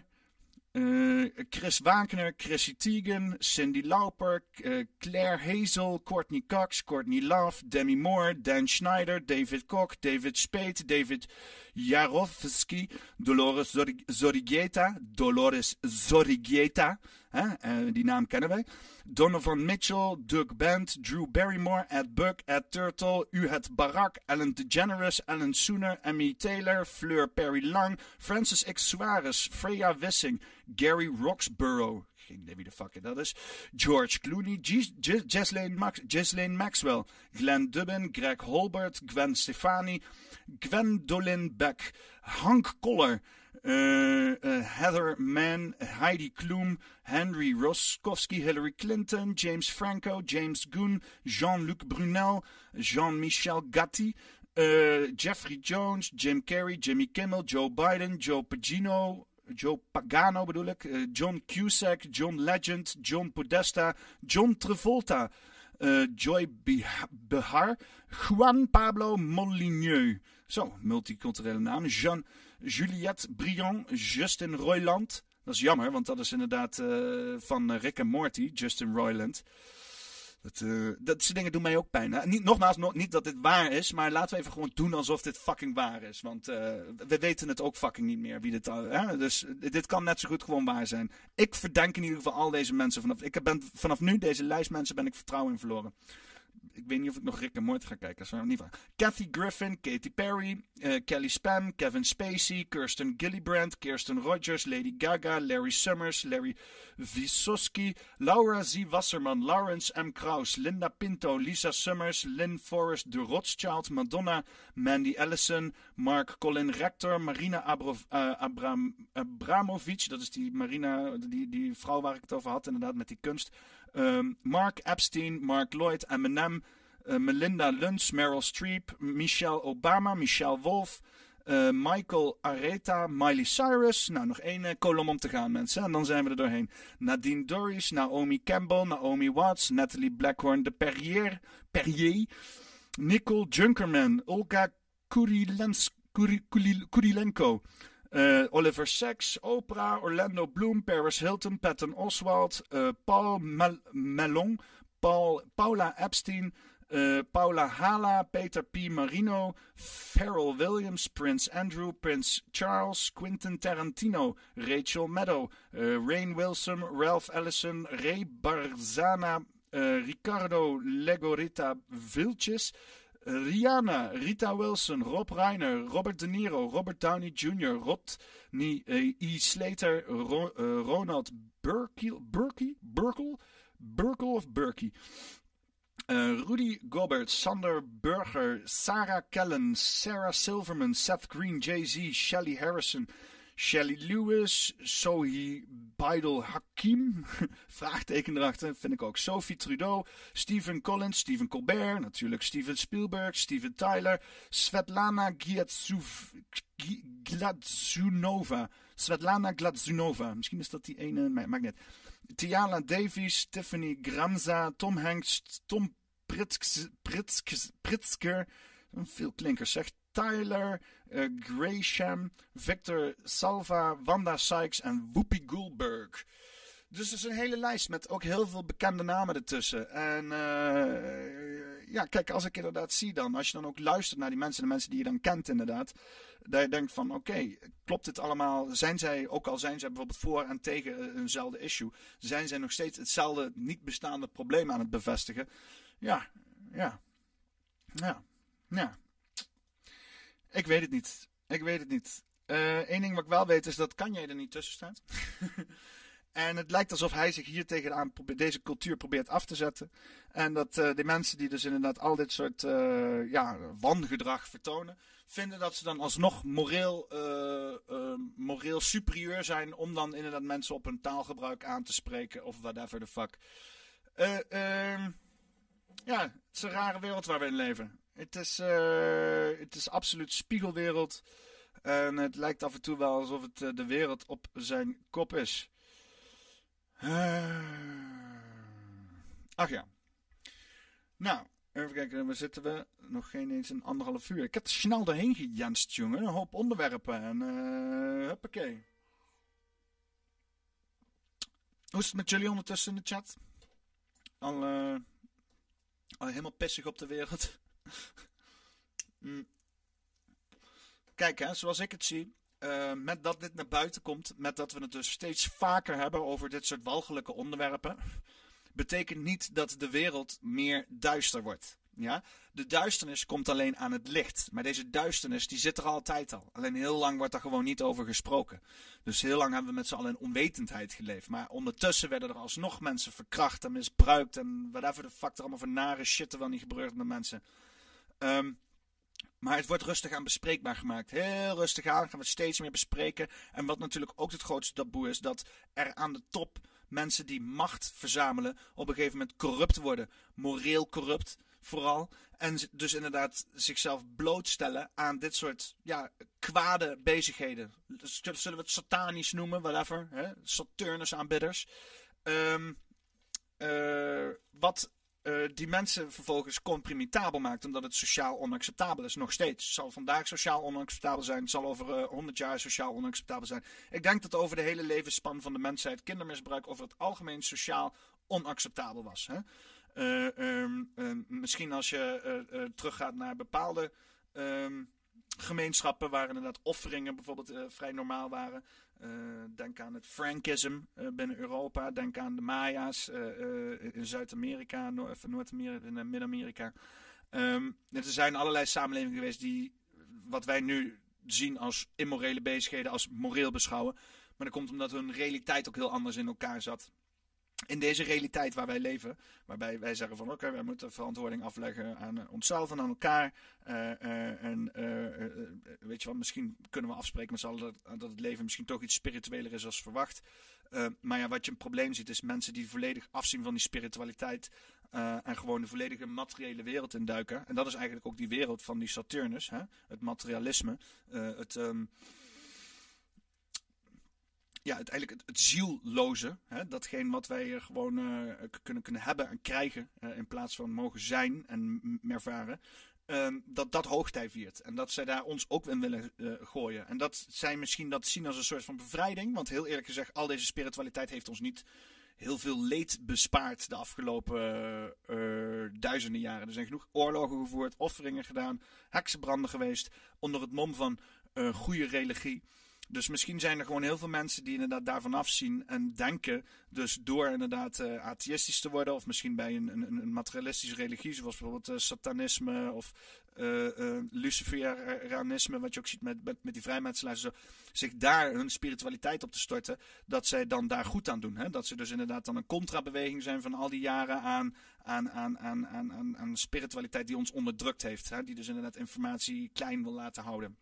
uh, Chris Wagner, Chrissy Teigen, Cyndi Lauper, uh, Claire Hazel, Courtney Cox, Courtney Love, Demi Moore, Dan Schneider, David Koch, David Spade, David Jarofsky, Dolores Zorrigueta, Dolores Zorrigueta, hè? Uh, die naam kennen wij, Donovan Mitchell, Doug Bent, Drew Barrymore, Ed Buck, Ed Turtle, Uhet Barak, Ellen DeGeneres, Ellen Sooner, Emmy Taylor, Fleur Perry Lang, Francis X. Suarez, Freya Wissing, Gary Roxborough, geen idee wie de fuck dat is, George Clooney, Ghislaine Max, Maxwell, Glenn Dubin, Greg Holbert, Gwen Stefani, Gwendolyn Beck, Hank Koller, uh, uh, Heather Mann, Heidi Klum, Henry Roskowski, Hillary Clinton, James Franco, James Gunn, Jean-Luc Brunel, Jean-Michel Gatti, uh, Jeffrey Jones, Jim Carrey, Jimmy Kimmel, Joe Biden, Joe Pagino, Joe Pagano bedoel ik, uh, John Cusack, John Legend, John Podesta, John Travolta, uh, Joy Behar, Juan Pablo Molyneux. Zo, multiculturele naam. Jean, Juliette Briand, Justin Roiland. Dat is jammer, want dat is inderdaad uh, van uh, Rick en Morty, Justin Roiland. Dat, uh, dat soort dingen doen mij ook pijn. Hè? Niet, nogmaals, no, niet dat dit waar is, maar laten we even gewoon doen alsof dit fucking waar is. Want uh, we weten het ook fucking niet meer wie dit... Uh, dus dit kan net zo goed gewoon waar zijn. Ik verdenk in ieder geval al deze mensen vanaf... Ik ben vanaf nu, deze lijst mensen, ben ik vertrouwen in verloren. Ik weet niet of ik nog Rick en Morty ga kijken. Dat is niet van. Kathy Griffin, Katy Perry, uh, Kelly Span, Kevin Spacey, Kirsten Gillibrand, Kirsten Rogers, Lady Gaga, Larry Summers, Larry Vysotsky, Laura Z. Wasserman, Lawrence M. Krauss, Linda Pinto, Lisa Summers, Lynn Forrest, De Rothschild, Madonna, Mandy Ellison, Mark Colin Rector, Marina Abro, uh, Abram, Abramovic, dat is die Marina, die, die vrouw waar ik het over had, inderdaad, met die kunst. Um, Mark Epstein, Mark Lloyd, Eminem, uh, Melinda Luntz, Meryl Streep, Michelle Obama, Michelle Wolf, uh, Michael Areta, Miley Cyrus. Nou, nog één uh, kolom om te gaan, mensen. En dan zijn we er doorheen. Nadine Dorries, Naomi Campbell, Naomi Watts, Natalie Blackhorn de Perrier, Perrier, Nicole Junkerman, Olga Kurilens, Kuril, Kuril, Kurilenko. Uh, Oliver Sacks, Oprah, Orlando Bloom, Paris Hilton, Patton Oswalt, uh, Paul Mel- Mellon, Paul, Paula Epstein, uh, Paula Hala, Peter P. Marino, Pharrell Williams, Prince Andrew, Prince Charles, Quentin Tarantino, Rachel Maddow, uh, Rainn Wilson, Ralph Ellison, Ray Barzana, uh, Ricardo Legorita Vilches, Rihanna, Rita Wilson, Rob Reiner, Robert De Niro, Robert Downey junior, Rodney uh, E. Slater, Ro, uh, Ronald Burkle, Burkle, Burkle, Burkle of Burkey, uh, Rudy Gobert, Sander Burger, Sarah Kellen, Sarah Silverman, Seth Green, Jay-Z, Shelly Harrison, Shelley Lewis, Sohi Baidel Hakim, vraagteken erachter, vind ik ook. Sophie Trudeau, Stephen Collins, Stephen Colbert, natuurlijk Steven Spielberg, Steven Tyler, Svetlana Gladzunova, Svetlana Gladzunova, misschien is dat die ene, nee, maakt niet. Tiana Davies, Tiffany Gramza, Tom Hanks, Tom Pritzker, Pritzker, Pritzker, veel klinkers zegt. Tyler, uh, Gresham, Victor Salva, Wanda Sykes en Whoopi Goldberg. Dus er is een hele lijst met ook heel veel bekende namen ertussen. En uh, ja, kijk, als ik inderdaad zie dan, als je dan ook luistert naar die mensen, de mensen die je dan kent inderdaad, dat je denkt van oké, okay, klopt dit allemaal? Zijn zij, ook al zijn zij bijvoorbeeld voor en tegen eenzelfde issue, zijn zij nog steeds hetzelfde niet bestaande probleem aan het bevestigen? Ja, ja, ja, ja. Ik weet het niet. Ik weet het niet. Eén uh, ding wat ik wel weet is dat Kanye er niet tussen staat. En het lijkt alsof hij zich hier tegenaan deze cultuur probeert af te zetten. En dat uh, de mensen die dus inderdaad al dit soort uh, ja, wangedrag vertonen, vinden dat ze dan alsnog moreel, uh, uh, moreel superieur zijn om dan inderdaad mensen op hun taalgebruik aan te spreken of whatever the fuck. Uh, uh, ja, het is een rare wereld waar we in leven. Het is, uh, het is absoluut spiegelwereld. En het lijkt af en toe wel alsof het uh, de wereld op zijn kop is. Uh, Ach ja. Nou, even kijken, waar zitten we? Nog geen eens een anderhalf uur. Ik heb er snel doorheen gejanst, jongen. Een hoop onderwerpen en uh, huppakee. Hoe is het met jullie ondertussen in de chat? Al, uh, al helemaal pissig op de wereld. mm. Kijk, hè, zoals ik het zie, uh, met dat dit naar buiten komt, met dat we het dus steeds vaker hebben over dit soort walgelijke onderwerpen, betekent niet dat de wereld meer duister wordt. Ja? De duisternis komt alleen aan het licht. Maar deze duisternis die zit er altijd al. Alleen heel lang wordt er gewoon niet over gesproken. Dus heel lang hebben we met z'n allen in onwetendheid geleefd. Maar ondertussen werden er alsnog mensen verkracht en misbruikt. En whatever de fuck er allemaal voor nare shit er wel niet gebeurt met mensen. Um, maar het wordt rustig aan bespreekbaar gemaakt. Heel rustig aan gaan we steeds meer bespreken. En wat natuurlijk ook het grootste taboe is, dat er aan de top mensen die macht verzamelen op een gegeven moment corrupt worden. Moreel corrupt vooral. En dus inderdaad zichzelf blootstellen aan dit soort ja, kwade bezigheden. Zullen we het satanisch noemen, whatever. Hè? Saturnus aanbidders. Um, uh, wat uh, die mensen vervolgens comprimentabel maakt. Omdat het sociaal onacceptabel is. Nog steeds. Het zal vandaag sociaal onacceptabel zijn. Het zal over uh, honderd jaar sociaal onacceptabel zijn. Ik denk dat over de hele levensspan van de mensheid kindermisbruik over het algemeen sociaal onacceptabel was. Hè? Uh, um, um, misschien als je uh, uh, teruggaat naar bepaalde um, gemeenschappen waar inderdaad offeringen bijvoorbeeld uh, vrij normaal waren. Uh, denk aan het Frankism uh, binnen Europa. Denk aan de Maya's uh, uh, in Zuid-Amerika, no- of Noord-Amerika, in uh, Midden-Amerika. Um, er zijn allerlei samenlevingen geweest die wat wij nu zien als immorele bezigheden als moreel beschouwen. Maar dat komt omdat hun realiteit ook heel anders in elkaar zat. In deze realiteit waar wij leven, waarbij wij zeggen van oké, okay, wij moeten verantwoording afleggen aan onszelf en aan elkaar. Uh, uh, en uh, uh, weet je wat, misschien kunnen we afspreken met z'n allen dat, dat het leven misschien toch iets spiritueler is als verwacht. Uh, maar ja, wat je een probleem ziet is mensen die volledig afzien van die spiritualiteit uh, en gewoon de volledige materiële wereld induiken. En dat is eigenlijk ook die wereld van die Saturnus, hè? Het materialisme, uh, het... Um, Ja, het, eigenlijk het, het zielloze, hè, datgene wat wij gewoon uh, kunnen, kunnen hebben en krijgen, uh, in plaats van mogen zijn en m- ervaren, um, dat dat hoogtij viert. En dat zij daar ons ook in willen uh, gooien. En dat zij misschien dat zien als een soort van bevrijding, want heel eerlijk gezegd, al deze spiritualiteit heeft ons niet heel veel leed bespaard de afgelopen uh, uh, duizenden jaren. Er zijn genoeg oorlogen gevoerd, offeringen gedaan, heksenbranden geweest, onder het mom van uh, goede religie. Dus misschien zijn er gewoon heel veel mensen die inderdaad daarvan afzien en denken, dus door inderdaad uh, atheïstisch te worden, of misschien bij een, een, een materialistische religie, zoals bijvoorbeeld uh, satanisme of uh, uh, luciferianisme, wat je ook ziet met, met, met die vrijmetselaars, zo, zich daar hun spiritualiteit op te storten, dat zij dan daar goed aan doen. Hè? Dat ze dus inderdaad dan een contrabeweging zijn van al die jaren aan, aan, aan, aan, aan, aan, aan spiritualiteit die ons onderdrukt heeft. Hè? Die dus inderdaad informatie klein wil laten houden.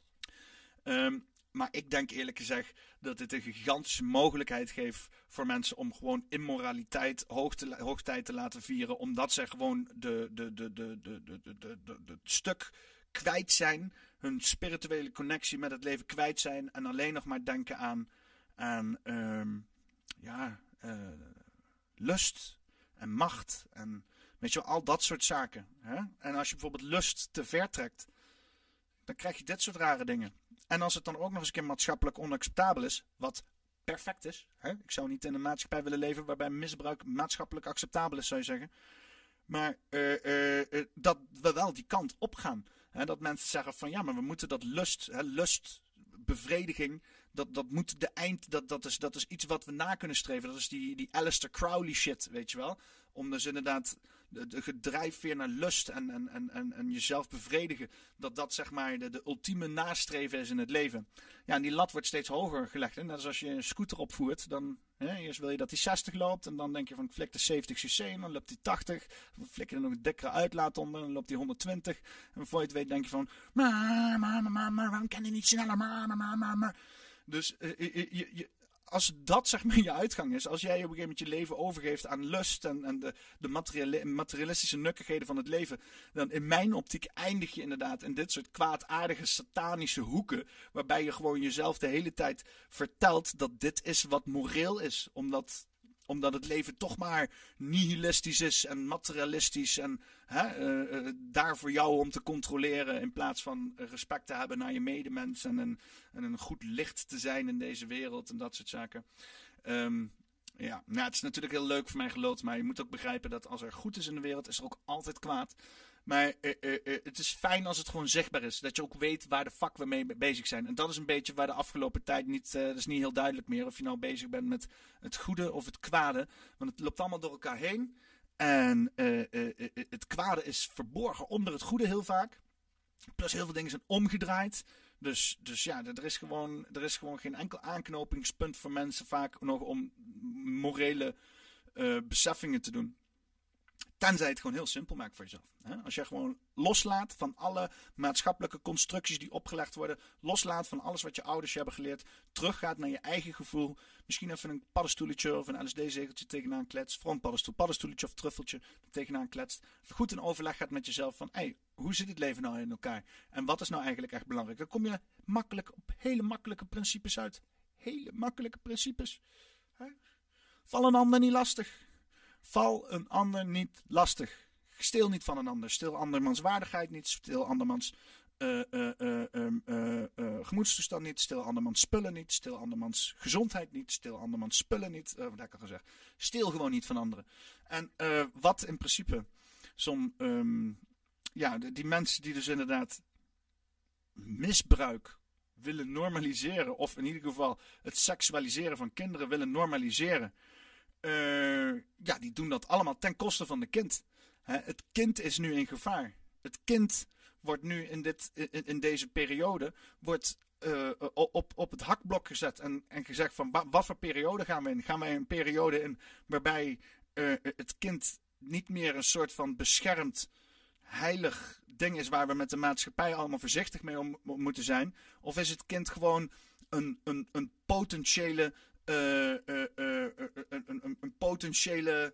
Um, Maar ik denk eerlijk gezegd dat dit een gigantische mogelijkheid geeft voor mensen om gewoon immoraliteit hoogte, hoogtijd te laten vieren. Omdat zij gewoon de, de, de, de, de, de, de, de, de, de stuk kwijt zijn. Hun spirituele connectie met het leven kwijt zijn. En alleen nog maar denken aan, aan um, ja, uh, lust en macht. En weet je wel, al dat soort zaken. Hè? En als je bijvoorbeeld lust te ver trekt, dan krijg je dit soort rare dingen. En als het dan ook nog eens een keer maatschappelijk onacceptabel is, wat perfect is. Hè? Ik zou niet in een maatschappij willen leven waarbij misbruik maatschappelijk acceptabel is, zou je zeggen. Maar uh, uh, uh, dat we wel die kant op gaan. Hè? Dat mensen zeggen van ja, maar we moeten dat lust, hè, lust, bevrediging, dat, dat moet de eind, dat, dat, is, dat is iets wat we na kunnen streven. Dat is die, die Aleister Crowley shit, weet je wel. Om dus inderdaad de, de gedrijfveer naar lust en, en, en, en, en jezelf bevredigen. Dat dat zeg maar de, de ultieme nastreven is in het leven. Ja, en die lat wordt steeds hoger gelegd. Hè? Net als als je een scooter opvoert, dan hè, eerst wil je dat die zestig loopt. En dan denk je van ik flik de zeventig cc en dan loopt die tachtig. Dan flik je er nog een dikkere uitlaat onder en dan loopt die honderdtwintig. En voor je het weet denk je van maar, maar, maar, maar, waarom kan je niet sneller? Maar, maar, maar, maar. Dus uh, je, je, je, als dat zeg maar je uitgang is, als jij op een gegeven moment je leven overgeeft aan lust en, en de, de materiali- materialistische nukkigheden van het leven, dan in mijn optiek eindig je inderdaad in dit soort kwaadaardige satanische hoeken, waarbij je gewoon jezelf de hele tijd vertelt dat dit is wat moreel is, omdat omdat het leven toch maar nihilistisch is en materialistisch. En hè, uh, uh, daar voor jou om te controleren in plaats van respect te hebben naar je medemens. En een, en een goed licht te zijn in deze wereld en dat soort zaken. Um, ja, nou, het is natuurlijk heel leuk voor mijn geloof. Maar je moet ook begrijpen dat als er goed is in de wereld, is er ook altijd kwaad. Maar uh, uh, uh, het is fijn als het gewoon zichtbaar is. Dat je ook weet waar de fuck we mee bezig zijn. En dat is een beetje waar de afgelopen tijd niet... Uh, dat is niet heel duidelijk meer of je nou bezig bent met het goede of het kwade. Want het loopt allemaal door elkaar heen. En uh, uh, uh, het kwade is verborgen onder het goede heel vaak. Plus heel veel dingen zijn omgedraaid. Dus, dus ja, er is, gewoon, er is gewoon geen enkel aanknopingspunt voor mensen vaak nog om morele uh, beseffingen te doen. Tenzij het gewoon heel simpel maakt voor jezelf. Hè? Als je gewoon loslaat van alle maatschappelijke constructies die opgelegd worden. Loslaat van alles wat je ouders je hebben geleerd. Teruggaat naar je eigen gevoel. Misschien even een paddenstoeltje of een L S D-zegeltje tegenaan kletst. Vooral een paddenstoel, paddenstoeltje of truffeltje tegenaan kletst. Even goed in overleg gaat met jezelf van... Hey, hoe zit het leven nou in elkaar? En wat is nou eigenlijk echt belangrijk? Dan kom je makkelijk op hele makkelijke principes uit. Hele makkelijke principes. Hè? Val een ander niet lastig. Val een ander niet lastig. Steel niet van een ander. Steel andermans waardigheid niet. Steel andermans uh, uh, uh, uh, uh, uh, gemoedstoestand niet. Steel andermans spullen niet. Steel andermans gezondheid niet. Steel andermans spullen niet. Uh, wat heb ik al gezegd? Steel gewoon niet van anderen. En uh, wat in principe zo'n... Um, ja, die mensen die dus inderdaad misbruik willen normaliseren. Of in ieder geval het seksualiseren van kinderen willen normaliseren. Uh, ja, die doen dat allemaal ten koste van de kind. Hè, het kind is nu in gevaar. Het kind wordt nu in, dit, in, in deze periode wordt, uh, op, op het hakblok gezet. En, en gezegd van wa, wat voor periode gaan we in? Gaan we in een periode in waarbij uh, het kind niet meer een soort van beschermd heilig ding is waar we met de maatschappij allemaal voorzichtig mee om, om moeten zijn? Of is het kind gewoon een, een, een potentiële... Uh, uh, uh, uh, een, een, een potentiële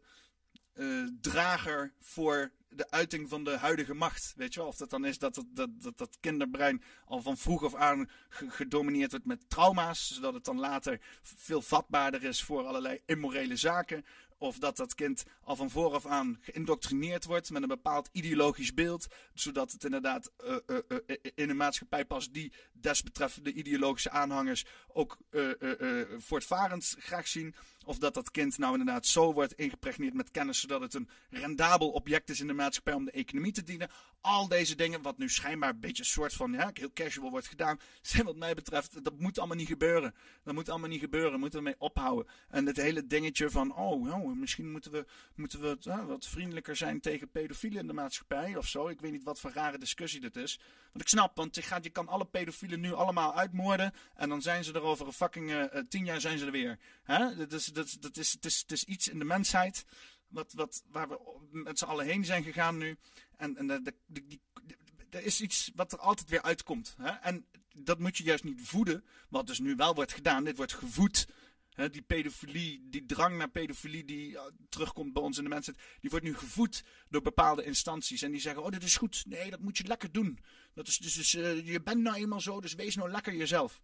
uh, drager voor de uiting van de huidige macht. Weet je wel? Of dat dan is dat dat, dat, dat, dat kinderbrein al van vroeg af aan gedomineerd wordt met trauma's. Zodat het dan later veel vatbaarder is voor allerlei immorele zaken. Of dat dat kind al van vooraf aan geïndoctrineerd wordt met een bepaald ideologisch beeld. Zodat het inderdaad uh, uh, uh, in een maatschappij past die desbetreffende ideologische aanhangers ook uh, uh, uh, voortvarend graag zien. Of dat dat kind nou inderdaad zo wordt ingepregneerd met kennis. Zodat het een rendabel object is in de maatschappij om de economie te dienen. Al deze dingen, wat nu schijnbaar een beetje een soort van ja, heel casual wordt gedaan. Zijn wat mij betreft, dat moet allemaal niet gebeuren. Dat moet allemaal niet gebeuren. We moeten ermee ophouden. En het hele dingetje van, oh, oh misschien moeten we, moeten we ja, wat vriendelijker zijn tegen pedofielen in de maatschappij of zo. Ik weet niet wat voor rare discussie dit is. Want ik snap, want je, gaat, je kan alle pedofielen nu allemaal uitmoorden. En dan zijn ze er over een fucking uh, tien jaar zijn ze er weer. Hè? Dat is, dat, dat is, het, is, het is iets in de mensheid wat, wat, waar we met z'n allen heen zijn gegaan nu. En, en de, de, de, die, er is iets wat er altijd weer uitkomt. Hè? En dat moet je juist niet voeden. Wat dus nu wel wordt gedaan. Dit wordt gevoed. He, die pedofilie, die drang naar pedofilie die uh, terugkomt bij ons in de mensheid, die wordt nu gevoed door bepaalde instanties. En die zeggen, oh dit is goed, nee dat moet je lekker doen. Dat is, dus, dus uh, je bent nou eenmaal zo, dus wees nou lekker jezelf.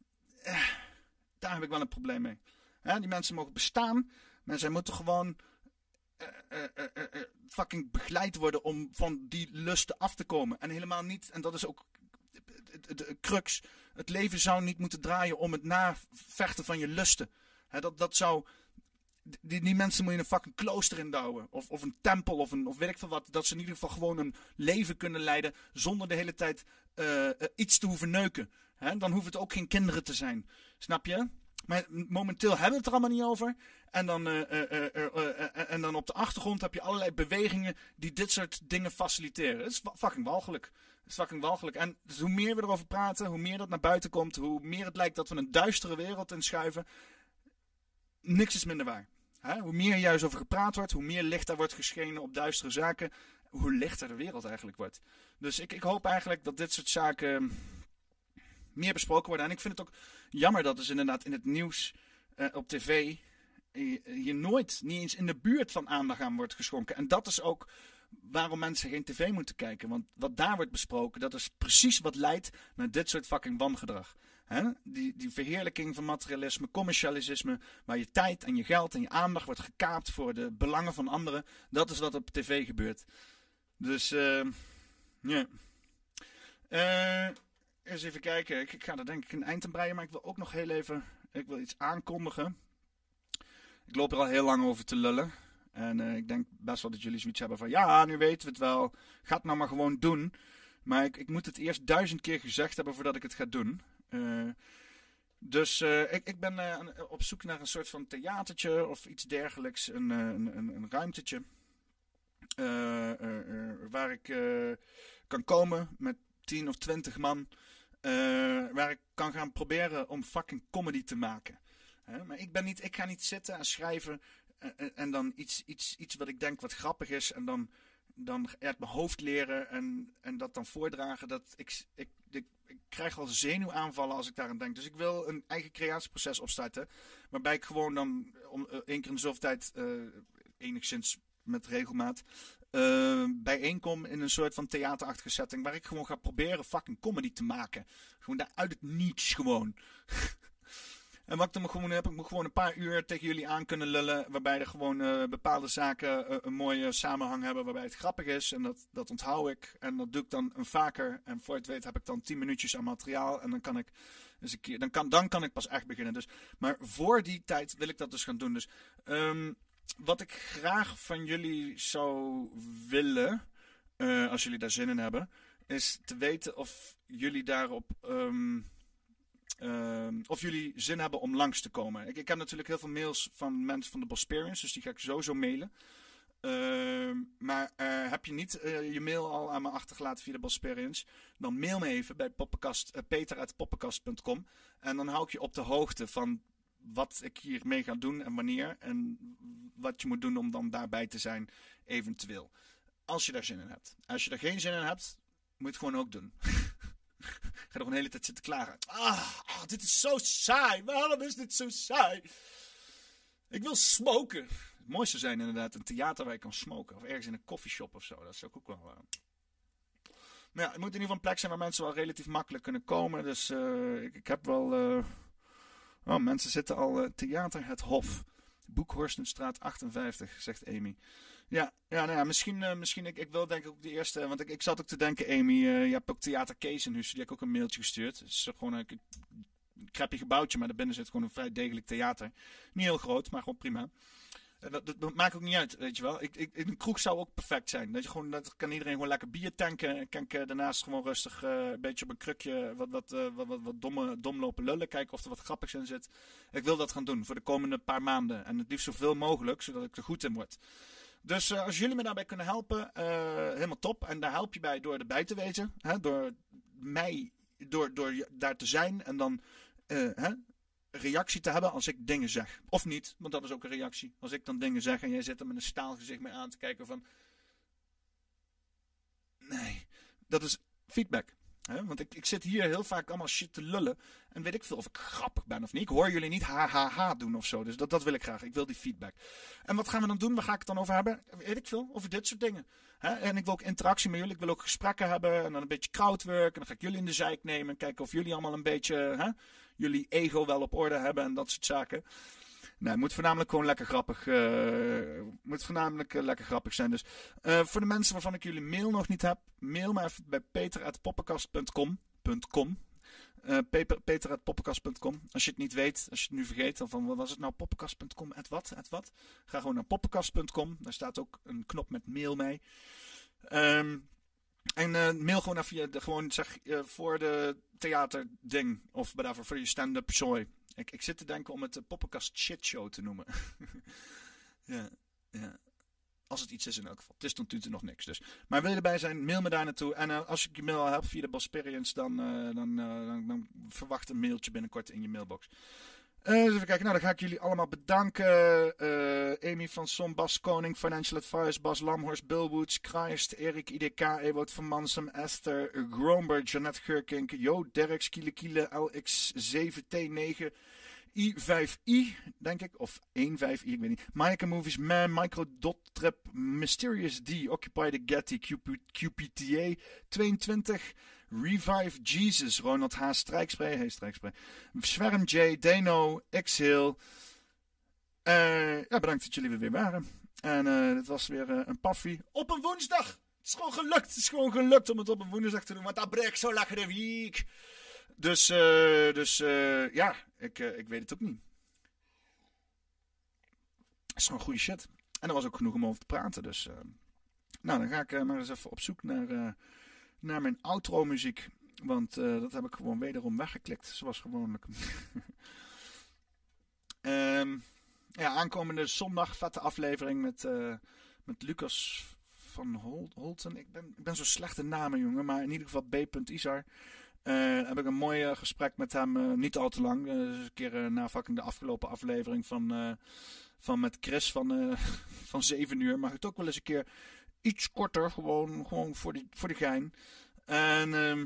Uh, daar heb ik wel een probleem mee. He, die mensen mogen bestaan, maar zij moeten gewoon uh, uh, uh, uh, uh, fucking begeleid worden om van die lusten af te komen. En helemaal niet, en dat is ook de, de crux. Het leven zou niet moeten draaien om het navechten van je lusten. He, dat, dat zou... Die, die mensen moet je een fucking klooster indouwen. Of, of een tempel, of, een, of weet ik veel wat. Dat ze in ieder geval gewoon een leven kunnen leiden zonder de hele tijd uh, uh, iets te hoeven neuken. He, dan hoeven het ook geen kinderen te zijn. Snap je? Maar momenteel hebben we het er allemaal niet over. En dan, uh, uh, uh, uh, uh, uh, en dan op de achtergrond heb je allerlei bewegingen die dit soort dingen faciliteren. Het is fucking walgelijk. Het is fucking walgelijk. En dus hoe meer we erover praten, hoe meer dat naar buiten komt, hoe meer het lijkt dat we een duistere wereld inschuiven. Niks is minder waar. Hè? Hoe meer er juist over gepraat wordt, hoe meer licht er wordt geschenen op duistere zaken, hoe lichter de wereld eigenlijk wordt. Dus ik, ik hoop eigenlijk dat dit soort zaken meer besproken worden. En ik vind het ook jammer dat dus inderdaad in het nieuws, uh, op tv, hier nooit, niet eens in de buurt van aandacht aan wordt geschonken. En dat is ook waarom mensen geen tv moeten kijken. Want wat daar wordt besproken, dat is precies wat leidt naar dit soort fucking wangedrag. Hè? Die, die verheerlijking van materialisme, commercialisme, waar je tijd en je geld en je aandacht wordt gekaapt voor de belangen van anderen. Dat is wat op tv gebeurt. Dus, eh, ja. Uh, eens even kijken. Ik, ik ga er denk ik een eind aan breien, maar ik wil ook nog heel even, ik wil iets aankondigen. Ik loop er al heel lang over te lullen. En uh, ik denk best wel dat jullie zoiets hebben van, ja, nu weten we het wel. Ga het nou maar gewoon doen. Maar ik, ik moet het eerst duizend keer gezegd hebben voordat ik het ga doen. Uh, dus uh, ik, ik ben uh, op zoek naar een soort van theatertje of iets dergelijks. Een, een, een, een ruimtetje. Uh, uh, uh, waar ik uh, kan komen met tien of twintig man. Uh, waar ik kan gaan proberen om fucking comedy te maken. Hè? Maar ik, ben niet, ik ga niet zitten en schrijven. En, en dan iets, iets, iets wat ik denk wat grappig is. En dan, dan uit mijn hoofd leren. En, en dat dan voordragen. Dat ik, ik, ik, ik krijg al zenuwaanvallen als ik daaraan denk. Dus ik wil een eigen creatieproces opstarten. Waarbij ik gewoon dan om, uh, één keer in de zoveel tijd. Uh, enigszins met regelmaat. Uh, bijeenkom in een soort van theaterachtige setting. Waar ik gewoon ga proberen fucking comedy te maken. Gewoon daar uit het niets gewoon. En wat ik dan gewoon heb, ik moet gewoon een paar uur tegen jullie aan kunnen lullen. Waarbij er gewoon uh, bepaalde zaken uh, een mooie samenhang hebben. Waarbij het grappig is. En dat, dat onthoud ik. En dat doe ik dan een vaker. En voor je het weet heb ik dan tien minuutjes aan materiaal. En dan kan ik eens een keer. Dan kan, dan kan ik pas echt beginnen. Dus, maar voor die tijd wil ik dat dus gaan doen. Dus um, wat ik graag van jullie zou willen. Uh, als jullie daar zin in hebben. Is te weten of jullie daarop. Um, Uh, of jullie zin hebben om langs te komen. Ik, ik heb natuurlijk heel veel mails van mensen van de Bosperians. Dus die ga ik sowieso mailen. Uh, maar uh, heb je niet uh, je mail al aan me achtergelaten via de Bosperians? Dan mail me even bij poppenkast, uh, peter at poppenkast punt com. En dan hou ik je op de hoogte van wat ik hiermee ga doen en wanneer. En wat je moet doen om dan daarbij te zijn eventueel. Als je daar zin in hebt. Als je daar geen zin in hebt, moet je het gewoon ook doen. Ik ga nog een hele tijd zitten klagen. Ah, ah, dit is zo saai. Waarom is dit zo saai? Ik wil smoken. Het mooiste zijn inderdaad een theater waar je kan smoken. Of ergens in een koffieshop of zo. Dat is ook wel... Uh... Maar ja, het moet in ieder geval een plek zijn waar mensen wel relatief makkelijk kunnen komen. Dus uh, ik, ik heb wel... Uh... Oh, mensen zitten al... Uh, theater Het Hof. Boekhorstenstraat achtenvijftig, zegt Amy. Ja, ja, nou ja, misschien, uh, misschien ik, ik wil denk ik ook de eerste, want ik, ik zat ook te denken, Amy, uh, je hebt ook Theater Kees in Huis, die heb ik ook een mailtje gestuurd. Het is gewoon een, een crappy gebouwtje, maar daarbinnen zit gewoon een vrij degelijk theater. Niet heel groot, maar gewoon prima. Uh, dat, dat, dat maakt ook niet uit, weet je wel. Ik, ik, een kroeg zou ook perfect zijn. Dat je gewoon, dat kan iedereen gewoon lekker bier tanken. Kan ik uh, daarnaast gewoon rustig uh, een beetje op een krukje wat, wat, uh, wat, wat, wat domme, dom lopen lullen. Kijken of er wat grappigs in zit. Ik wil dat gaan doen voor de komende paar maanden. En het liefst zoveel mogelijk, zodat ik er goed in word. Dus uh, als jullie me daarbij kunnen helpen, uh, helemaal top. En daar help je bij door erbij te wezen. Hè? Door mij, door, door daar te zijn. En dan uh, hè? reactie te hebben als ik dingen zeg. Of niet, want dat is ook een reactie. Als ik dan dingen zeg en jij zit er met een staalgezicht mee aan te kijken van... Nee, dat is feedback. Hè? Want ik, ik zit hier heel vaak allemaal shit te lullen. En weet ik veel of ik grappig ben of niet. Ik hoor jullie niet ha ha ha doen of zo. Dus dat, dat wil ik graag. Ik wil die feedback. En wat gaan we dan doen? Waar ga ik het dan over hebben? Weet ik veel. Over dit soort dingen. Hè? En ik wil ook interactie met jullie. Ik wil ook gesprekken hebben. En dan een beetje crowdwork. En dan ga ik jullie in de zijk nemen. Kijken of jullie allemaal een beetje... Hè? Jullie ego wel op orde hebben. En dat soort zaken. Nee, het moet voornamelijk gewoon lekker grappig, uh, moet voornamelijk uh, lekker grappig zijn. Dus uh, voor de mensen waarvan ik jullie mail nog niet heb, mail me even bij peter at poppenkast punt com. Uh, peter at poppenkast punt com. Als je het niet weet, als je het nu vergeet, dan van wat was het nou, poppenkast punt com, at wat, at wat? Ga gewoon naar poppenkast punt com. Daar staat ook een knop met mail mee. Um, en uh, mail gewoon even je, de, gewoon zeg, uh, voor de theaterding of whatever, voor je stand-up zooi. Ik, ik zit te denken om het de Poppenkast Shitshow te noemen. ja, ja. Als het iets is in elk geval. Het is tot nu toe nog niks. Dus. Maar wil je erbij zijn, mail me daar naartoe. En uh, als ik je mail al heb via de Bosperians, dan, uh, dan, uh, dan, dan verwacht een mailtje binnenkort in je mailbox. Uh, dus even kijken. Nou, dan ga ik jullie allemaal bedanken. Uh, Amy van Son, Bas Koning, Financial Advice, Bas Lamhorst, Bill Woods, Christ, Erik I D K, Ewout van Mansum, Esther, Groenberg, Jeanette Geurkink, Jo, Derks, Kiele Kiele, L X zeven T negen, I vijf I, denk ik. Of één vijf I, ik weet niet. Maaike Movies, Man, Micro Dot Trip, Mysterious D, Occupy the Getty, Q P T A tweeëntwintig, Revive Jesus, Ronald H. Strijkspray, hey Strijkspray, Swerm J, Dano, X-Hill. Uh, ja, bedankt dat jullie er weer waren. En uh, dit was weer uh, een paffie op een woensdag. Het is gewoon gelukt. Het is gewoon gelukt om het op een woensdag te doen. Want dat breekt zo lekker de week. Dus, uh, dus uh, ja, ik, uh, ik weet het ook niet. Het is gewoon goede shit. En er was ook genoeg om over te praten. Dus, uh, nou, dan ga ik uh, maar eens even op zoek naar, uh, naar mijn outro muziek. Want uh, dat heb ik gewoon wederom weggeklikt. Zoals gewoonlijk. um, ja, aankomende zondag vette aflevering met, uh, met Lucas van Hol- Holten. Ik ben, ik ben zo slechte namen, jongen. Maar in ieder geval B. Isar. Uh, heb ik een mooi uh, gesprek met hem, uh, niet al te lang. Uh, dus een keer uh, na fucking de afgelopen aflevering van, uh, van met Chris van, uh, van zeven uur. Mag het ook wel eens een keer iets korter, gewoon, gewoon voor, die, voor de gein. En uh,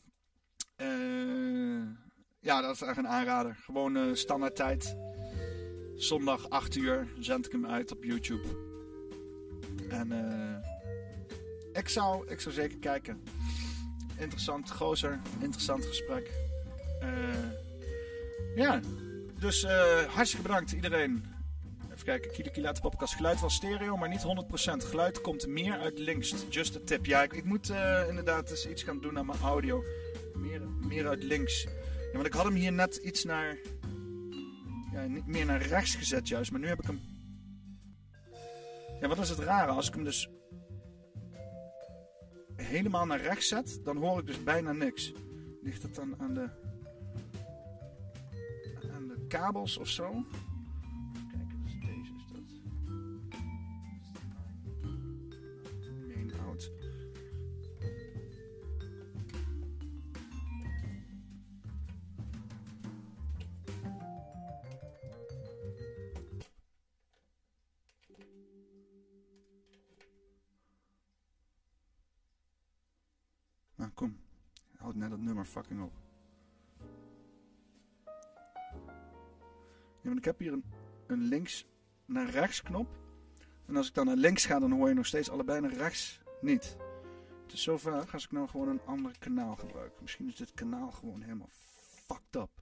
uh, ja, dat is echt een aanrader. Gewoon uh, standaard tijd. Zondag acht uur zend ik hem uit op YouTube. En uh, ik, zou, ik zou zeker kijken. Interessant gozer, interessant gesprek. Uh, ja, dus uh, hartstikke bedankt iedereen. Even kijken, Kilo Kilo uit de podcast. Geluid van stereo, maar niet honderd procent. Geluid komt meer uit links. Just a tip. Ja, ik, ik moet uh, inderdaad eens iets gaan doen aan mijn audio. Meer, meer uit links. Ja, want ik had hem hier net iets naar... Ja, niet meer naar rechts gezet juist. Maar nu heb ik hem... Ja, wat is het rare? Als ik hem dus... helemaal naar rechts zet, dan hoor ik dus bijna niks. Ligt het dan aan de... aan de kabels of zo? Kijk, dus deze is dat. Main out. Nou, kom. Houd net dat nummer fucking op. Ja, want ik heb hier een, een links naar rechts knop. En als ik dan naar links ga, dan hoor je nog steeds allebei naar rechts niet. Dus zover als ik nou gewoon een ander kanaal gebruiken. Misschien is dit kanaal gewoon helemaal fucked up.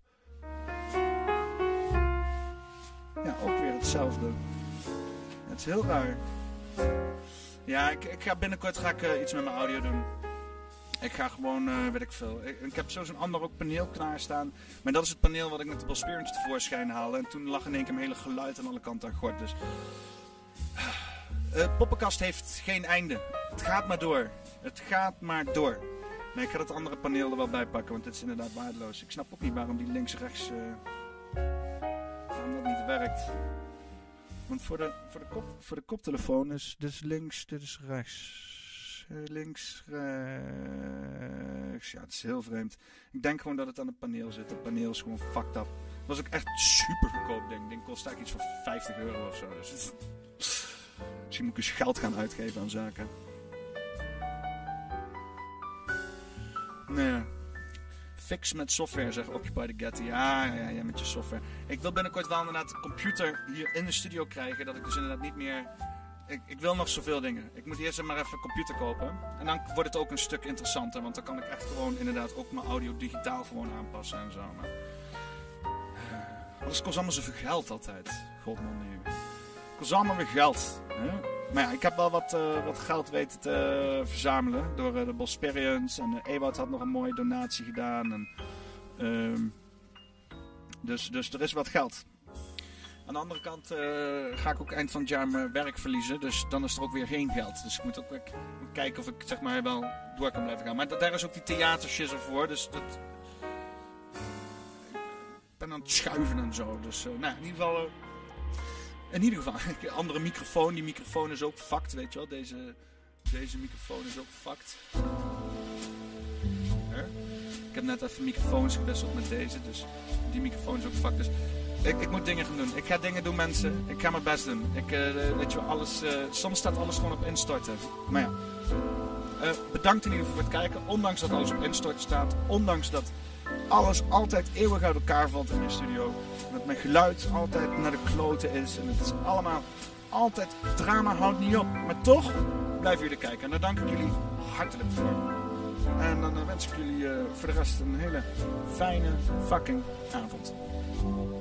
Ja, ook weer hetzelfde. Het is heel raar. Ja, ik, ik ga binnenkort ga ik, uh, iets met mijn audio doen. Ik ga gewoon, uh, weet ik veel. Ik, ik heb zo zo'n ander ook paneel klaarstaan. Maar dat is het paneel wat ik met de Bosperians tevoorschijn haalde. En toen lag in één keer mijn hele geluid aan alle kanten aan gort. Dus... Uh, Poppenkast heeft geen einde. Het gaat maar door. Het gaat maar door. Nee, ik ga het andere paneel er wel bij pakken. Want dit is inderdaad waardeloos. Ik snap ook niet waarom die links-rechts... Uh, waarom dat niet werkt. Want voor de, voor de, kop, voor de koptelefoon is dit links, dit is rechts. Links, rechts. Ja, het is heel vreemd. Ik denk gewoon dat het aan het paneel zit. Het paneel is gewoon fucked up. Het was ook echt super goedkoop ding. Het ding kost eigenlijk iets van vijftig euro of zo. Dus het... Misschien moet ik eens geld gaan uitgeven aan zaken. Nee. Fix met software, zegt Occupy the Getty. Ja, ja, ja, met je software. Ik wil binnenkort wel inderdaad een computer hier in de studio krijgen. Dat ik dus inderdaad niet meer... Ik, ik wil nog zoveel dingen. Ik moet eerst maar even een computer kopen. En dan wordt het ook een stuk interessanter. Want dan kan ik echt gewoon inderdaad ook mijn audio digitaal gewoon aanpassen en zo. Maar... Uh, alles kost allemaal zoveel geld altijd. Godman nu. Het kost allemaal weer geld. Hè? Maar ja, ik heb wel wat, uh, wat geld weten te uh, verzamelen. Door uh, de Bosperians. En uh, Ewout had nog een mooie donatie gedaan. En, uh, dus, dus er is wat geld. Aan de andere kant uh, ga ik ook eind van het jaar mijn werk verliezen. Dus dan is er ook weer geen geld. Dus ik moet ook moet kijken of ik zeg maar wel door kan blijven gaan. Maar daar is ook die theatershizzle voor. Dus dat... Ik ben aan het schuiven en zo. Dus uh, nou, in ieder geval... Uh, in ieder geval, een andere microfoon. Die microfoon is ook fucked, weet je wel. Deze, deze microfoon is ook fucked. Huh? Ik heb net even microfoons gewisseld met deze. Dus die microfoon is ook fucked. Dus... Ik, ik moet dingen gaan doen. Ik ga dingen doen, mensen. Ik ga mijn best doen. Ik, uh, weet je wel, alles... Uh, soms staat alles gewoon op instorten. Maar ja. Uh, bedankt in ieder geval voor het kijken. Ondanks dat alles op instorten staat. Ondanks dat alles altijd eeuwig uit elkaar valt in de studio. Dat mijn geluid altijd naar de kloten is. En het is allemaal altijd drama, houdt niet op. Maar toch blijven jullie kijken. En daar dank ik jullie hartelijk voor. En dan wens ik jullie uh, voor de rest een hele fijne fucking avond.